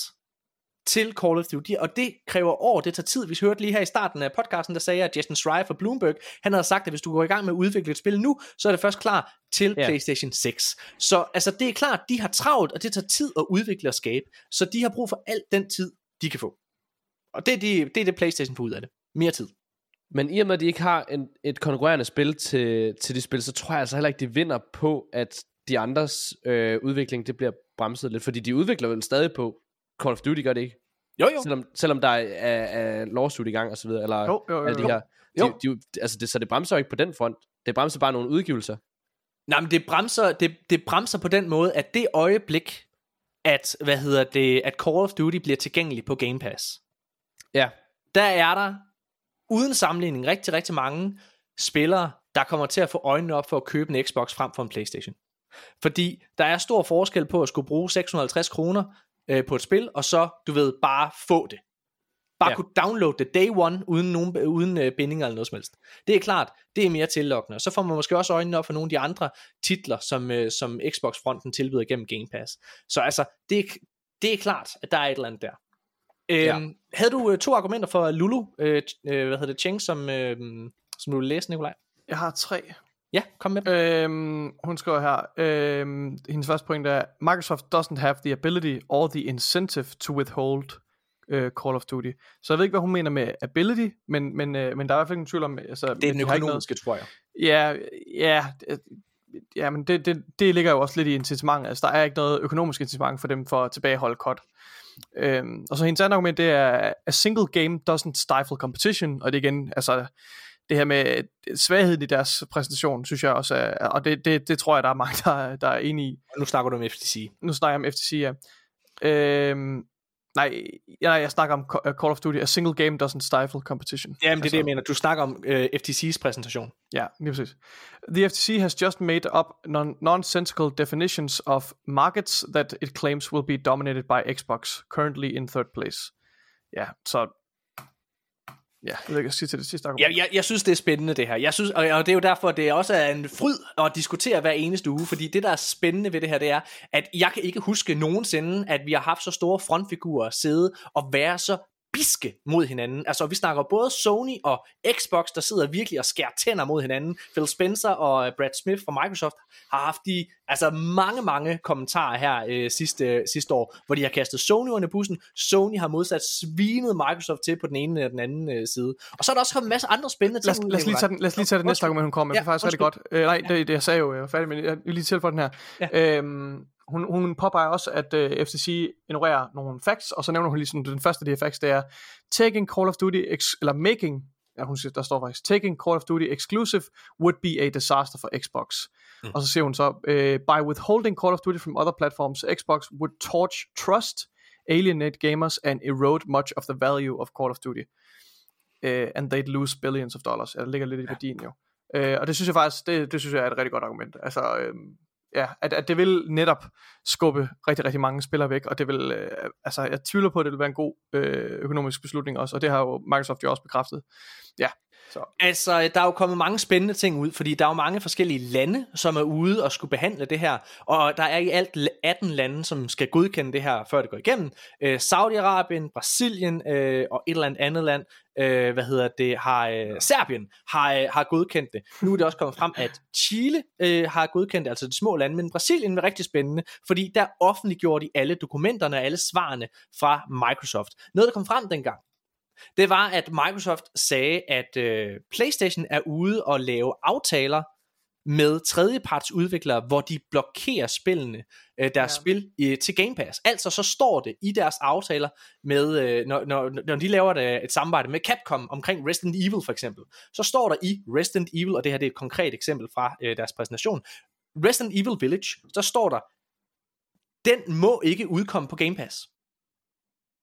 til Call of Duty, og det kræver år, det tager tid. Vi hørte lige her i starten af podcasten, der sagde jeg, at Jason Schreier fra Bloomberg, han havde sagt, at hvis du går i gang med at udvikle et spil nu, så er det først klar til Ja. PlayStation seks. Så altså, det er klart, de har travlt, og det tager tid at udvikle og skabe, så de har brug for al den tid, de kan få. Og det er, de, det, er det PlayStation får ud af det. Mere tid. Men i og med, at de ikke har en, et konkurrerende spil til, til de spil, så tror jeg altså heller ikke, de vinder på, at de andres øh, udvikling, det bliver bremset lidt. Fordi de udvikler vel stadig på Call of Duty, gør det ikke? Jo, jo. Selvom, selvom der er, er, er lawsuit i gang og så videre, eller Jo, jo, jo, alle de jo. her. Jo. De, de, altså det, så det bremser jo ikke på den front. Det bremser bare nogle udgivelser. Nej, men det bremser, det, det bremser på den måde, at det øjeblik, at, hvad hedder det, at Call of Duty bliver tilgængelig på Game Pass, Ja, der er der uden sammenligning rigtig, rigtig mange spillere, der kommer til at få øjnene op for at købe en Xbox frem for en PlayStation. Fordi der er stor forskel på at skulle bruge seks hundrede og halvtreds kroner øh, på et spil, og så, du ved, bare få det. Bare Ja. ja. kunne downloade det day one, uden, nogen, uden øh, bindinger eller noget som helst. Det er klart, det er mere tillokkende. Og så får man måske også øjnene op for nogle af de andre titler, som, øh, som Xbox-fronten tilbyder gennem Game Pass. Så altså, det er, det er klart, at der er et eller andet der. Øhm, Ja. Havde du øh, to argumenter for Lulu, øh, øh, hvad hedder det, Cheng, som, øh, som du vil læse, Nikolaj? Jeg har tre. Ja, kom med dem. Øhm, hun skriver her, øhm, hendes første point er, Microsoft doesn't have the ability or the incentive to withhold uh, Call of Duty. Så jeg ved ikke, hvad hun mener med ability, men, men, øh, men der er i hvert fald ingen tvivl om, altså, Det er den de har ikke økonomiske, tror jeg. Ja, ja, det- ja, men det, det, det ligger jo også lidt i incitamentet. Altså, der er ikke noget økonomisk incitament for dem for at tilbageholde cut. Øhm, og så hendes andet argument, det er, a single game doesn't stifle competition, og det igen, altså, det her med svagheden i deres præsentation, synes jeg også er, og det, det, det tror jeg, der er mange, der, der er enige i. Nu snakker du om F T C. Nu snakker jeg om F T C, ja. Øhm, nej, jeg, jeg snakker om Call of Duty, a single game doesn't stifle competition. Jamen, det er Altså- det, jeg mener. Du snakker om øh, F T C's præsentation. Ja, lige præcis. The F T C has just made up non- nonsensical definitions of markets that it claims will be dominated by Xbox, currently in third place. Ja, så... Ja, jeg ved ikke, hvad jeg sige til det sidste argument. Jeg, jeg, jeg synes, det er spændende, det her. Jeg synes, og, og det er jo derfor, det også er en fryd at diskutere hver eneste uge, fordi det, der er spændende ved det her, det er, at jeg kan ikke huske nogensinde, at vi har haft så store frontfigurer sidde og være så biske mod hinanden. Altså, vi snakker både Sony og Xbox, der sidder virkelig og skærer tænder mod hinanden. Phil Spencer og Brad Smith fra Microsoft har haft de, altså mange, mange kommentarer her øh, sidste, sidste år, hvor de har kastet Sony under bussen. Sony har modsat svinet Microsoft til på den ene eller den anden øh, side. Og så er der også kommet en masse andre spændende Lad ting. os, ud, lad os lige Nikolaj. tage, den, lad os lige tage det næste Undskyld. argument, hun kom med. Ja, Det er faktisk rigtig godt. Øh, nej, det, det jeg sagde jo, jeg var færdig, men jeg vil lige tilføje den her. Ja. Øhm, hun, hun påpeger også, at øh, F T C ignorerer nogle facts, og så nævner hun lige sådan, den første af de her facts, det er taking Call of Duty, ex- eller making, ja, hun siger, der står faktisk, taking Call of Duty exclusive would be a disaster for Xbox. Mm. Og så siger hun så, øh, by withholding Call of Duty from other platforms, Xbox would torch trust, alienate gamers, and erode much of the value of Call of Duty. Uh, and they'd lose billions of dollars. Ja, der ligger lidt i værdien jo. Uh, og det synes jeg faktisk, det, det synes jeg er et rigtig godt argument. Altså, øh, ja, at, at det vil netop skubbe rigtig, rigtig mange spillere væk, og det vil, øh, altså, jeg tvivler på, at det vil være en god øh, økonomisk beslutning også, og det har jo Microsoft jo også bekræftet. Ja, så. Altså, der er jo kommet mange spændende ting ud, fordi der er jo mange forskellige lande, som er ude og skulle behandle det her, og der er i alt atten lande, som skal godkende det her, før det går igennem. Øh, Saudi-Arabien, Brasilien øh, og et eller andet andet land, øh, hvad hedder det, har øh, Serbien har, øh, har godkendt det. Nu er det også kommet frem, at Chile øh, har godkendt det, altså de små lande, men Brasilien er rigtig spændende, fordi der offentliggjorde de alle dokumenterne og alle svarene fra Microsoft. Noget, der kom frem dengang, det var, at Microsoft sagde, at øh, PlayStation er ude og lave aftaler med tredjeparts udviklere, hvor de blokerer spillene, øh, deres ja. spil i, til Game Pass. Altså så står det i deres aftaler med, øh, når, når, når de laver et, et samarbejde med Capcom omkring Resident Evil for eksempel, så står der i Resident Evil, og det her det er et konkret eksempel fra øh, deres præsentation, Resident Evil Village, så står der, den må ikke udkomme på Game Pass.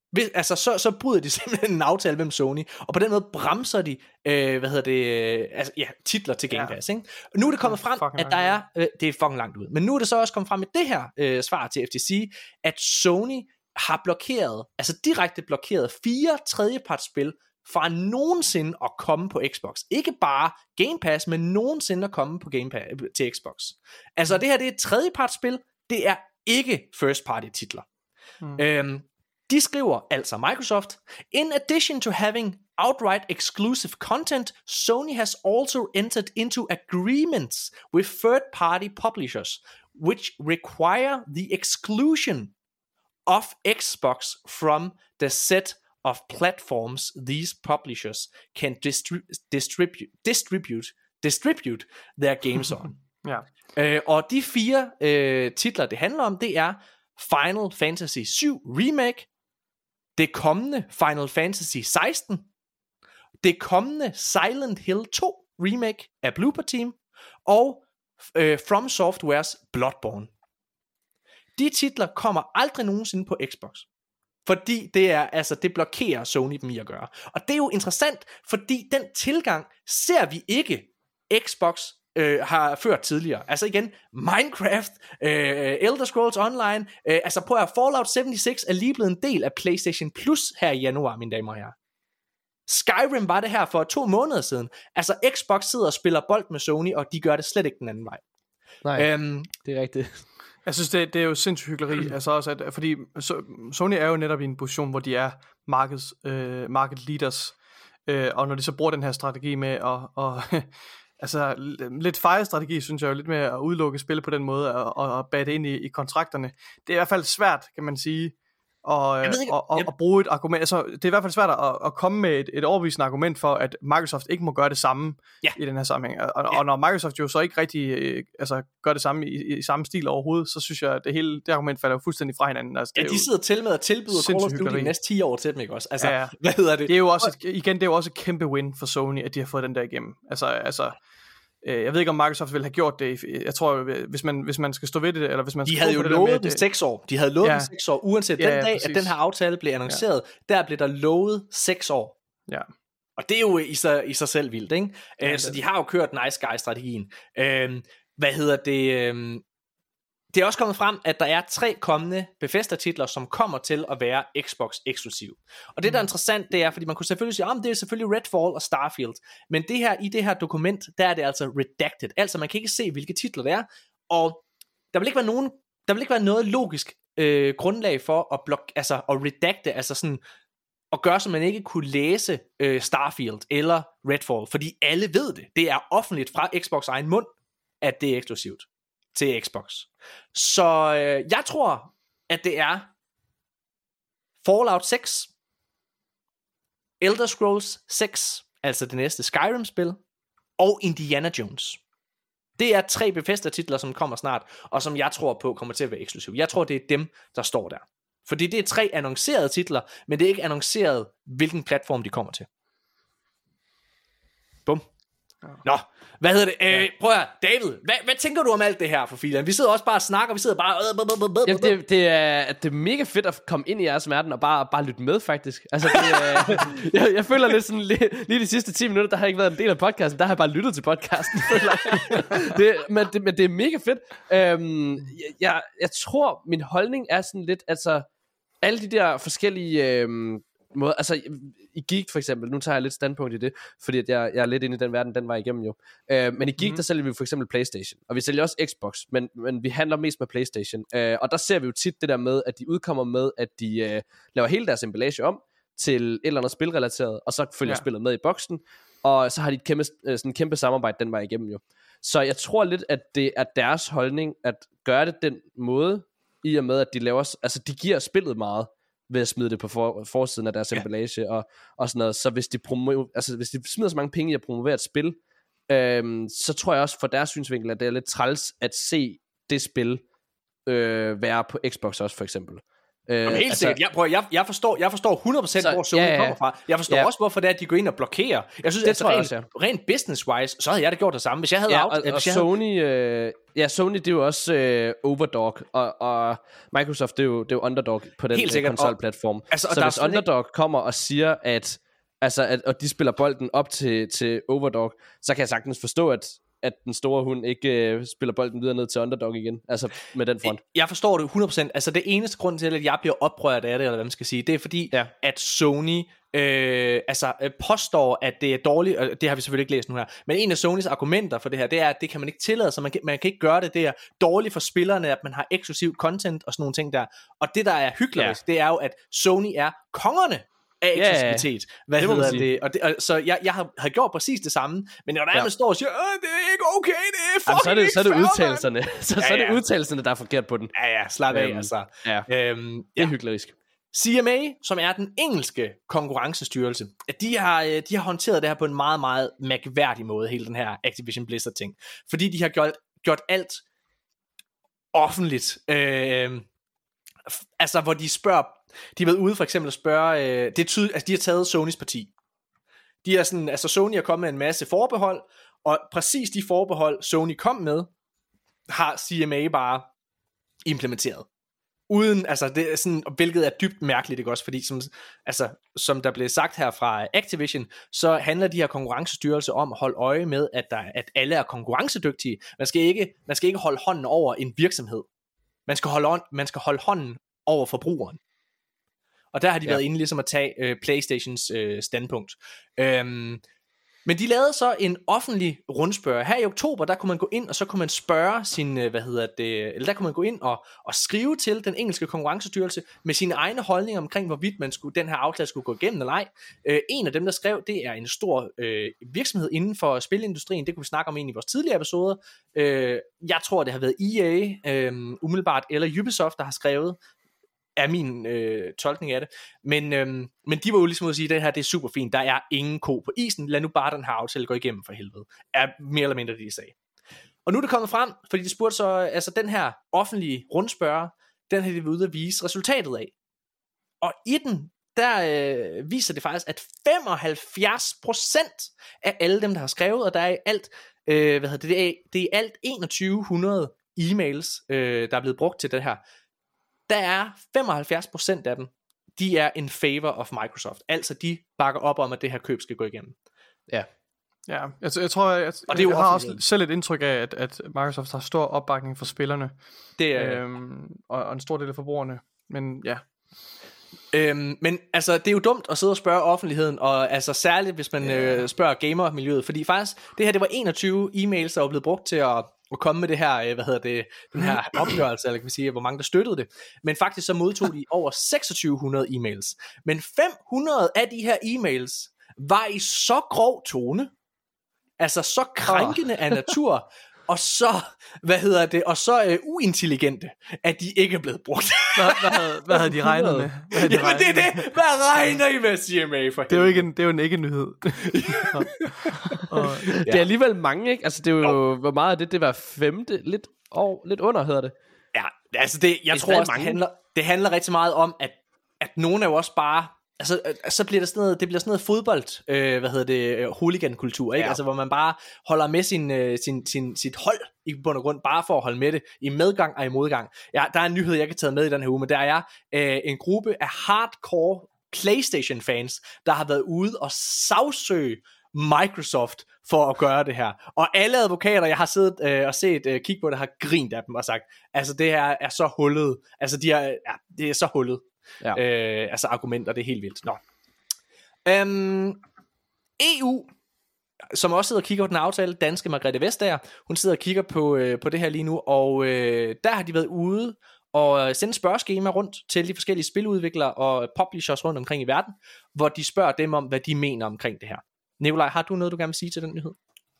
Hvis, altså, så, så bryder de simpelthen en aftale mellem Sony, og på den måde bremser de, øh, hvad hedder det, øh, altså, ja, titler til Game Pass, ikke? Og nu er det kommet frem, at der er, øh, det er fucking langt ud, men nu er det så også kommet frem med det her øh, svar til F T C, at Sony har blokeret, altså direkte blokeret fire tredjepartsspil fra nogensinde at komme på Xbox. Ikke bare Game Pass, men nogensinde at komme på Game Pass til Xbox. Altså det her, det er et tredjepartsspil, det er ikke first party titler. Mm. Øhm, de skriver altså Microsoft, in addition to having outright exclusive content, Sony has also entered into agreements with third party publishers, which require the exclusion of Xbox from the set of platforms these publishers can distri- distribute, distribute, distribute their games on. ja. øh, og de fire øh, titler, det handler om, det er Final Fantasy syv Remake, det kommende Final Fantasy seksten, det kommende Silent Hill to Remake af Blooper Team, og øh, From Softwares Bloodborne. De titler kommer aldrig nogensinde på Xbox. Fordi det er, altså, det blokerer Sony dem i at gøre. Og det er jo interessant, fordi den tilgang ser vi ikke Xbox øh, har ført tidligere. Altså igen, Minecraft, øh, Elder Scrolls Online, øh, altså prøv at Fallout seventy-six er lige blevet en del af PlayStation Plus her i januar, mine damer og herrer. Skyrim var det her for to måneder siden. Altså Xbox sidder og spiller bold med Sony, og de gør det slet ikke den anden vej. Nej, øhm, det er rigtigt. Jeg synes, det, det er jo sindssygt hykleri, altså også at, fordi Sony er jo netop i en position, hvor de er markeds, øh, market leaders, øh, og når de så bruger den her strategi med at, og, altså lidt feje strategi, synes jeg jo lidt med at udelukke spil på den måde, og, og, og bage det ind i, i kontrakterne. Det er i hvert fald svært, kan man sige, og, ikke, og, og, jeg... og bruge et argument, altså det er i hvert fald svært at, at komme med et, et overbevisende argument for, at Microsoft ikke må gøre det samme ja. i den her sammenhæng, og, ja. og når Microsoft jo så ikke rigtig øh, altså, gør det samme i, i samme stil overhovedet, så synes jeg, at det hele det argument falder jo fuldstændig fra hinanden. Altså, ja, de sidder til med at tilbyde Call of Duty de næste ti år til dem, ikke også? Altså, ja, ja. Hvad hedder det? Det er jo også et, igen, det er jo også et kæmpe win for Sony, at de har fået den der igennem. Altså, altså jeg ved ikke, om Microsoft ville have gjort det. Jeg tror, hvis man, hvis man skal stå ved det, eller hvis man de skal havde jo det lovet med, det seks år. De havde lovet ja. det seks år, uanset ja, den dag, præcis. at den her aftale blev annonceret, ja. der blev der lovet seks år. Ja. Og det er jo i sig, i sig selv vildt, ikke? Ja, uh, så de har jo kørt nice guy-strategien. Uh, hvad hedder det? Uh, det er også kommet frem, at der er tre kommende Bethesda-titler, som kommer til at være Xbox-eksklusiv. Og det, der er interessant, det er, fordi man kunne selvfølgelig sige, at det er selvfølgelig Redfall og Starfield, men det her, i det her dokument, der er det altså redacted. Altså, man kan ikke se, hvilke titler det er, og der vil ikke være nogen, der vil ikke være noget logisk øh, grundlag for at blok, altså at redacte, altså sådan at gøre, så man ikke kunne læse øh, Starfield eller Redfall, fordi alle ved det. Det er offentligt fra Xbox egen mund, at det er eksklusivt til Xbox. Så øh, jeg tror, at det er Fallout seks, Elder Scrolls seks, altså det næste Skyrim-spil, og Indiana Jones. Det er tre Bethesda-titler, som kommer snart, og som jeg tror på kommer til at være eksklusiv. Jeg tror, det er dem, der står der. Fordi det er tre annoncerede titler, men det er ikke annonceret, hvilken platform de kommer til. Bum. Nå, hvad hedder det? Ja. Øh, prøv at David, hvad, hvad tænker du om alt det her for filen? Vi sidder også bare og snakker, vi sidder bare... Ja, det, det, er, det er mega fedt at komme ind i jeres verden og bare, bare lytte med, faktisk. Altså, det, er, jeg, jeg føler lidt sådan, lige, lige de sidste ti minutter, der har ikke været en del af podcasten, der har jeg bare lyttet til podcasten. det, men, det, men det er mega fedt. Øhm, jeg, jeg, jeg tror, min holdning er sådan lidt, altså, alle de der forskellige... Øhm, måde, altså i Geek for eksempel, nu tager jeg lidt standpunkt i det, fordi at jeg, jeg er lidt inde i den verden, den var igennem jo, øh, men i Geek, mm-hmm. der sælger vi for eksempel PlayStation, og vi sælger også Xbox, men, men vi handler mest med PlayStation, øh, og der ser vi jo tit det der med, at de udkommer med, at de øh, laver hele deres emballage om, til et eller andet spilrelateret, og så følger ja. spillet med i boksen, og så har de et kæmpe, sådan kæmpe samarbejde, den var igennem jo. Så jeg tror lidt, at det er deres holdning, at gøre det den måde, i og med, at de laver, altså de giver spillet meget, ved at smide det på for, forsiden af deres ja. emballage og, og sådan noget. Så hvis de, promo, altså, hvis de smider så mange penge i at promovere et spil, øhm, så tror jeg også for deres synsvinkel, at det er lidt træls at se det spil øh, være på Xbox også for eksempel. Øh, Jamen, helt altså, sikkert. Jeg, prøver, jeg, jeg, forstår, jeg forstår hundrede procent, så, hvor Sony ja, ja. kommer fra. Jeg forstår ja. også, hvorfor det er, at de går ind og blokerer. Jeg synes, det altså, tror jeg rent, også, ja. rent business-wise, så havde jeg da gjort det samme. Hvis jeg havde Ja, out, og, og hvis jeg Sony, øh, ja, Sony, det er jo også øh, Overdog, og, og Microsoft, det er jo, det er jo Underdog på den øh, konsolplatform. Altså, så hvis Underdog ikke... kommer og siger, at, altså, at og de spiller bolden op til, til Overdog, så kan jeg sagtens forstå, at at den store hund ikke øh, spiller bolden videre ned til Underdog igen, altså med den front. Jeg forstår det hundrede procent. Altså det eneste grund til, at jeg bliver oprørt af det, eller hvad man skal sige, det er fordi, ja. at Sony øh, altså øh, påstår, at det er dårligt, og det har vi selvfølgelig ikke læst nu her, men en af Sonys argumenter for det her, det er, at det kan man ikke tillade sig, man kan, man kan ikke gøre det, det er dårligt for spillerne, at man har eksklusiv content og sådan nogle ting der, og det der er hyklerisk, ja. det er jo, at Sony er kongerne af eksklusivitet. Yeah, hvad det hedder det? Og det og, så jeg, jeg har, har gjort præcis det samme, men når der ja. er, man står og siger, det er ikke okay, det er fucking så er det, ikke så er det fair, udtalelserne. så, ja, så er det ja. udtalelserne, der er forkert på den. Ja, ja, slap af, øhm, altså. Ja. Øhm, det ja. er hyklerisk. C M A, som er den engelske konkurrencestyrelse, at de har, de har håndteret det her på en meget, meget mærkværdig måde, hele den her Activision Blizzard ting. Fordi de har gjort, gjort alt offentligt. Øh, altså, hvor de spørger, de har været ude for eksempel at spørge, øh, det er tydeligt, altså de har taget Sonys parti. De er sådan, altså Sony er kommet med en masse forbehold, og præcis de forbehold, Sony kom med, har C M A bare implementeret. Uden, altså det er sådan, hvilket er dybt mærkeligt, ikke også, fordi som, altså, som der blev sagt her fra Activision, så handler de her konkurrencestyrelser om at holde øje med, at, der, at alle er konkurrencedygtige. Man skal ikke, man skal ikke holde hånden over en virksomhed. Man skal holde, on, man skal holde hånden over forbrugeren. Og der har de ja. været inde ligesom at tage øh, PlayStations øh, standpunkt. Øhm, men de lavede så en offentlig rundspørg. Her i oktober, der kunne man gå ind, og så kunne man spørge sin, øh, hvad hedder det, eller der kunne man gå ind og, og skrive til den engelske konkurrencestyrelse med sine egne holdninger omkring, hvorvidt man skulle, den her aftale skulle gå igennem eller ej. Øh, en af dem, der skrev, det er en stor øh, virksomhed inden for spilindustrien. Det kunne vi snakke om en i vores tidligere episoder. Øh, jeg tror, det har været E A, øh, umiddelbart, eller Ubisoft, der har skrevet, er min øh, tolkning af det. Men, øhm, men de var jo ligesom at sige, at det her det er super fint, der er ingen ko på isen, lad nu bare den her aftale gå igennem for helvede. Er mere eller mindre det, de sagde. Og nu er det kommet frem, fordi de spurgte så, altså den her offentlige rundspørge, den har de været ude at vise resultatet af. Og i den, der øh, viser det faktisk, at femoghalvfjerds procent af alle dem, der har skrevet, og der er alt, øh, hvad hedder det, det er, det er alt enogtyve hundrede e-mails, øh, der er blevet brugt til det her. Der er femoghalvfjerds procent af dem, de er in favor of Microsoft. Altså de bakker op om, at det her køb skal gå igennem. Ja. Ja, jeg, jeg tror, jeg, og det er jeg har også selv et indtryk af, at, at Microsoft har stor opbakning for spillerne. Det er, øhm, og, og en stor del af forbrugerne. Men ja. Øhm, men altså det er jo dumt at sidde og spørge offentligheden, og altså særligt hvis man yeah. øh, spørger gamermiljøet, fordi faktisk det her, det var enogtyve e-mails, der var blevet brugt til at at komme med det her, øh, hvad hedder det, den her opgørelse, eller kan vi sige, hvor mange der støttede det. Men faktisk så modtog de over seksogtyve hundrede e-mails. Men fem hundrede af de her e-mails var i så grov tone, altså så krænkende af natur, og så, hvad hedder det, og så øh, uintelligente, at de ikke er blevet brugt. Hvad, hvad, havde, hvad havde de regnet med? Hvad havde de Jamen det er det, hvad regner I med, C M A for? Det er jo ikke en, det er jo en ikke-nyhed. og, og, ja. Det er alligevel mange, ikke? Altså det er jo, jo. hvor meget af det, det var femte, lidt, over, lidt under hedder det. Ja, altså det, jeg det tror også, det handler, det handler rigtig meget om, at, at nogen er jo også bare, altså så bliver det sådan noget, det bliver sådan noget fodbold, øh, hvad hedder det, hooligan-kultur, ikke? Ja. Altså hvor man bare holder med sin, øh, sin, sin, sit hold i bund og grund, bare for at holde med det, i medgang og i modgang. Ja, der er en nyhed, jeg kan tage med i den her uge, men der er øh, en gruppe af hardcore PlayStation-fans, der har været ude og sagsøge Microsoft for at gøre det her. Og alle advokater, jeg har siddet øh, og set øh, kigge på det, har grint af dem og sagt, altså det her er så hullet, altså de er, ja, det er så hullet. Ja. Øh, altså argumenter, det er helt vildt. Nå. Øhm, E U, som også sidder og kigger på den aftale, danske Margrethe Vestager, hun sidder og kigger på, øh, på det her lige nu, og øh, der har de været ude og sende spørgeskema rundt til de forskellige spiludviklere og publishers rundt omkring i verden, hvor de spørger dem om, hvad de mener omkring det her. Nikolaj, har du noget, du gerne vil sige til den nyhed?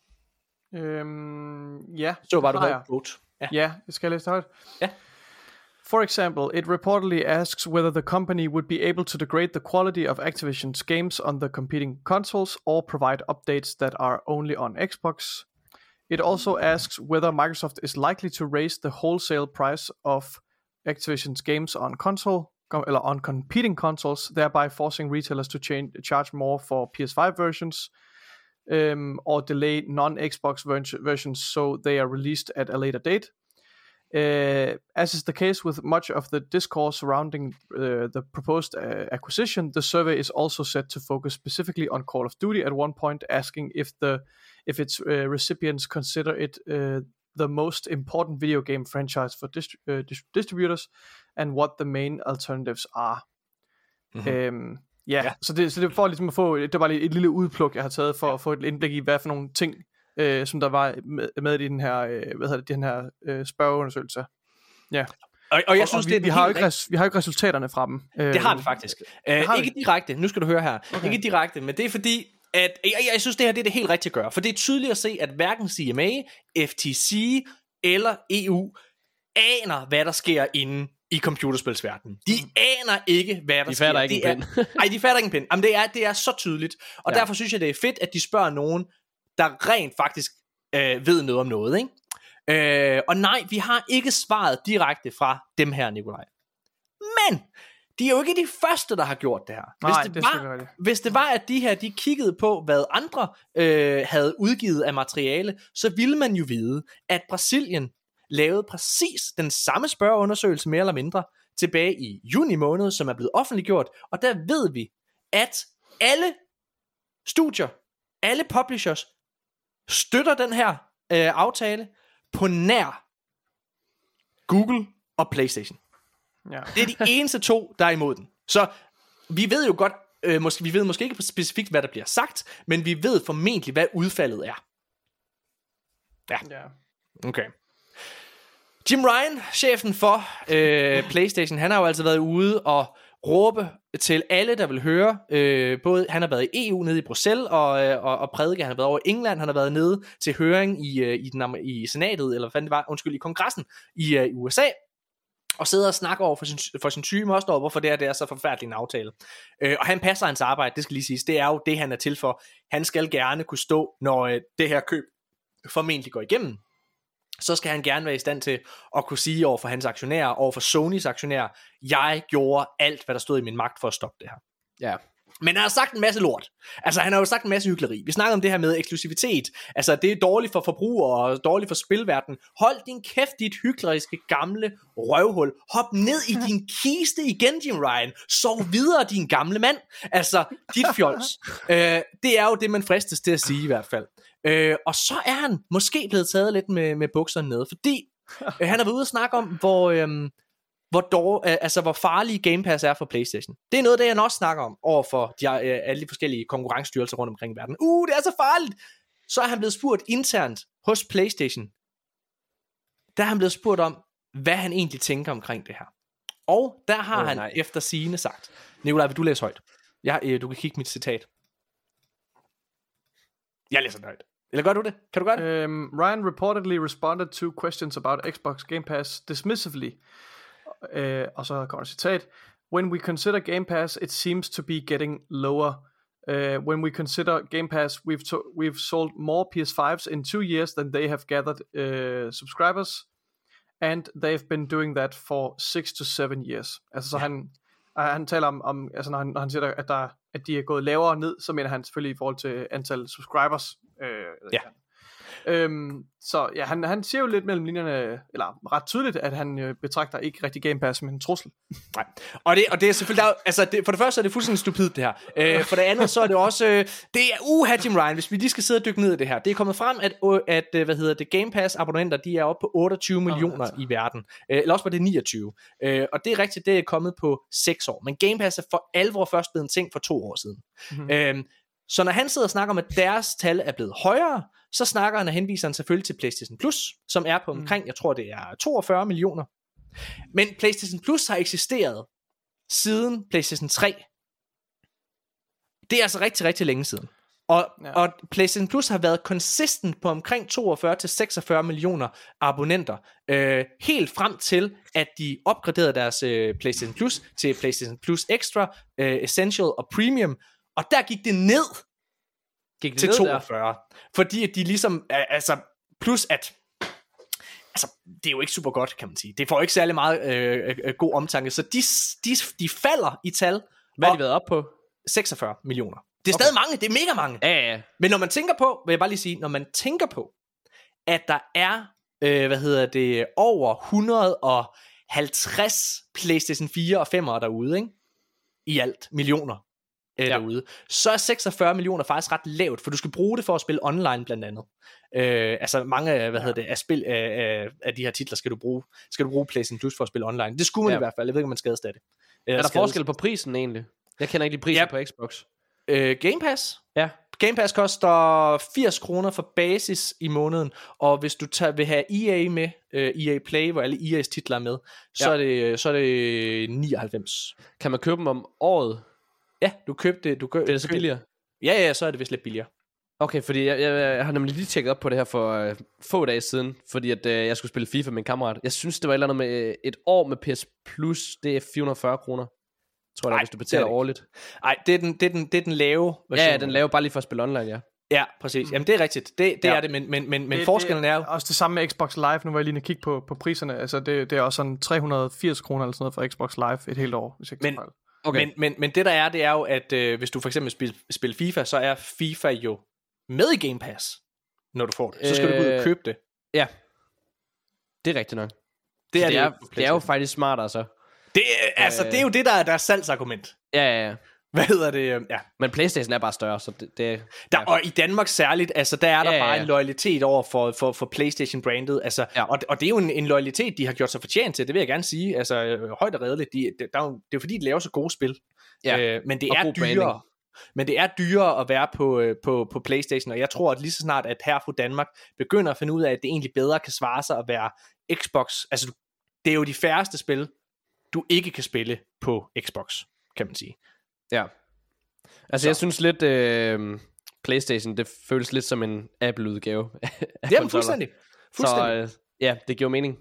Øhm, ja. Så var du havde quote. Ja, ja, jeg skal læse det højt. Ja. For example, it reportedly asks whether the company would be able to degrade the quality of Activision's games on the competing consoles or provide updates that are only on Xbox. It also asks whether Microsoft is likely to raise the wholesale price of Activision's games on console eller on competing consoles, thereby forcing retailers to change, charge more for P S five versions, um, or delay non-Xbox ver- versions so they are released at a later date. Uh, as is the case with much of the discourse surrounding uh, the proposed uh, acquisition, the survey is also set to focus specifically on Call of Duty at one point, asking if the if its uh, recipients consider it uh, the most important video game franchise for distri- uh, dist- distributors, and what the main alternatives are. Mm-hmm. Um, yeah, ja, så det, så det for ligesom at få, det var bare et lille udpluk, jeg har taget for ja. at få et indblik i, hvad for nogle ting, øh, som der var med, med i den her, øh, hvad hedder det, den her øh, spørgeundersøgelse. Ja. Og, og jeg og, synes, og vi, det er vi, har jo ikke res, vi har jo ikke resultaterne fra dem. Det har vi faktisk. Øh, har ikke vi? direkte, nu skal du høre her. Okay. Ikke direkte, men det er fordi, at jeg, jeg synes, det her det er det helt rigtige at gøre. For det er tydeligt at se, at hverken C M A, F T C eller E U aner, hvad der sker inde i computerspilsverdenen. De aner ikke, hvad der de sker. Ikke det er, nej, de fatter ikke en pind. Jamen, det er, det er så tydeligt. Og ja. Derfor synes jeg, det er fedt, at de spørger nogen, der rent faktisk øh, ved noget om noget, ikke? Øh, og nej, vi har ikke svaret direkte fra dem her, Nikolaj. Men de er jo ikke de første, der har gjort det her. Hvis, nej, det, det var, det. hvis det var, at de her, de kiggede på, hvad andre øh, havde udgivet af materiale, så ville man jo vide, at Brasilien lavede præcis den samme spørgeundersøgelse, mere eller mindre, tilbage i juni måned, som er blevet offentliggjort, og der ved vi, at alle studier, alle publishers, støtter den her øh, aftale på nær Google og PlayStation. Ja. Det er de eneste to, der er imod den. Så vi ved jo godt, øh, måske, vi ved måske ikke specifikt, hvad der bliver sagt, men vi ved formentlig, hvad udfaldet er. Ja, ja. Okay. Jim Ryan, chefen for øh, PlayStation, han har jo altså været ude og råbe til alle, der vil høre. Øh, både han har været i E U nede i Bruxelles og, og, og prædike. Han har været over i England. Han har været nede til høring i, i, den, i senatet, eller hvad det var, undskyld, i kongressen i, uh, i U S A. Og sidder og snakker over for sin, for sin syge moster over, hvorfor det er, det er så forfærdelig en aftale. Øh, og han passer hans arbejde, det skal lige siges. Det er jo det, han er til for. Han skal gerne kunne stå, når øh, det her køb formentlig går igennem. Så skal han gerne være i stand til at kunne sige over for hans aktionærer, over for Sonys aktionærer, jeg gjorde alt, hvad der stod i min magt for at stoppe det her. Ja. Men han har sagt en masse lort. Altså han har jo sagt en masse hykleri. Vi snakker om det her med eksklusivitet. Altså det er dårligt for forbrugere og dårligt for spilverden. Hold din kæft, dit hykleriske gamle røvhul. Hop ned i din kiste igen, Jim Ryan. Sov videre, din gamle mand. Altså dit fjols. øh, Det er jo det, man fristes til at sige i hvert fald. øh, Og så er han måske blevet taget lidt med, med bukserne nede. Fordi øh, han har været ude og snakke om, hvor... Øh, Hvor, dår, altså, hvor farlige Game Pass er for PlayStation. Det er noget, det han også snakker om over for de, uh, alle de forskellige konkurrencestyrelser rundt omkring i verden. Uh, det er så farligt! Så er han blevet spurgt internt hos PlayStation. Der er han blevet spurgt om, hvad han egentlig tænker omkring det her. Og der har oh, han nej. efter sigende sagt. Nikolaj, vil du læse højt? Jeg, uh, du kan kigge mit citat. Jeg læser det højt. Eller gør du det? Kan du gøre det? Um, Ryan reportedly responded to questions about Xbox Game Pass dismissively. Uh, og så kommer et citat. When we consider Game Pass, it seems to be getting lower. Uh, when we consider Game Pass, we've to- we've sold more P S fives in two years than they have gathered uh, subscribers, and they've been doing that for six to seven years. Altså så ja. han uh, han taler om, om altså når han, når han siger at der at de er gået lavere ned, så mener han selvfølgelig i forhold til antal subscribers. Uh, ja. Øhm, så ja, han, han siger jo lidt mellem linjerne, eller ret tydeligt, at han øh, betragter ikke rigtig Game Pass som en trussel. Nej, og det, og det er selvfølgelig, der, altså det, for det første er det fuldstændig stupid det her, øh, for det andet så er det også, øh, det er uha Jim Ryan, hvis vi lige skal sidde og dykke ned i det her, det er kommet frem, at, at hvad hedder det, Game Pass abonnenter, de er oppe på otteogtyve millioner oh, i verden, øh, eller også var det niogtyve, øh, og det er rigtigt, det er kommet på seks år, men Game Pass er for alvor først blevet en ting for to år siden. Mm-hmm. Øh, så når han sidder og snakker om, at deres tal er blevet højere, så snakker han og henviser han selvfølgelig til PlayStation Plus, som er på omkring, mm. jeg tror det er toogfyrre millioner. Men PlayStation Plus har eksisteret siden PlayStation tre. Det er altså rigtig, rigtig længe siden. Og, ja. og PlayStation Plus har været consistent på omkring toogfyrre til seksogfyrre millioner abonnenter. Øh, helt frem til, at de opgraderede deres øh, PlayStation Plus til PlayStation Plus Extra, øh, Essential og Premium. Og der gik det ned gik det til ned toogfyrre. Der? Fordi at de ligesom, altså, plus at, altså, det er jo ikke super godt, kan man sige. Det får ikke særlig meget øh, øh, god omtanke, så de, de, de falder i tal. Hvad har de været op på? seksogfyrre millioner. Det er stadig okay. mange, det er mega mange. Ja, ja, ja. Men når man tænker på, vil jeg bare lige sige, når man tænker på, at der er, øh, hvad hedder det, over et hundrede og halvtreds PlayStation fire og fem'ere derude, ikke? I alt, millioner øh, ja. derude, så er seksogfyrre millioner faktisk ret lavt, for du skal bruge det for at spille online blandt andet. Øh, altså mange af, hvad ja. hedder det, af, spil, af, af, af de her titler skal du bruge, skal du bruge PlayStation Plus for at spille online. Det skulle man ja. i hvert fald, jeg ved ikke, om man skader stadig. Øh, er der forskel på prisen egentlig? Jeg kender ikke de priser ja. på Xbox. Øh, Game Pass? Ja. Game Pass koster firs kroner for basis i måneden, og hvis du tager, vil have E A med, uh, E A Play, hvor alle E A's titler er med, så, ja. er, det, så er det nioghalvfems. Kan man købe dem om året? Ja, du købte det. Du køb, det er så billigere? Ja, ja, så er det vist lidt billigere. Okay, fordi jeg, jeg, jeg har nemlig lige tjekket op på det her for uh, få dage siden, fordi at, uh, jeg skulle spille FIFA med en kammerat. Jeg synes, det var et eller andet med uh, et år med P S Plus, det er fire hundrede og fyrre kroner. Tror jeg, Ej, hvis du betaler årligt. Nej, det er den, det er den, det er den lave version. Ja, ja, den lave bare lige for at spille online, ja. Ja, præcis. Jamen det er rigtigt. Det, det ja. er det, men, men, men, men det, forskellen det er jo også det samme med Xbox Live. Nu var jeg lige kigge på, på priserne. Altså det, det er også sådan tre hundrede og firs kroner eller sådan noget for Xbox Live et helt år, hvis jeg ikke men, okay. men, men, men det der er, det er jo, at øh, hvis du for eksempel spiller, spiller FIFA, så er FIFA jo med i Game Pass, når du får det. Så skal øh, du gå ud og købe det. Ja, det er rigtigt nok. Det er, det, det, er, det er jo faktisk smart, altså. Det, altså, øh, det er jo det, der er deres salgsargument. Ja, ja, ja. Hvad hedder det? Ja. Men PlayStation er bare større, så det... det der, ja. Og i Danmark særligt, altså der er der ja, ja, ja. bare en loyalitet over for, for, for PlayStation-brandet, altså, ja. og, og det er jo en, en loyalitet, de har gjort sig fortjent til, det vil jeg gerne sige, altså højt og redeligt, de, det, der er jo, det er jo fordi, de laver så gode spil, ja. øh, men det og er dyrere, branding. Men det er dyrere at være på, på, på PlayStation, og jeg tror, at lige så snart, at her fra Danmark begynder at finde ud af, at det egentlig bedre kan svare sig at være Xbox, altså det er jo de færreste spil, du ikke kan spille på Xbox, kan man sige. Ja. Altså så. Jeg synes lidt øh, PlayStation, det føles lidt som en Apple-udgave. Det er fuldstændig. fuldstændig. Så øh, ja, det giver mening.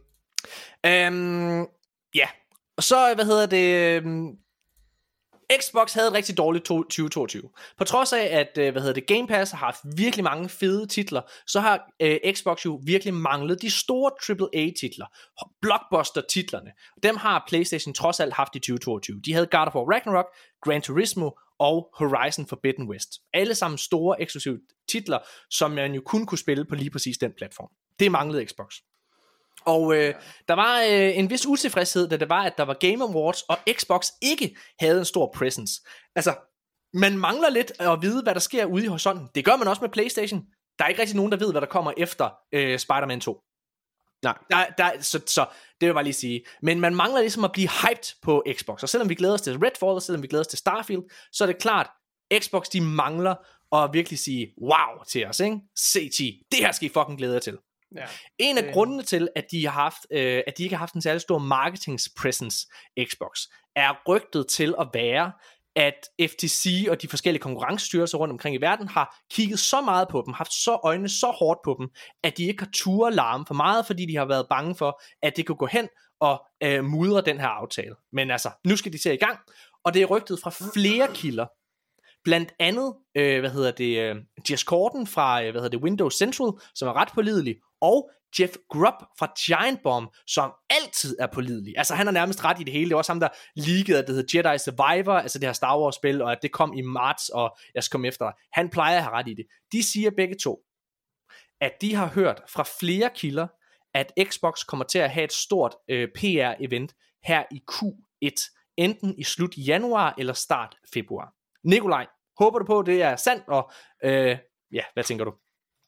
um, Ja. Og så, hvad hedder det, um, Xbox havde et rigtig dårligt tyve toogtyve. På trods af, at hvad hedder det, Game Pass har haft virkelig mange fede titler, så har uh, Xbox jo virkelig manglet de store triple A titler, blockbuster-titlerne. Dem har PlayStation trods alt haft i tyve toogtyve. De havde God of War Ragnarok, Gran Turismo og Horizon Forbidden West. Alle sammen store eksklusive titler, som man jo kun kunne spille på lige præcis den platform. Det manglede Xbox. Og øh, der var øh, en vis utilfredshed, da det var, at der var Game Awards, og Xbox ikke havde en stor presence. Altså, man mangler lidt at vide, hvad der sker ude i horisonten. Det gør man også med PlayStation. Der er ikke rigtig nogen, der ved, hvad der kommer efter øh, Spider-Man to. Nej, der, der, så, så det vil jeg bare lige sige. Men man mangler ligesom at blive hyped på Xbox. Og selvom vi glæder os til Redfall, og selvom vi glæder os til Starfield, så er det klart, Xbox de mangler at virkelig sige wow til os, ikke? C ti, det her skal I fucking glæde jer til. Ja. En af øh. grundene til, at de har haft, øh, at de ikke har haft en særlig stor marketingspresence, Xbox, er rygtet til at være, at F T C og de forskellige konkurrencestyrelser rundt omkring i verden har kigget så meget på dem, haft så øjnene så hårdt på dem, at de ikke har turde larme for meget, fordi de har været bange for, at det kunne gå hen og øh, mudre den her aftale. Men altså, nu skal de til i gang, og det er rygtet fra flere kilder. Blandt andet, øh, hvad hedder det, øh, Jez Corden fra, øh, hvad hedder det, Windows Central, som er ret pålidelig, og Jeff Grubb fra Giant Bomb, som altid er pålidelig. Altså han er nærmest ret i det hele. Det var også ham, der leakede, at det hedder Jedi Survivor, altså det her Star Wars spil, og at det kom i marts, og jeg skal komme efter dig. Han plejer at have ret i det. De siger begge to, at de har hørt fra flere kilder, at Xbox kommer til at have et stort øh, P R-event her i Q et, enten i slut januar eller start februar. Nikolaj, håber du på, at det er sandt, og øh, ja, hvad tænker du?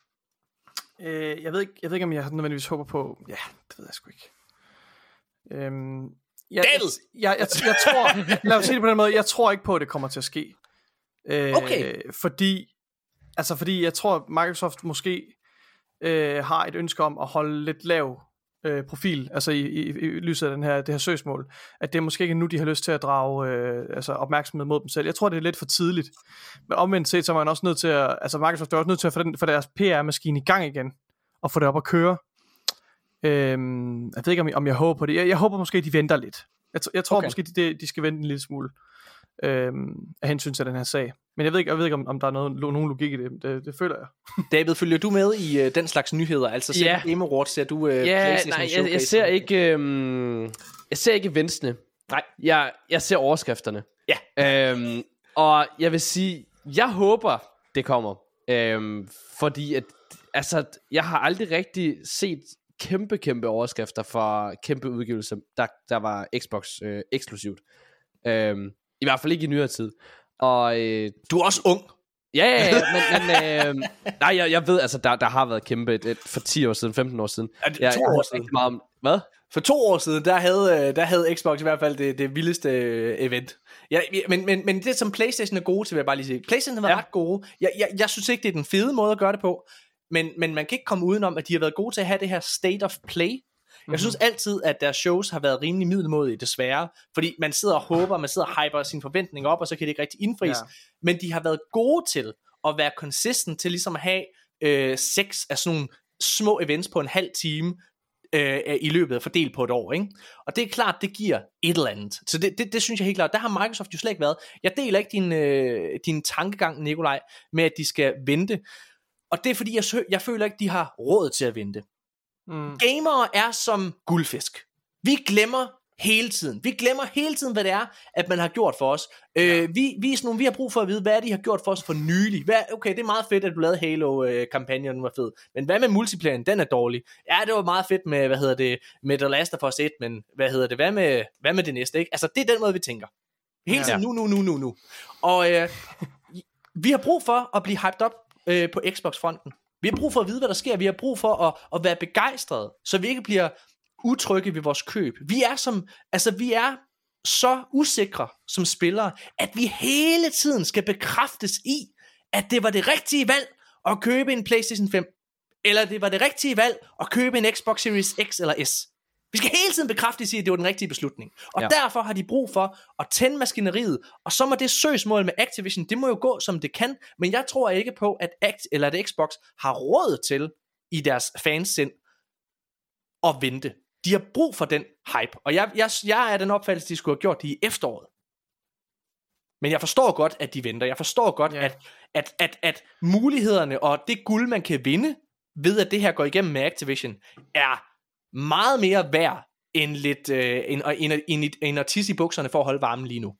Øh, jeg ved ikke, jeg ved ikke, om jeg nødvendigvis håber på. Ja, det ved jeg sgu ikke. Øhm, jeg, David! Jeg, jeg, jeg, jeg tror, lad os sige det på den måde. Jeg tror ikke på, at det kommer til at ske. Øh, okay. Fordi, altså fordi jeg tror, Microsoft måske øh, har et ønske om at holde lidt lav øh, profil, altså i, i, i lyset af den her, det her søgsmål, at det er måske ikke nu, de har lyst til at drage øh, altså opmærksomhed mod dem selv. Jeg tror, det er lidt for tidligt. Men omvendt set, så er man også nødt til at, altså Microsoft er også nødt til at få, den, få deres P R-maskine i gang igen, og få det op at køre. Øhm, jeg ved ikke, om jeg, om jeg håber på det. Jeg, jeg håber måske, de venter lidt. Jeg, jeg tror okay. måske, de, de skal vente en lille smule. øh, af hensyn til den her sag. Men jeg ved ikke, jeg ved ikke om, om der er noget, nogen logik i det. Det, det føler jeg. David, følger du med i uh, den slags nyheder? Altså ser Ja. du Game Awards, ser du uh, Ja, PlayStation nej, jeg, Showcase? jeg ser ikke øhm, Jeg ser ikke eventsene. Nej. Jeg, jeg ser overskrifterne. Ja. øhm, Og jeg vil sige, jeg håber det kommer, øhm, fordi at, altså, jeg har aldrig rigtig set kæmpe, kæmpe overskrifter for kæmpe udgivelser, der, der var Xbox øh, eksklusivt. Øhm, I hvert fald ikke i nyere tid. Og øh, Du er også ung. ja, ja, ja, men, men øh, nej, jeg, jeg ved, altså, der, der har været kæmpe et, et, for ti år siden, femten år siden. Er det jeg, to jeg år har siden? rigtig meget om, hvad? For to år siden, der havde, der havde Xbox i hvert fald det, det vildeste event. Ja, men, men, men det som PlayStation er gode til, vil jeg bare lige sige. PlayStation har været Ja. ret gode. Jeg, jeg, jeg synes ikke, det er den fede måde at gøre det på. Men, men man kan ikke komme udenom, at de har været gode til at have det her state of play. Jeg mm-hmm. synes altid, at deres shows har været rimelig middelmådige, desværre. Fordi man sidder og håber, man sidder og hyper sine forventninger op, og så kan det ikke rigtig indfries. Ja. Men de har været gode til at være consistent til ligesom at have øh, seks af sådan nogle små events på en halv time, øh, i løbet af fordelt på et år, ikke? Og det er klart, det giver et eller andet. Så det, det, det synes jeg helt klart. Der har Microsoft jo slet ikke været. Jeg deler ikke din, øh, din tankegang, Nikolaj, med at de skal vente. Og det er fordi, jeg, sø- jeg føler ikke, de har råd til at vente. Mm. Gamere er som guldfisk. Vi glemmer hele tiden. Vi glemmer hele tiden, hvad det er, at man har gjort for os. Ja. Øh, vi, vi, er sådan nogle, vi har brug for at vide, hvad er de har gjort for os for nylig. Hvad, okay, det er meget fedt, at du lavede Halo-kampagnen, den var fed. Men hvad med multiplayeren? Den er dårlig. Ja, det var meget fedt med, hvad hedder det, med The Last of Us et, men hvad hedder det, hvad med, hvad med det næste, ikke? Altså, det er den måde, vi tænker. Hele tiden, Ja. nu, nu, nu, nu, nu. Og øh, vi har brug for at blive hyped op øh, på Xbox-fronten. Vi har brug for at vide, hvad der sker. Vi har brug for at, at være begejstrede, så vi ikke bliver utrygge ved vores køb. Vi er som, altså vi er så usikre som spillere, at vi hele tiden skal bekræftes i, at det var det rigtige valg at købe en PlayStation fem, eller det var det rigtige valg at købe en Xbox Series X eller S. Vi skal hele tiden bekræftes i, at det var den rigtige beslutning. Og ja. Derfor har de brug for at tænde maskineriet, og så må det søgsmål med Activision, det må jo gå som det kan, men jeg tror ikke på, at, Act, eller at Xbox har råd til i deres fansind at vente. De har brug for den hype, og jeg, jeg, jeg er den opfattelse, de skulle have gjort det i efteråret. Men jeg forstår godt, at de venter. Jeg forstår godt, Ja. at, at, at, at mulighederne og det guld, man kan vinde, ved at det her går igennem med Activision, er meget mere værd end lidt øh, en, en, en, en artist i bukserne for at holde varmen lige nu.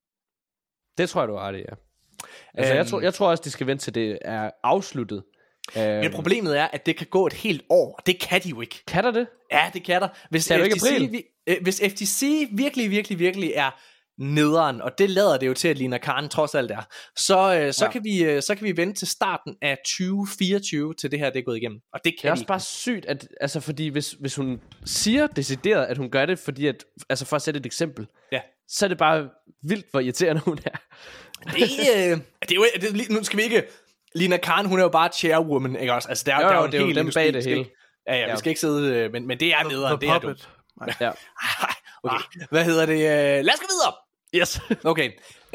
Det tror jeg, du har det, ja. Altså, jeg, Øhm. tror, jeg tror også, de skal vente til det er afsluttet. Øhm, Men problemet er, at det kan gå et helt år, og det kan de jo ikke. Kan der det? Ja, det kan der. Hvis, Kan du ikke F T C, april? vi, øh, hvis F T C virkelig, virkelig, virkelig er nederen, og det lader det jo til, at Lina Khan trods alt er, så, øh, så, Ja. kan vi, øh, så kan vi vente til starten af tyve fireogtyve, til det her det er gået igennem. Og det Det kan er vi også ikke. bare sygt, at, altså, fordi hvis, hvis hun siger decideret, at hun gør det, fordi at, altså for at sætte et eksempel, Ja. så er det bare vildt, hvor irriterende hun er. Det, øh, det er jo, det, er lige- nu skal vi ikke... Lina Khan, hun er jo bare chairwoman, ikke også? Altså, der, Jo, der er jo jo, en det er jo hel dem industri, bag vi det skal hele. ikke- Ja, ja, Ja. vi skal ikke sidde... øh, Men, men det er nederen, The det er dumt. Puppet. Nej. Ja. Okay, hvad hedder det? Øh, Lad os gå videre! Yes. Okay.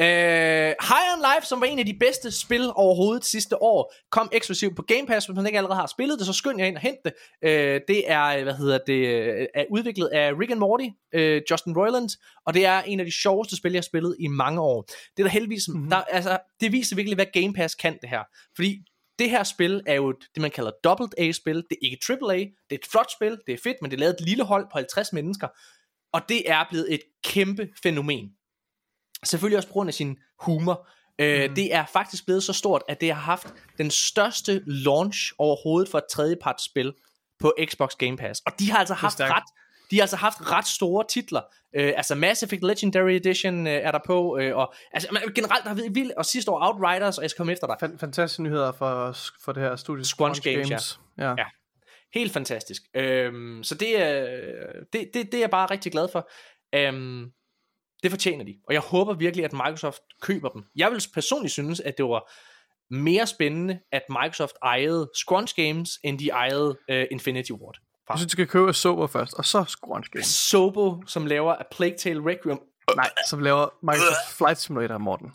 Øh, High on Life, som var en af de bedste spil overhovedet sidste år, kom eksklusivt på Game Pass. Hvis man ikke allerede har spillet det, så skynd jer ind og hent det. Øh, det er, hvad hedder det, øh, er udviklet af Rick and Morty, øh, Justin Roiland, og det er en af de sjoveste spil, jeg har spillet i mange år. Det er der heldigvis, mm-hmm. der, altså, det viser virkelig, hvad Game Pass kan det her. Fordi det her spil er jo det, man kalder double A-spil. Det er ikke triple A. Det er et flot spil. Det er fedt, men det er lavet et lille hold på halvtreds mennesker. Og det er blevet et kæmpe fænomen. Selvfølgelig også på grund af sin humor. Øh, mm. Det er faktisk blevet så stort, at det har haft den største launch overhovedet for et tredjepartsspil på Xbox Game Pass. Og de har altså haft stærkt. ret, de har altså haft ret store titler. Øh, altså Mass Effect Legendary Edition øh, er der på, øh, og altså man, generelt der har vi vildt, og sidste år Outriders, og jeg skal komme efter dig. Fan- fantastiske nyheder for, for det her studie. Squanch Games, ja. Ja. Helt fantastisk. Øhm, så det er, det, det, det er jeg bare rigtig glad for. Øhm, det fortjener de. Og jeg håber virkelig, at Microsoft køber dem. Jeg vil personligt synes, at det var mere spændende, at Microsoft ejede Squanch Games, end de ejede uh, Infinity Ward. Jeg synes, du skal købe Sober først, og så Squanch Games. Sobo, som laver A Plague Tale Requiem. Nej, som laver Microsoft Flight Simulator, Morten.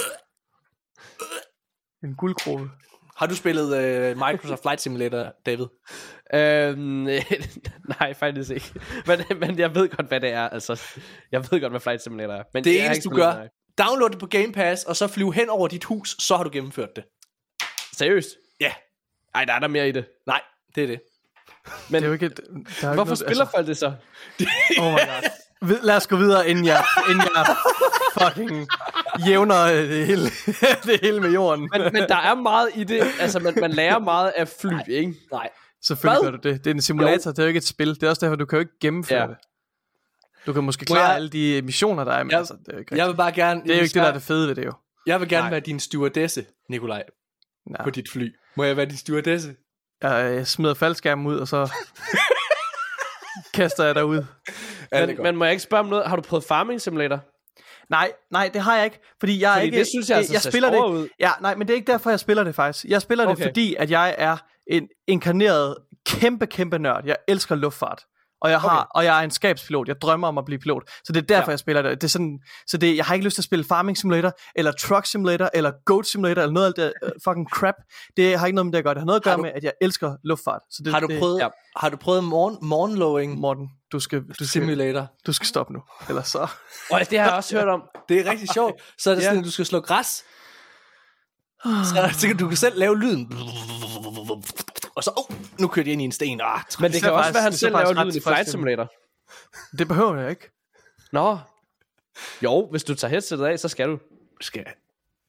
En guldgruppe. Har du spillet uh, Microsoft Flight Simulator, David? øhm, nej, faktisk ikke. Men, men jeg ved godt, hvad det er. Altså, jeg ved godt, hvad Flight Simulator er. Men Det jeg har eneste, ikke du spillet gør, det, nej. download det på Game Pass, og så flyve hen over dit hus, så har du gennemført det. Seriøst? Ja. Ej, der er der mere i det. Nej, det er det. Men Det er jo ikke, der er hvorfor noget, spiller folk det så? Oh my god. Vid- Lad os gå videre, inden jeg, inden jeg fucking jævner det hele, det hele med jorden. Men, men der er meget i det. Altså, man, man lærer meget af fly, Nej. ikke? Nej. Selvfølgelig Hvad? gør du det. Det er en simulator, Jo. det er jo ikke et spil. Det er også derfor, du kan jo ikke gennemføre Ja. det. Du kan måske Må klare jeg- alle de missioner, der er, men Jeg- altså, det er jo ikke, Jeg vil bare gerne... det er jo ikke det, der er det fede ved det jo. Jeg vil gerne Nej. være din stewardesse, Nikolaj, Nej. på dit fly. Må jeg være din stewardesse? Jeg, jeg smider faldskærmen ud, og så kaster jeg derud. Ja, det er Men, godt. men må jeg ikke spørge om noget? Har du prøvet Farming Simulator? Nej, nej, det har jeg ikke, fordi jeg er Fordi ikke... det synes jeg altså jeg ser spiller det. sjovere ud. Ja, nej, men det er ikke derfor, jeg spiller det faktisk. Jeg spiller Okay. det, fordi at jeg er en inkarneret kæmpe, kæmpe nørd. Jeg elsker luftfart. Og jeg, har, Okay. og jeg er en skabspilot. Jeg drømmer om at blive pilot. Så det er derfor, Ja. jeg spiller det. det er sådan, så det, jeg har ikke lyst til at spille Farming Simulator, eller Truck Simulator, eller Goat Simulator, eller noget af det uh, fucking crap. Det har ikke noget med det at gøre. Det har noget at gøre du- med, at jeg elsker luftfart. Så det, Har du det, prøvet, ja. har du prøvet morgen, morgenlowing Morten, du skal, du, skal, simulator? du skal stoppe nu. Ellers så... Og det har jeg også hørt om. Det er rigtig sjovt. Så er det Ja. sådan, at du skal slå græs. Så, så kan du kan selv lave lyden. Og så, oh, nu kørte jeg ind i en sten. Ah, Men det ser kan også faktisk- være, at han det ser selv laver faktisk ret lyden i Flight tilfredsstillende. Simulator. Det behøver jeg ikke. Nå. Jo, hvis du tager headsetet af, så skal du. skal jeg.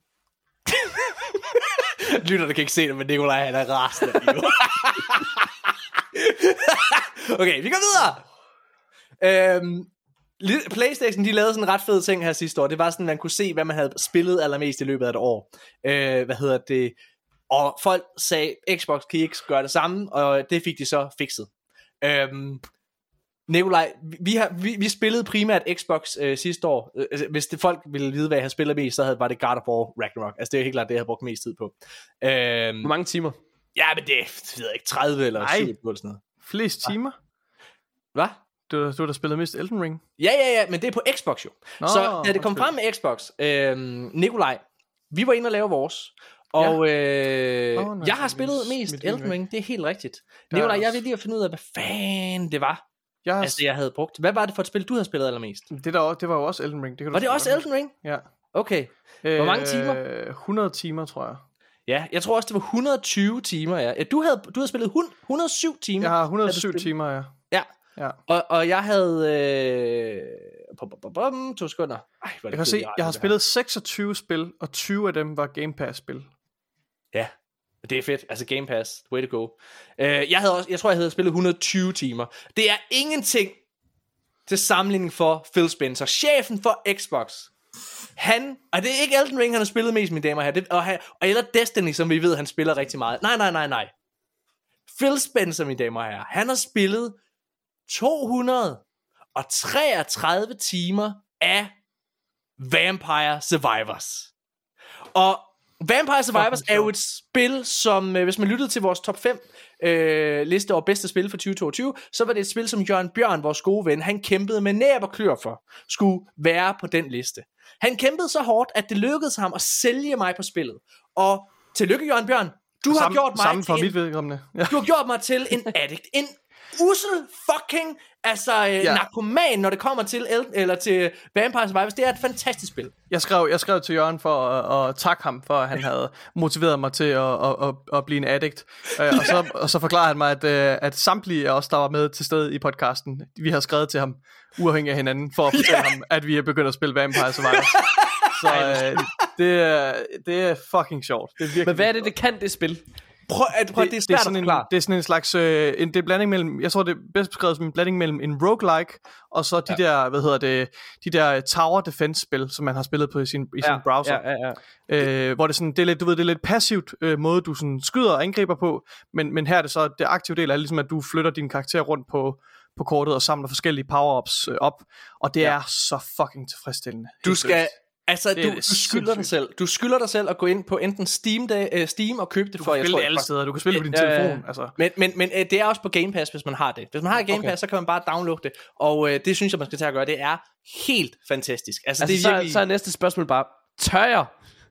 Lytterne kan ikke se det, men Nikolaj han er rasende. Okay, vi går videre. Øhm, li- PlayStation, de lavede sådan en ret fed ting her sidste år. Det var sådan, man kunne se, hvad man havde spillet allermest i løbet af et år. Øh, hvad hedder det? Og folk sagde, Xbox kan I ikke gøre det samme, og det fik de så fikset. Øhm, Nikolaj, vi, har, vi, vi spillede primært Xbox øh, sidste år. Øh, altså, hvis det folk ville vide, hvad jeg har spillet mest, så havde, var det God of War Ragnarok. Altså det er helt klart det, jeg har brugt mest tid på. Øhm, Hvor mange timer? ja, men det er, det ved jeg ikke, tredive eller Nej. syv eller sådan noget. Flest timer? Hvad? Du, du har da spillet mest Elden Ring. Ja, ja, ja, men det er på Xbox jo. Nå, så da det kom undskyld. frem med Xbox, øhm, Nikolaj, vi var inde og lave vores. Og øh, Åh, nej, jeg har mit- spillet mit mest liv Elden væk. Ring, det er helt rigtigt. Der Nikolaj, er jeg også- vil lige at finde ud af, hvad fanden det var, Jeg har, altså jeg havde brugt. Hvad var det for et spil, du havde spillet allermest? det, der, også- det var jo også Elden Ring. Det kan du Var det sgu også godt Elden Ring? huske. Ja. Okay. Hvor mange timer? Øh, hundrede timer, tror jeg. Ja, jeg tror også, det var hundrede og tyve timer, ja. ja du, havde, du havde spillet hun- hundrede og syv timer. Jeg har hundrede og da du syv spillede. timer, ja. Ja, ja. og, og jeg havde... Øh, bum, bum, bum, bum, to sekunder. Ej, hvor er det Jeg kan kedeligt, se, jeg har det her. spillet seksogtyve spil, og tyve af dem var Game Pass-spil. Ja, det er fedt. Altså Game Pass, way to go. Uh, jeg, havde også, jeg tror, jeg havde spillet hundrede og tyve timer. Det er ingenting til sammenligning for Phil Spencer, chefen for Xbox. Han, og det er ikke Elden Ring, han har spillet mest, mine damer her, det, og, han, og eller Destiny, som vi ved, han spiller rigtig meget. Nej, nej, nej, nej. Phil Spencer, mine damer og herrer, han har spillet to hundrede og treogtredive timer af Vampire Survivors. Og Vampire Survivors er jo et spil, som, øh, hvis man lyttede til vores top fem øh, liste over bedste spil for tyve toogtyve, så var det et spil, som Jørgen Bjørn, vores gode ven, han kæmpede med næb og klør for, skulle være på den liste. Han kæmpede så hårdt, at det lykkedes ham at sælge mig på spillet. Og tillykke, Jørgen Bjørn, du har Samme, gjort mig samme for til mit en, vedkommende. Ja. du har gjort mig til en addict, en ussel fucking altså øh, Ja. narkoman, når det kommer til El- eller til Vampire Survivors. Det er et fantastisk spil. Jeg skrev, jeg skrev til Jørgen for at, at takke ham, for at han havde motiveret mig til at, at, at, at blive en addict. Uh, og, så, og så forklarede han mig, at, uh, at samtlige af os, der var med til stede i podcasten, vi har skrevet til ham, uafhængig af hinanden, for at fortælle yeah. ham, at vi er begyndt at spille Vampire Survivors. Så uh, det, er, det er fucking sjovt. Det er virkelig Men hvad er det, det kan, det spil? Prøv, at, prøv, det, det er svært det er sådan at en, forklare. det er sådan en slags øh, en, det er blanding mellem, jeg tror det er bedst beskrevet som en blanding mellem en roguelike og så de ja. der, hvad hedder det, de der tower defense spil, som man har spillet på i sin, i sin browser. Ja, ja, ja. Øh, hvor det er sådan, det er lidt, du ved, det er lidt passivt øh, måde du sådan skyder og angriber på, men men her er det så det aktive del er ligesom at du flytter din karakter rundt på på kortet og samler forskellige power-ups øh, op, og det ja. er så fucking tilfredsstillende. Du Helt skal seriøst. altså Det er du, det du skylder dig sindssygt. selv. Du skylder dig selv at gå ind på enten Steam, dag, øh, Steam og købe det Du for kan jeg spille tror det alle for- steder, du kan spille på din Ja, ja, ja. telefon, altså. Men, men, men øh, det er også på Game Pass, hvis man har det. Hvis man har Game Okay. Pass, så kan man bare downloade det. Og øh, det synes jeg, man skal tage at gøre. Det er helt fantastisk. Altså, Altså, det er så, virkelig... så er næste spørgsmål bare, tør jeg?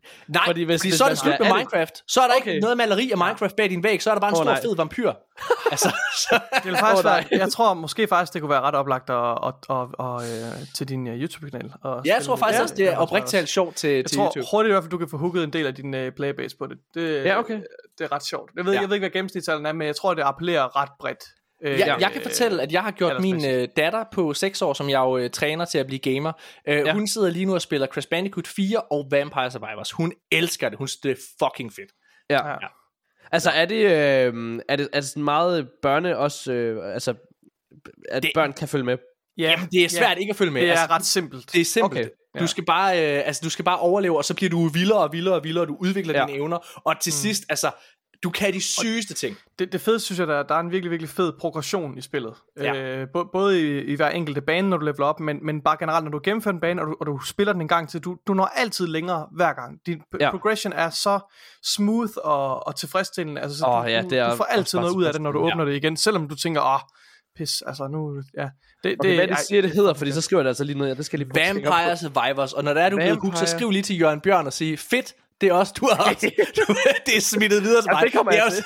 Nej, Fordi fordi, hvis- fordi hvis så er man det slut skal- med er det- Minecraft. Så er der Okay. ikke noget maleri af Minecraft bag din væg, så er der bare en Åh, stor nej. fed vampyr. altså, så, Det vil faktisk Åh, nej. være, jeg tror måske faktisk, det kunne være ret oplagt at, og, og, og, øh, til din uh, YouTube-kanal. Og ja, jeg spille tror faktisk lidt. også, det er oprigtigt talt sjovt til, Jeg til tror YouTube. hurtigt i hvert fald, du kan få hooket en del af din uh, playbase på det. det. Ja, okay. Det er ret sjovt. Jeg ved, Ja. jeg ved ikke, hvad gennemsnitstallene er, men jeg tror, det appellerer ret bredt. Øh, Jeg, jeg kan fortælle, at jeg har gjort min aldersmæssigt. øh, datter på seks år, som jeg jo øh, træner til at blive gamer. Øh, Ja. Hun sidder lige nu og spiller Crash Bandicoot fire og Vampire Survivors. Hun elsker det. Hun synes, det er fucking fedt. Ja. Ja. Altså, er det, øh, er det, er det sådan meget børne også, øh, altså, at Det- børn kan følge med? Ja, Jamen, det er svært ikke at følge med. Det er altså, ret simpelt. Det er simpelt. Okay. Okay. Du skal bare, øh, altså, du skal bare overleve, og så bliver du vildere og vildere og vildere, og du udvikler Ja. ja. dine evner, og til mm. sidst, altså, du kan de sygeste ting. Det, det fede synes jeg, der, der er en virkelig, virkelig fed progression i spillet. Ja. Øh, bo- både i, i hver enkelte bane, når du leveler op, men, men bare generelt, når du gennemfører en bane, og du, og du spiller den en gang til, du, du når altid længere hver gang. Din p- Ja. progression er så smooth og, og tilfredsstillende. Altså, så Åh, du, ja, du, det er du får altid også noget bare ud af det, når du ja. åbner det igen, selvom du tænker, åh, pis, altså nu, ja. Det, Okay, hvad ej, det siger, det hedder, fordi så skriver jeg det altså lige ned. Ja, det skal jeg lige bruge Vampire Survivors, og når der er du blevet hooked, så Vampire. skriv lige til Jørgen Bjørn og sige, fedt, det er også, du har også, du, det er smittet videre til Ja, mig. det kommer er jeg også,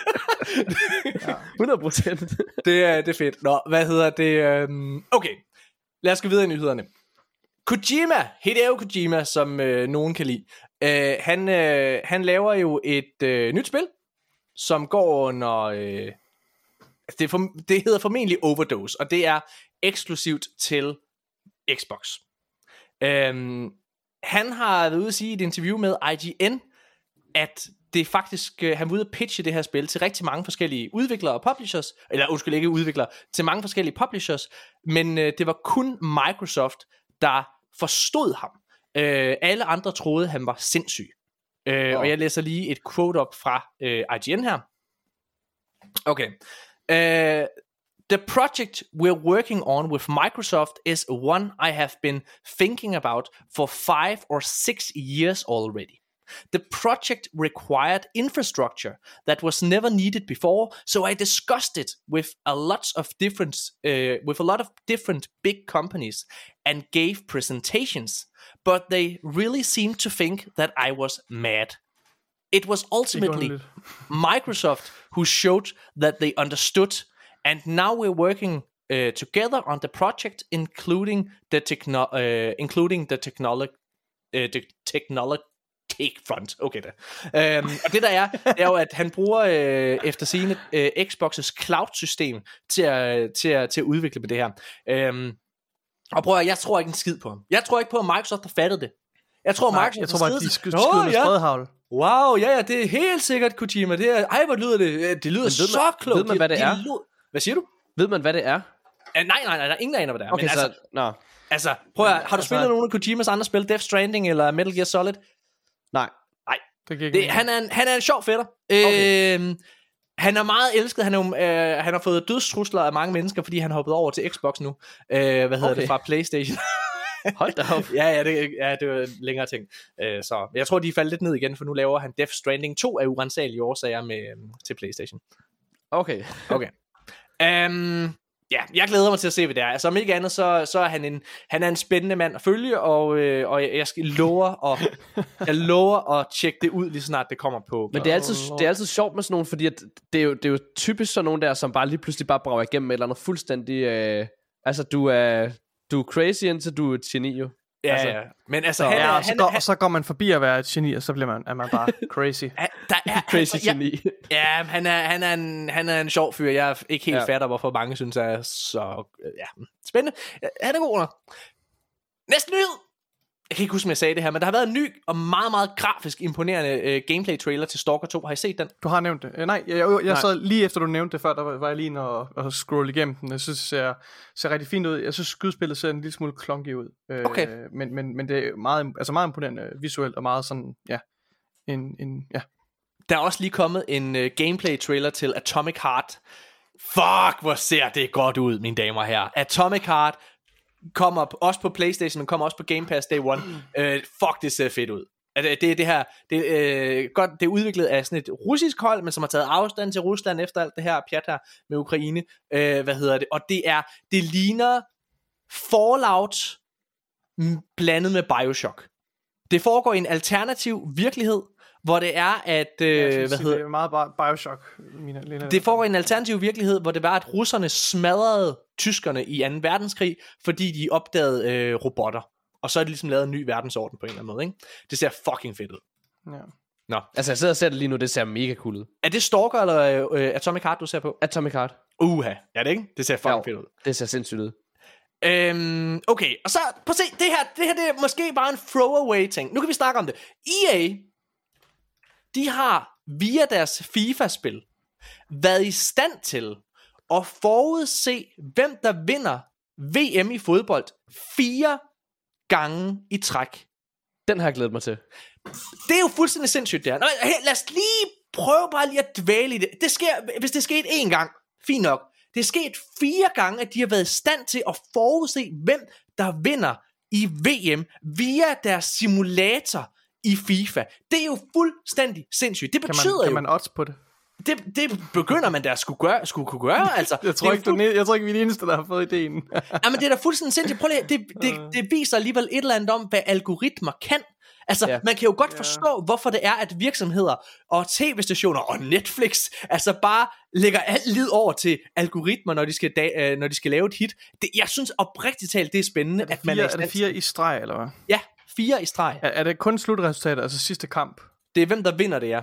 hundrede procent. det, er, det er fedt. Nå, hvad hedder det? Um, okay, lad os gå videre i nyhederne. Kojima, Hideo Kojima, som øh, nogen kan lide, øh, han, øh, han laver jo et øh, nyt spil, som går under, øh, det, er for, det hedder formentlig Overdose, og det er eksklusivt til Xbox. Øhm, han har været ude at sige i et interview med I G N, at det faktisk, øh, han var ude at pitche det her spil til rigtig mange forskellige udviklere og publishers, eller undskyld ikke udviklere, til mange forskellige publishers, men øh, det var kun Microsoft, der forstod ham. Øh, alle andre troede, han var sindssyg. Øh, Oh. Og jeg læser lige et quote op fra øh, I G N her. Okay. Uh, the project we're working on with Microsoft is one I have been thinking about for five or six years already. The project required infrastructure that was never needed before, so I discussed it with a lot of different, uh, with a lot of different big companies and gave presentations, but they really seemed to think that I was mad. It was ultimately underligt. Microsoft who showed that they understood, and now we're working uh, together on the project, including the techno- uh, including the technology, uh, the technology front. Okay da. Um, og det der er, det er jo, at han bruger øh, efter sigende øh, Xbox's cloud-system til at, til, at, til at udvikle med det her. Um, og prøv at, jeg tror ikke en skid på ham. Jeg tror ikke på, at Microsoft har fattet det. Jeg tror, Nej, Microsoft jeg tror bare, har at de siddet- sky- Nå, skyder med ja. spredhavl. Wow, ja, ja, det er helt sikkert Kojima. Det er, ej, hvor lyder det. Det lyder ved så man- klogt. ved man, hvad det De- de er? lo- Hvad siger du? Ved man, hvad det er? Uh, nej, nej, nej, der er ingen, der aner, hvad det er. Okay, Men så... altså, Nå, altså, prøv at, har du Altså- spillet nogle af Kojimas andre spil? Death Stranding eller Metal Gear Solid? nej. Det kan ikke Det, han, er en, han er en sjov fætter. Okay. Øhm, han er meget elsket. Han, er, jo, øh, han har fået dødstrusler af mange mennesker, fordi han hoppet over til Xbox nu. Øh, hvad hedder Okay. det, fra PlayStation. Hold da op. ja, ja, det, ja, det var en længere ting. Øh, så jeg tror, de er faldet lidt ned igen, for nu laver han Death Stranding to af urensagelige årsager med, øh, til PlayStation. Okay. Okay. Um, ja, jeg glæder mig til at se, hvad det er. Altså om ikke andet, så, så er han en, han er en spændende mand at følge, og, øh, og jeg skal love at, jeg lover at tjekke det ud, lige så snart det kommer på. Men det er, altid, det er altid sjovt med sådan nogen, fordi at det, er jo, det er jo typisk sådan nogen der, som bare lige pludselig bare brager igennem et eller andet fuldstændig... Øh, altså, du er, du er crazy, indtil du er et geni, jo. Ja, altså, ja. Men altså, så- han, Ja, er, og så, han, går, han, og så går man forbi at være et geni, og så bliver man, er man bare crazy. han, der er, Crazy ja, geni. ja, han er, han, er en, han er en sjov fyr. Jeg er ikke helt Ja. ja. fatter, hvorfor mange synes er så ja, spændende. Han er god nok. Næste nyhed. Jeg kan ikke huske, om jeg sagde det her, men der har været en ny og meget, meget grafisk imponerende uh, gameplay-trailer til Stalker to. Har I set den? Du har nævnt det. Øh, nej, jeg, jeg, jeg Nej. sad lige efter du nævnte det før, der var, var jeg lige inde og, og scrolle igennem den. Jeg synes, det ser, ser rigtig fint ud. Jeg synes, skydespillet ser en lille smule clunky ud. Øh, Okay. Men, men, men det er meget, altså meget imponerende visuelt, og meget sådan, ja, en, en, ja. Der er også lige kommet en uh, gameplay-trailer til Atomic Heart. Fuck, hvor ser det godt ud, mine damer og herrer. Atomic Heart kommer p- også på PlayStation, men kommer også på Game Pass Day One. Uh, fuck, det ser fedt ud. Altså, det er det her, det, uh, godt, det er udviklet af sådan et russisk hold, men som har taget afstand til Rusland efter alt det her pjat her med Ukraine. Uh, hvad hedder det? Og det er, det ligner Fallout m- blandet med Bioshock. Det foregår i en alternativ virkelighed, hvor det er, at... Øh, Ja, hvad sige, hedder, det er meget bare Bioshock. Mine, Lena. det foregår i en alternativ virkelighed, hvor det var, at russerne smadrede tyskerne i anden verdenskrig, fordi de opdagede øh, robotter. Og så er de ligesom lavet en ny verdensorden på en eller anden måde, ikke? Det ser fucking fedt ud. Ja. Nå. Altså, jeg sidder og ser det lige nu, det ser mega cool ud. Er det Stalker eller øh, Atomic Heart, du ser på? Atomic Heart. Uha, er det ikke? Det ser fucking Jo, fedt ud. det ser sindssygt ud. Øhm, okay, og så prøv at se, det her, det her det er måske bare en throwaway ting. Nu kan vi snakke om det. E A, de har via deres FIFA-spil været i stand til at forudse, hvem der vinder V M i fodbold fire gange i træk. Den har jeg glædet mig til. Det er jo fuldstændig sindssygt der. Nå, hey, lad os lige prøve bare lige at dvæle i det. Det sker, hvis det skete én gang, fint nok. Det er sket fire gange, at de har været i stand til at forudse, hvem der vinder i V M via deres simulator i FIFA. Det er jo fuldstændig sindssygt. Det Kan betyder man, kan jo... man odds på det? Det, det begynder man da at skulle, gøre, skulle kunne gøre, altså. Jeg tror, det er ikke, fuld... jeg tror ikke, vi er de eneste, der har fået ideen. Jamen, det er da fuldstændig sindssygt. Prøv lige, det, det, det viser alligevel et eller andet om, hvad algoritmer kan. Altså, Ja. man kan jo godt Ja. forstå, hvorfor det er, at virksomheder og tv-stationer og Netflix, altså bare lægger alt lid over til algoritmer, når de skal, da, øh, når de skal lave et hit. Det, jeg synes oprigtigt talt, det er spændende, Er det at man fire, er, er det fire i streg, eller hvad? Ja, fire i streg. Er, er det kun slutresultatet, altså sidste kamp? Det er hvem, der vinder det, ja.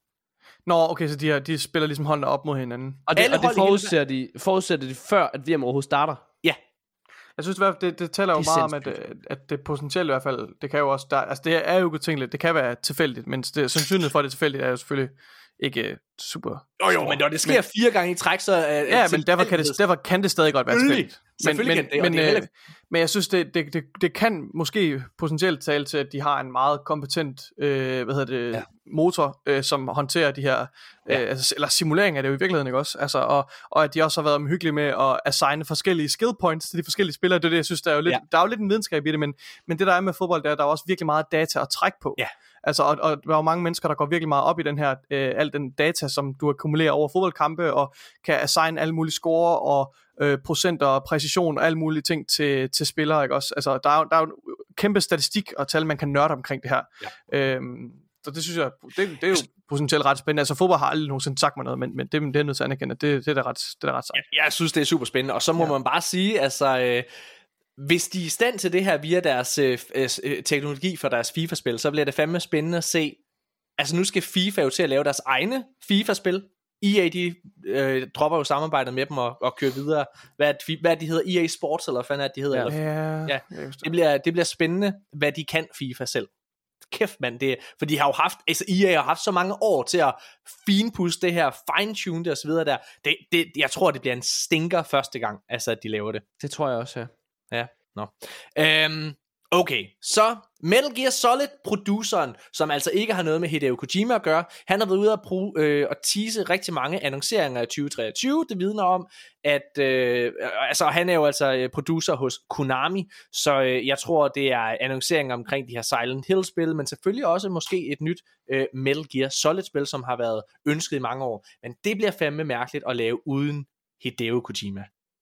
Nå, okay, så de, her, de spiller ligesom holdene op mod hinanden. Og det, Alle og det hold i hele forudser, de, forudser de før, at V M overhovedet starter. Ja, Jeg synes i hvert fald, det, det tæller jo Det er meget om, at, øh, at det potentielt i hvert fald, det kan jo også, der, altså det er jo utænkeligt, det kan være tilfældigt, men det, sandsynligheden for, at det er tilfældigt, er jo selvfølgelig ikke super. jo jo, men når det sker men, fire gange i træk, så er Ja, men derfor kan, det, derfor kan det stadig godt være tilfældigt. Men, Selvfølgelig men, kan det, og men, det er øh, heller- men jeg synes, det, det, det, det kan måske potentielt tale til, at de har en meget kompetent øh, hvad hedder det, Ja. motor, øh, som håndterer de her, Ja. øh, altså, eller simulering er det jo i virkeligheden, ikke også? Altså, og, og at de også har været omhyggelige med at assigne forskellige skill points til de forskellige spillere. Det er det, jeg synes, der er jo lidt, Ja. der er jo lidt en videnskab i det, men, men det der er med fodbold, der er der er også virkelig meget data at trække på. Ja. Altså, og, og der er jo mange mennesker, der går virkelig meget op i den her, øh, al den data, som du akkumulerer over fodboldkampe, og kan assign alle mulige score, og øh, procenter, og præcision, og alle mulige ting til, til spillere, ikke også? Altså, der er, jo- der er jo en kæmpe statistik og tal, man kan nørde omkring det her. Ja. Øhm, så det synes jeg, det, det er jo potentielt ret spændende. Altså, fodbold har aldrig nogensinde sagt mig noget, men, men det, det er nødt til at anerkende, at det, det er da ret, det er da ret sejt. jeg synes, det er super spændende. Og så må Ja. man bare sige, altså... Øh, hvis de er i stand til det her via deres øh, øh, teknologi for deres FIFA-spil, så bliver det fandme spændende at se. Altså nu skal FIFA jo til at lave deres egne FIFA-spil. E A, de øh, dropper jo samarbejdet med dem og, og kører videre. Hvad er, det, hvad er det, de hedder? E A Sports, eller hvad fanden er det, de hedder? Ja. Eller, Ja, Ja. just det, bliver, det bliver spændende, hvad de kan FIFA selv. Kæft mand, det, for de har jo haft, altså E A har haft så mange år til at finpudse det her, fine-tune det og så videre der. Det, det, jeg tror, det bliver en stinker første gang, altså at de laver det. Det tror jeg også, ja. Ja, nå. Øhm, okay, så Metal Gear Solid produceren, som altså ikke har noget med Hideo Kojima at gøre, han har været ude at, bruge, øh, at tease rigtig mange annonceringer i tyve treogtyve. Det vidner om, at øh, altså, han er jo altså øh, producer hos Konami, så øh, jeg tror, det er annonceringer omkring de her Silent Hill-spil, men selvfølgelig også måske et nyt øh, Metal Gear Solid-spil, som har været ønsket i mange år. Men det bliver fandme mærkeligt at lave uden Hideo Kojima.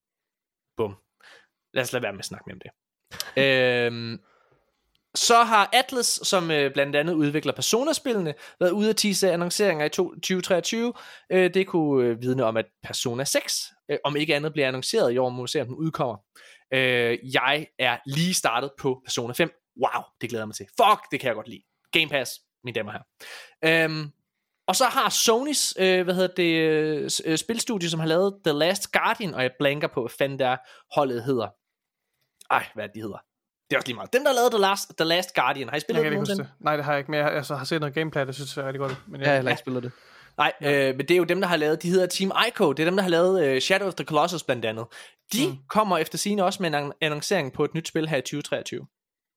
Bum. Lad os lade være med at snakke mere om det. øhm, så har Atlas, som øh, blandt andet udvikler Persona-spillene, været ude at tease annonceringer i tyve treogtyve. Øh, det kunne øh, vidne om, at Persona seks, øh, om ikke andet, bliver annonceret i år, må vi se, om den udkommer. Øh, jeg er lige startet på Persona fem. Wow, det glæder jeg mig til. Fuck, det kan jeg godt lide. Game Pass, mine damer og herrer. Øhm, og så har Sonys, øh, hvad hedder det, øh, spilstudie, som har lavet The Last Guardian, og jeg blanker på, hvad fanden der holdet hedder. Ej, hvad er det, de hedder? Det er også lige meget. Dem, der lavede The Last, The Last Guardian, har I spillet Jeg det kan ikke huske nogensinde? det. Nej, det har jeg ikke, men jeg altså, har set noget gameplay, det synes jeg er rigtig godt. Men Jeg har heller ikke spillet det. Nej, øh, men det er jo dem, der har lavet, de hedder Team Ico, det er dem, der har lavet øh, Shadow of the Colossus blandt andet. De mm. kommer efter sigende også med en annoncering på et nyt spil her i tyve treogtyve.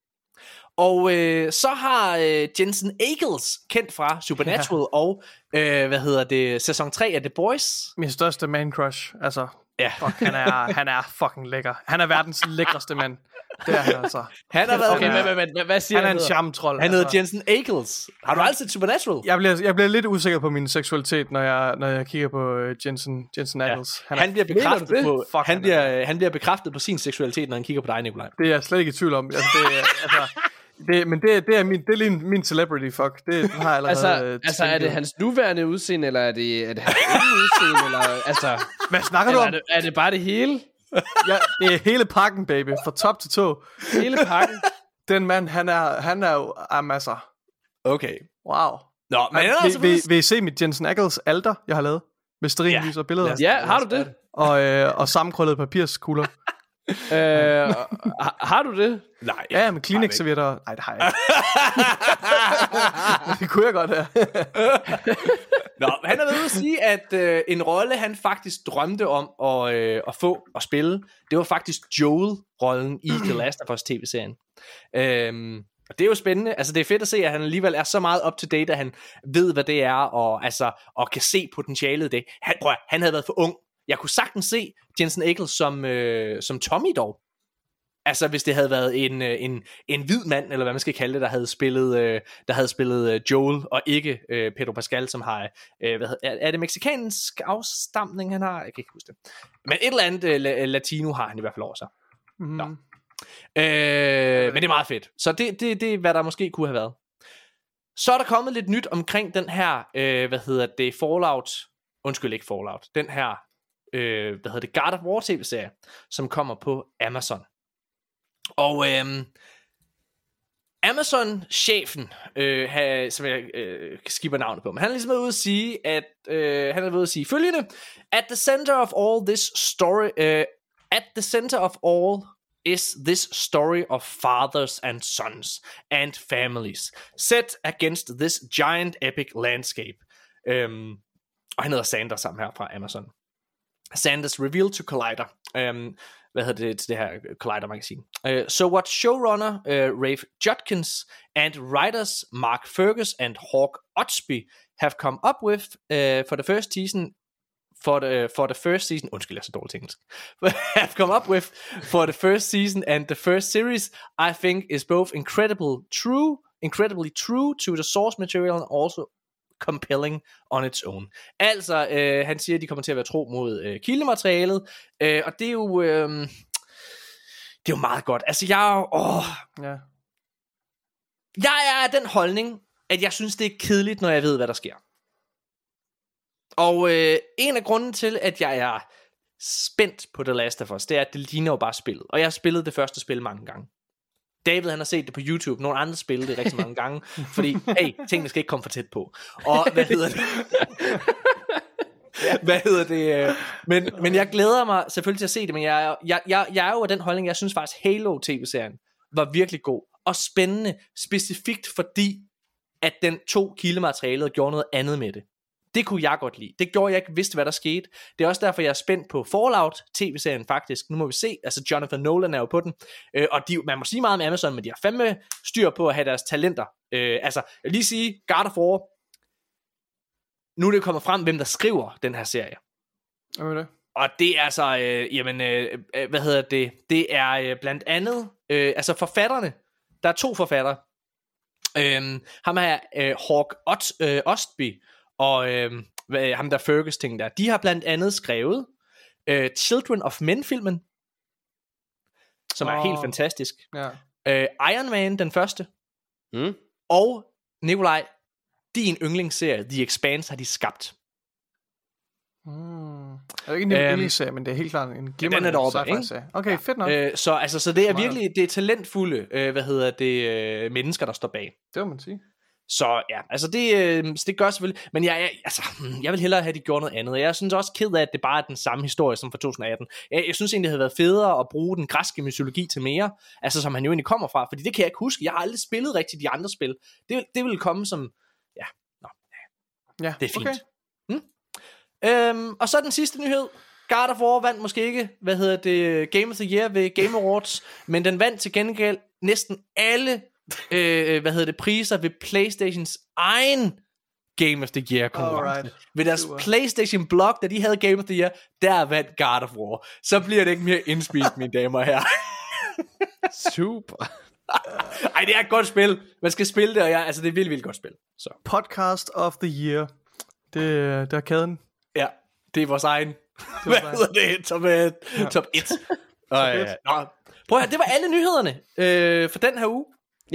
Og øh, så har øh, Jensen Ackles, kendt fra Supernatural, ja. og øh, hvad hedder det, sæson tre af The Boys. Min største man crush, altså, Ja. fuck, han er, han er fucking lækker. Han er verdens lækreste mand. Det er han altså. Han har været, Okay, men, men, men, men hvad siger Han er en hedder? charmetrold. han hedder altså. Jensen Ackles. Har du aldrig set Supernatural? Jeg bliver, jeg bliver lidt usikker på min seksualitet, når jeg, når jeg kigger på uh, Jensen, Jensen Ackles. Ja. er- Han bliver bekræftet det? på Fuck, han han bliver han bliver bekræftet på sin seksualitet, når han kigger på dig, Nikolaj. Det er jeg slet ikke i tvivl om. Altså, det, er- altså, Det, men det, det er min, det er lige min celebrity fuck. Det har jeg allerede. Altså, øh, altså er det tænkt. hans nuværende udseende, eller er det, er det hans unge udseende, eller altså... Hvad snakker du Eller om? er det, er det bare det hele? Ja, det er hele pakken, baby. Fra top til tå. Hele pakken? Den mand, han er, han er jo af masser. Okay. Wow. Nå, men Ej, vil, vil, vil I se mit Jensen Ackles alter, jeg har lavet? Med stearinlys og billeder. Ja, har du det? Og, øh, og sammenkrøllede papirskugler. øh, har, har du det? Nej. Ja, med Kleenex-servietter. Nej, det har jeg ikke. Det kunne jeg godt have. Nå, han er ved at sige, at øh, en rolle, han faktisk drømte om at, øh, at få og spille, det var faktisk Joel-rollen i The Last of Us tv-serien. Øhm, og det er jo spændende. Altså, det er fedt at se, at han alligevel er så meget up to date, at han ved, hvad det er, og, altså, og kan se potentialet i det. Han, prøv, han havde været for ung. Jeg kunne sagtens se Jensen Ackles som, øh, som Tommy dog. Altså hvis det havde været en, en, en hvid mand, eller hvad man skal kalde det, der havde spillet, øh, der havde spillet øh, Joel, og ikke øh, Pedro Pascal, som har, øh, hvad hedder, er, er det mexikansk afstamning, han har? Jeg kan ikke huske det. Men et eller andet øh, latino har han i hvert fald over sig. Mm-hmm. Nå. Øh, men det er meget fedt. Så det, det, det er, hvad der måske kunne have været. Så er der kommet lidt nyt omkring den her, øh, hvad hedder det, Fallout, undskyld ikke Fallout, den her, øh, hvad hedder det, God of War tv-serie, som kommer på Amazon. Og øhm, Amazon-chefen, øh, har, som jeg øh, skipper navnet på, men han er ligesom ude at sige, at øh, han er ude at sige følgende: At the center of all this story, uh, at the center of all is this story of fathers and sons and families set against this giant epic landscape. Øhm, og han hedder Sanders sammen her fra Amazon. Sanders revealed to Collider. Um, hvad hedder det til det her Collider-magasin. Uh, so what showrunner uh, Rafe Judkins and writers Mark Fergus and Hawk Otsby have come up with uh, for the first season for the for the first season. Undskyld, jeg er så dårlig til engelsk. have come up with for the first season and the first series, I think is both incredible true, incredibly true to the source material and also compelling on its own. Altså, øh, han siger, at de kommer til at være tro mod øh, kildematerialet, øh, og det er jo øh, det er jo meget godt. Altså, jeg er jo, åh, Ja. jeg er af den holdning, at jeg synes, det er kedeligt, når jeg ved, hvad der sker. Og øh, en af grunden til, at jeg er spændt på The Last of Us, det er, at det ligner jo bare spillet. Og jeg har spillet det første spil mange gange. David, han har set det på YouTube. Nogle andre spil det rigtig mange gange. Fordi, hey, tingene skal ikke komme for tæt på. Og hvad hedder det? Hvad hedder det? Men, men jeg glæder mig selvfølgelig til at se det. Men jeg, jeg, jeg, jeg er jo af den holdning, jeg synes faktisk Halo-tv-serien var virkelig god. Og spændende, specifikt fordi, at den tog kildematerialet og gjorde noget andet med det. Det kunne jeg godt lide. Det gjorde jeg ikke vidste, hvad der skete. Det er også derfor, jeg er spændt på Fallout tv-serien faktisk. Nu må vi se. Altså, Jonathan Nolan er jo på den. Øh, og de, man må sige meget om Amazon, men de har fandme styr på at have deres talenter. Øh, altså, jeg vil lige sige, God of War. Nu er det kommet frem, hvem der skriver den her serie. Hvad er det? Og det er altså, øh, jamen, øh, øh, hvad hedder det? Det er øh, blandt andet, øh, altså forfatterne. Der er to forfattere. Øh, ham her, øh, Hawk Ot, øh, Ostby, og øh, ham der Fergus ting der, de har blandt andet skrevet øh, Children of Men-filmen, som oh. er helt fantastisk. Ja. øh, Iron Man, den første, Mm. og Nikolaj, din yndlingsserie The Expanse har de skabt. Mm. Det er ikke en Øhm, yndlingsserie, men det er helt klart en glimrende den er deroppe, sci-fi ikke? serie. Okay, fedt nok. øh, så, altså, så det er Meget. virkelig, det er talentfulde øh, hvad hedder det, øh, mennesker der står bag. Det må man sige. Så ja, altså det, øh, det gør selvfølgelig. Men jeg, jeg, altså, jeg vil hellere have, at de gjorde noget andet. Jeg synes også ked af, at det bare er den samme historie som fra to tusind atten. Jeg, jeg synes egentlig, det havde været federe at bruge den græske mytologi til mere. Altså som han jo egentlig kommer fra. Fordi det kan jeg ikke huske. Jeg har aldrig spillet rigtig de andre spil. Det, det vil komme som, ja, nå, Ja, det er fint. okay. Hmm? Øhm, og så den sidste nyhed. God of War vandt måske ikke, hvad hedder det, Game of the Year ved Game Awards. Men den vandt til gengæld næsten alle Øh, hvad hedder det, priser ved PlayStations egen Game of the Year konkurrence. Alright. Ved deres Super. PlayStation blog, da de havde Game of the Year, der vandt God of War. Så bliver det ikke mere indspist, mine damer og herrer. Super. Ej, det er et godt spil. Man skal spille det, og jeg, altså det er virkelig, virkelig godt spil. Så. Podcast of the Year. Det, det er kæden. Ja, det er vores egen. Det Hvad er hedder det? Top, uh, top et. Og, uh, nå. Prøv at høre, det var alle nyhederne øh, for den her uge. Ja.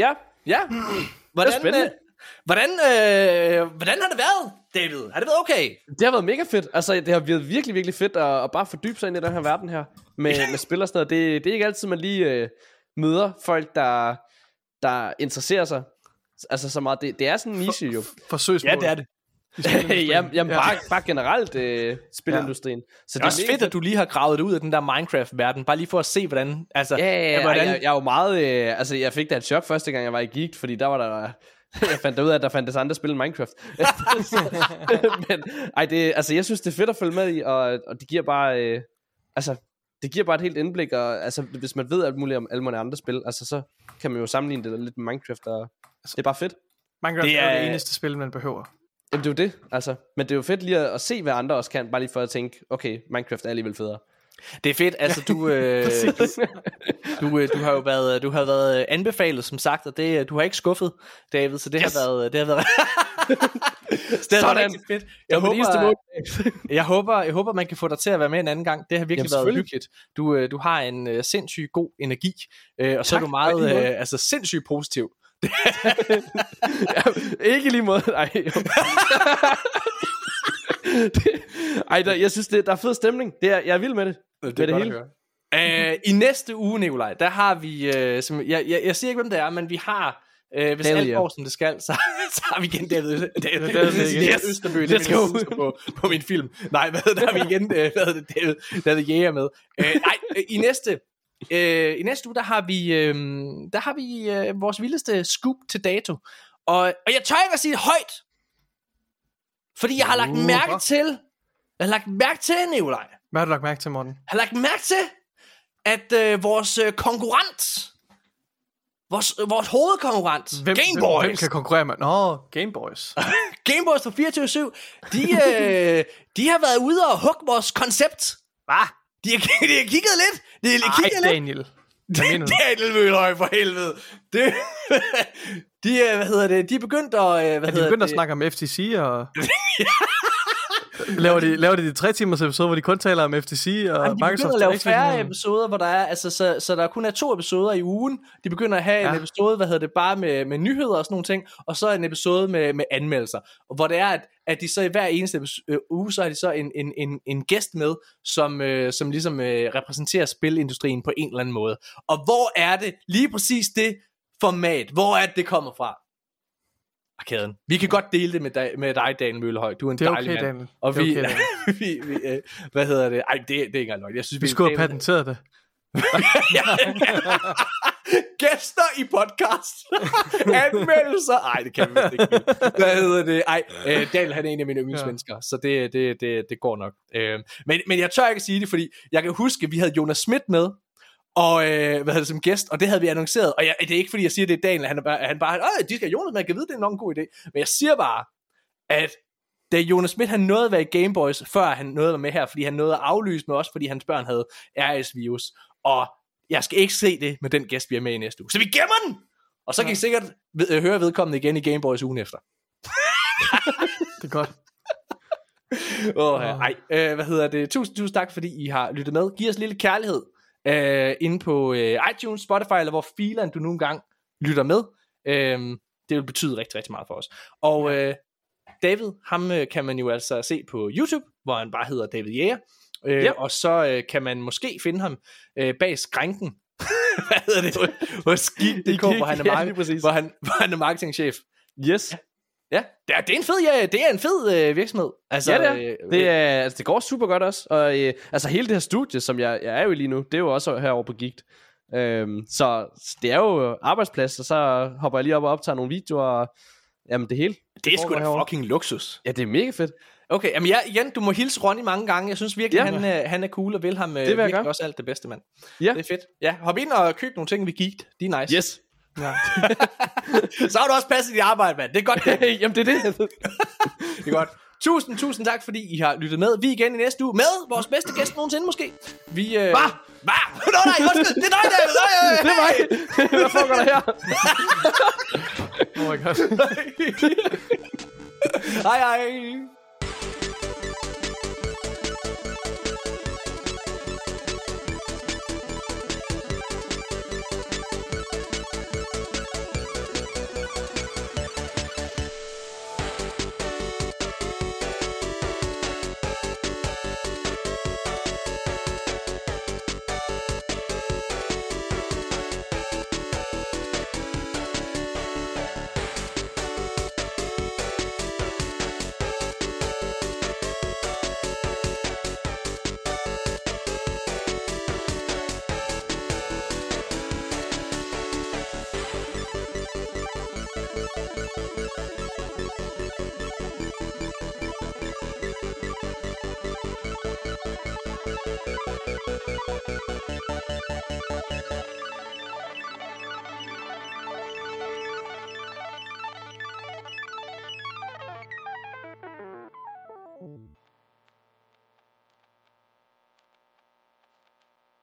Ja. Hvordan, Det er spændende. øh, hvordan, øh, hvordan har det været, David? Har det været okay? Det har været mega fedt. Altså, det har været virkelig, virkelig fedt at, at bare fordybe sig ind i den her verden her. Med, med spil og sådan noget. Det, det er ikke altid, man lige øh, møder folk, der, der interesserer sig. Altså så meget. Det, det er sådan en niche jo. Forsøgsmål. Ja, det er det. jamen, jamen bare, bare generelt øh, spilindustrien. Ja. Så Det er også fedt, at du lige har gravet det ud af den der Minecraft-verden, bare lige for at se, hvordan... Altså, Ja, ja, ja, hvordan... jeg, jeg er jo meget... Øh, altså, jeg fik da et chok første gang, jeg var i Geeked, fordi der var der... jeg fandt ud af, at der fandtes andre spil end Minecraft. Men, ej, det, altså, jeg synes, det er fedt at følge med i, og, og det giver bare... Øh, altså, det giver bare et helt indblik, og altså, hvis man ved alt muligt om alle mulige andre spil, altså, så kan man jo sammenligne det lidt med Minecraft, og det er bare fedt. Minecraft Det er er- det eneste spil, man behøver. Jamen, det er jo det, altså. Men det er jo fedt lige at, at se, hvad andre også kan, bare lige for at tænke, okay, Minecraft er alligevel federe. Det er fedt, altså du, øh, du, øh, du har jo været, du har været anbefalet, som sagt, og det, du har ikke skuffet, David, så det yes. har været, det har været, det har været rigtig fedt. Jeg håber, jeg håber, jeg håber, man kan få dig til at være med en anden gang. Det har virkelig Jamen, været hyggeligt. Du, øh, du har en øh, sindssygt god energi, øh, og så Tak, er du meget, og i lige måde. øh, altså sindssygt positiv. ja, ikke lige måde. Ej, det, ej der, jeg synes, det, der er fed stemning. Det er, jeg er vild med det. Det med det hele. Uh, I næste uge, Nikolaj, der har vi, uh, som, jeg, jeg, jeg siger ikke, hvem det er, men vi har, uh, hvis David, alt ja. går, som det skal, så, så har vi igen David, David, David, David igen. David Østerby, det Let's go. er på, på min film. Nej, hvad, der har vi igen uh, hvad hedder det, David, David Jæger med. Uh, nej, uh, i næste... Uh, I næste uge, der har vi, uh, der har vi uh, vores vildeste scoop til dato. Og, og jeg tør ikke at sige det højt, fordi jeg har lagt Uh, mærke hva? til, jeg har lagt mærke til, Nikolaj, Hvad har du lagt mærke til, Morten? Jeg har lagt mærke til, at øh, vores øh, konkurrent, vores, øh, vores hovedkonkurrent, Hvem, Game hvem, Boys, hvem kan konkurrere med? Nå, Game Boys. Game Boys fra fireogtyve syv, de, øh, de har været ude og hugge vores koncept. Hvad? De har, de har kigget lidt. De har Ej, kigget lidt. Daniel. Hvad mener du? Daniel Mølhøj, for helvede. Det, de, øh, hvad hedder det, de er begyndt at... Øh, hvad Er de hedder begyndt at det? snakke om F T C, og... laver, de, laver de de tre timers episode, hvor de kun taler om F T C og Jamen, de Microsoft? begynder at lave Activision? færre episoder, hvor der er, altså, så, så der kun er to episoder i ugen. De begynder at have ja. en Ja. episode, hvad hedder det, bare med, med nyheder og sådan nogle ting, og så en episode med, med anmeldelser. Og hvor det er, at, at de så i hver eneste episode, øh, uge, så har de så en, en, en, en gæst med, som, øh, som ligesom øh, repræsenterer spilindustrien på en eller anden måde. Og hvor er det lige præcis det format? Hvor er det, det kommer fra? Arkaden. Vi kan godt dele det med dig, med dig Daniel Møllehøj. Du er en Det er dejlig okay, mand. Daniel. Og Det er vi, okay, Daniel. vi, vi øh, hvad hedder det? Ej, det, det er ikke engang løgn. Jeg synes, Vi skulle have patenteret det. Gæster i podcast. Anmeldelser. Ej, det kan vi vist ikke. Hvad hedder det? Ej, øh, Daniel, han er en af mine yndlingsmennesker, så det, det, det, det går nok. Øh, men, men jeg tør ikke sige det, fordi jeg kan huske, at vi havde Jonas Schmidt med, og øh, hvad hedder det, som gæst, og det havde vi annonceret. Og jeg, det er ikke fordi jeg siger, det er Daniel, han er bare, han bare øh, de skal Jonas, man kan vide, det er nok en god idé. Men jeg siger bare, at da Jonas Schmidt, han nåede at være i Game Boys, før han nåede at være med her, fordi han nåede at aflyse med os, fordi hans børn havde R S-virus. Og jeg skal ikke se det med den gæst, vi er med i næste uge. Så vi gemmer den! Og så kan I sikkert ved, øh, høre vedkommende igen i Game Boys ugen efter. Det er godt. Åh, oh, ej, øh, hvad hedder det? Tusind, tusind tak, fordi I har lyttet med. Giv os lille kærlighed øh, inde på øh, iTunes, Spotify, eller hvor filen du nogle gange lytter med. Øh, det vil betyde rigtig, rigtig meget for os. Og øh, David, ham øh, kan man jo altså se på YouTube, hvor han bare hedder David Jæger. Øh, Yep. Og så øh, kan man måske finde ham øh, bag skrænken. Hvad hedder det? Hos Geek punktum d k, hvor han er, Ja, mark- lige præcis. hvor han, hvor han er marketingchef. Yes. Ja, det er, det er en fed, ja, det er en fed øh, virksomhed. Altså, Ja, det er. øh, Det, er, altså, det går super godt også. Og øh, altså hele det her studie, som jeg, jeg er jo i lige nu, det er jo også herovre på Geeked. Øhm, så det er jo arbejdsplads, og så hopper jeg lige op og optager nogle videoer, og jamen det hele. det er sgu foregår da herovre. fucking luksus. Ja, det er mega fedt. Okay, jamen ja, igen, du må hilse Ronny mange gange. Jeg synes virkelig, Ja. han, øh, han er cool og vil ham øh, jeg virkelig gøre. også alt det bedste, mand. Ja. Det er fedt. Ja, hop ind og køb nogle ting, vi Geeked. De er nice. Yes. Ja. Så har du også passet dit arbejde, mand. Det er godt. Det, Jamen det er det. det er godt. Tusind, tusind tak, fordi I har lyttet med. Vi er igen i næste uge med vores bedste gæst nogensinde, måske. Vi, øh... Hvad? Hvad? Nå, nej, undskyld. Det er dig, David. Nej, øh, Det er mig. Hvad foregår der her? Oh my god. hej, hej.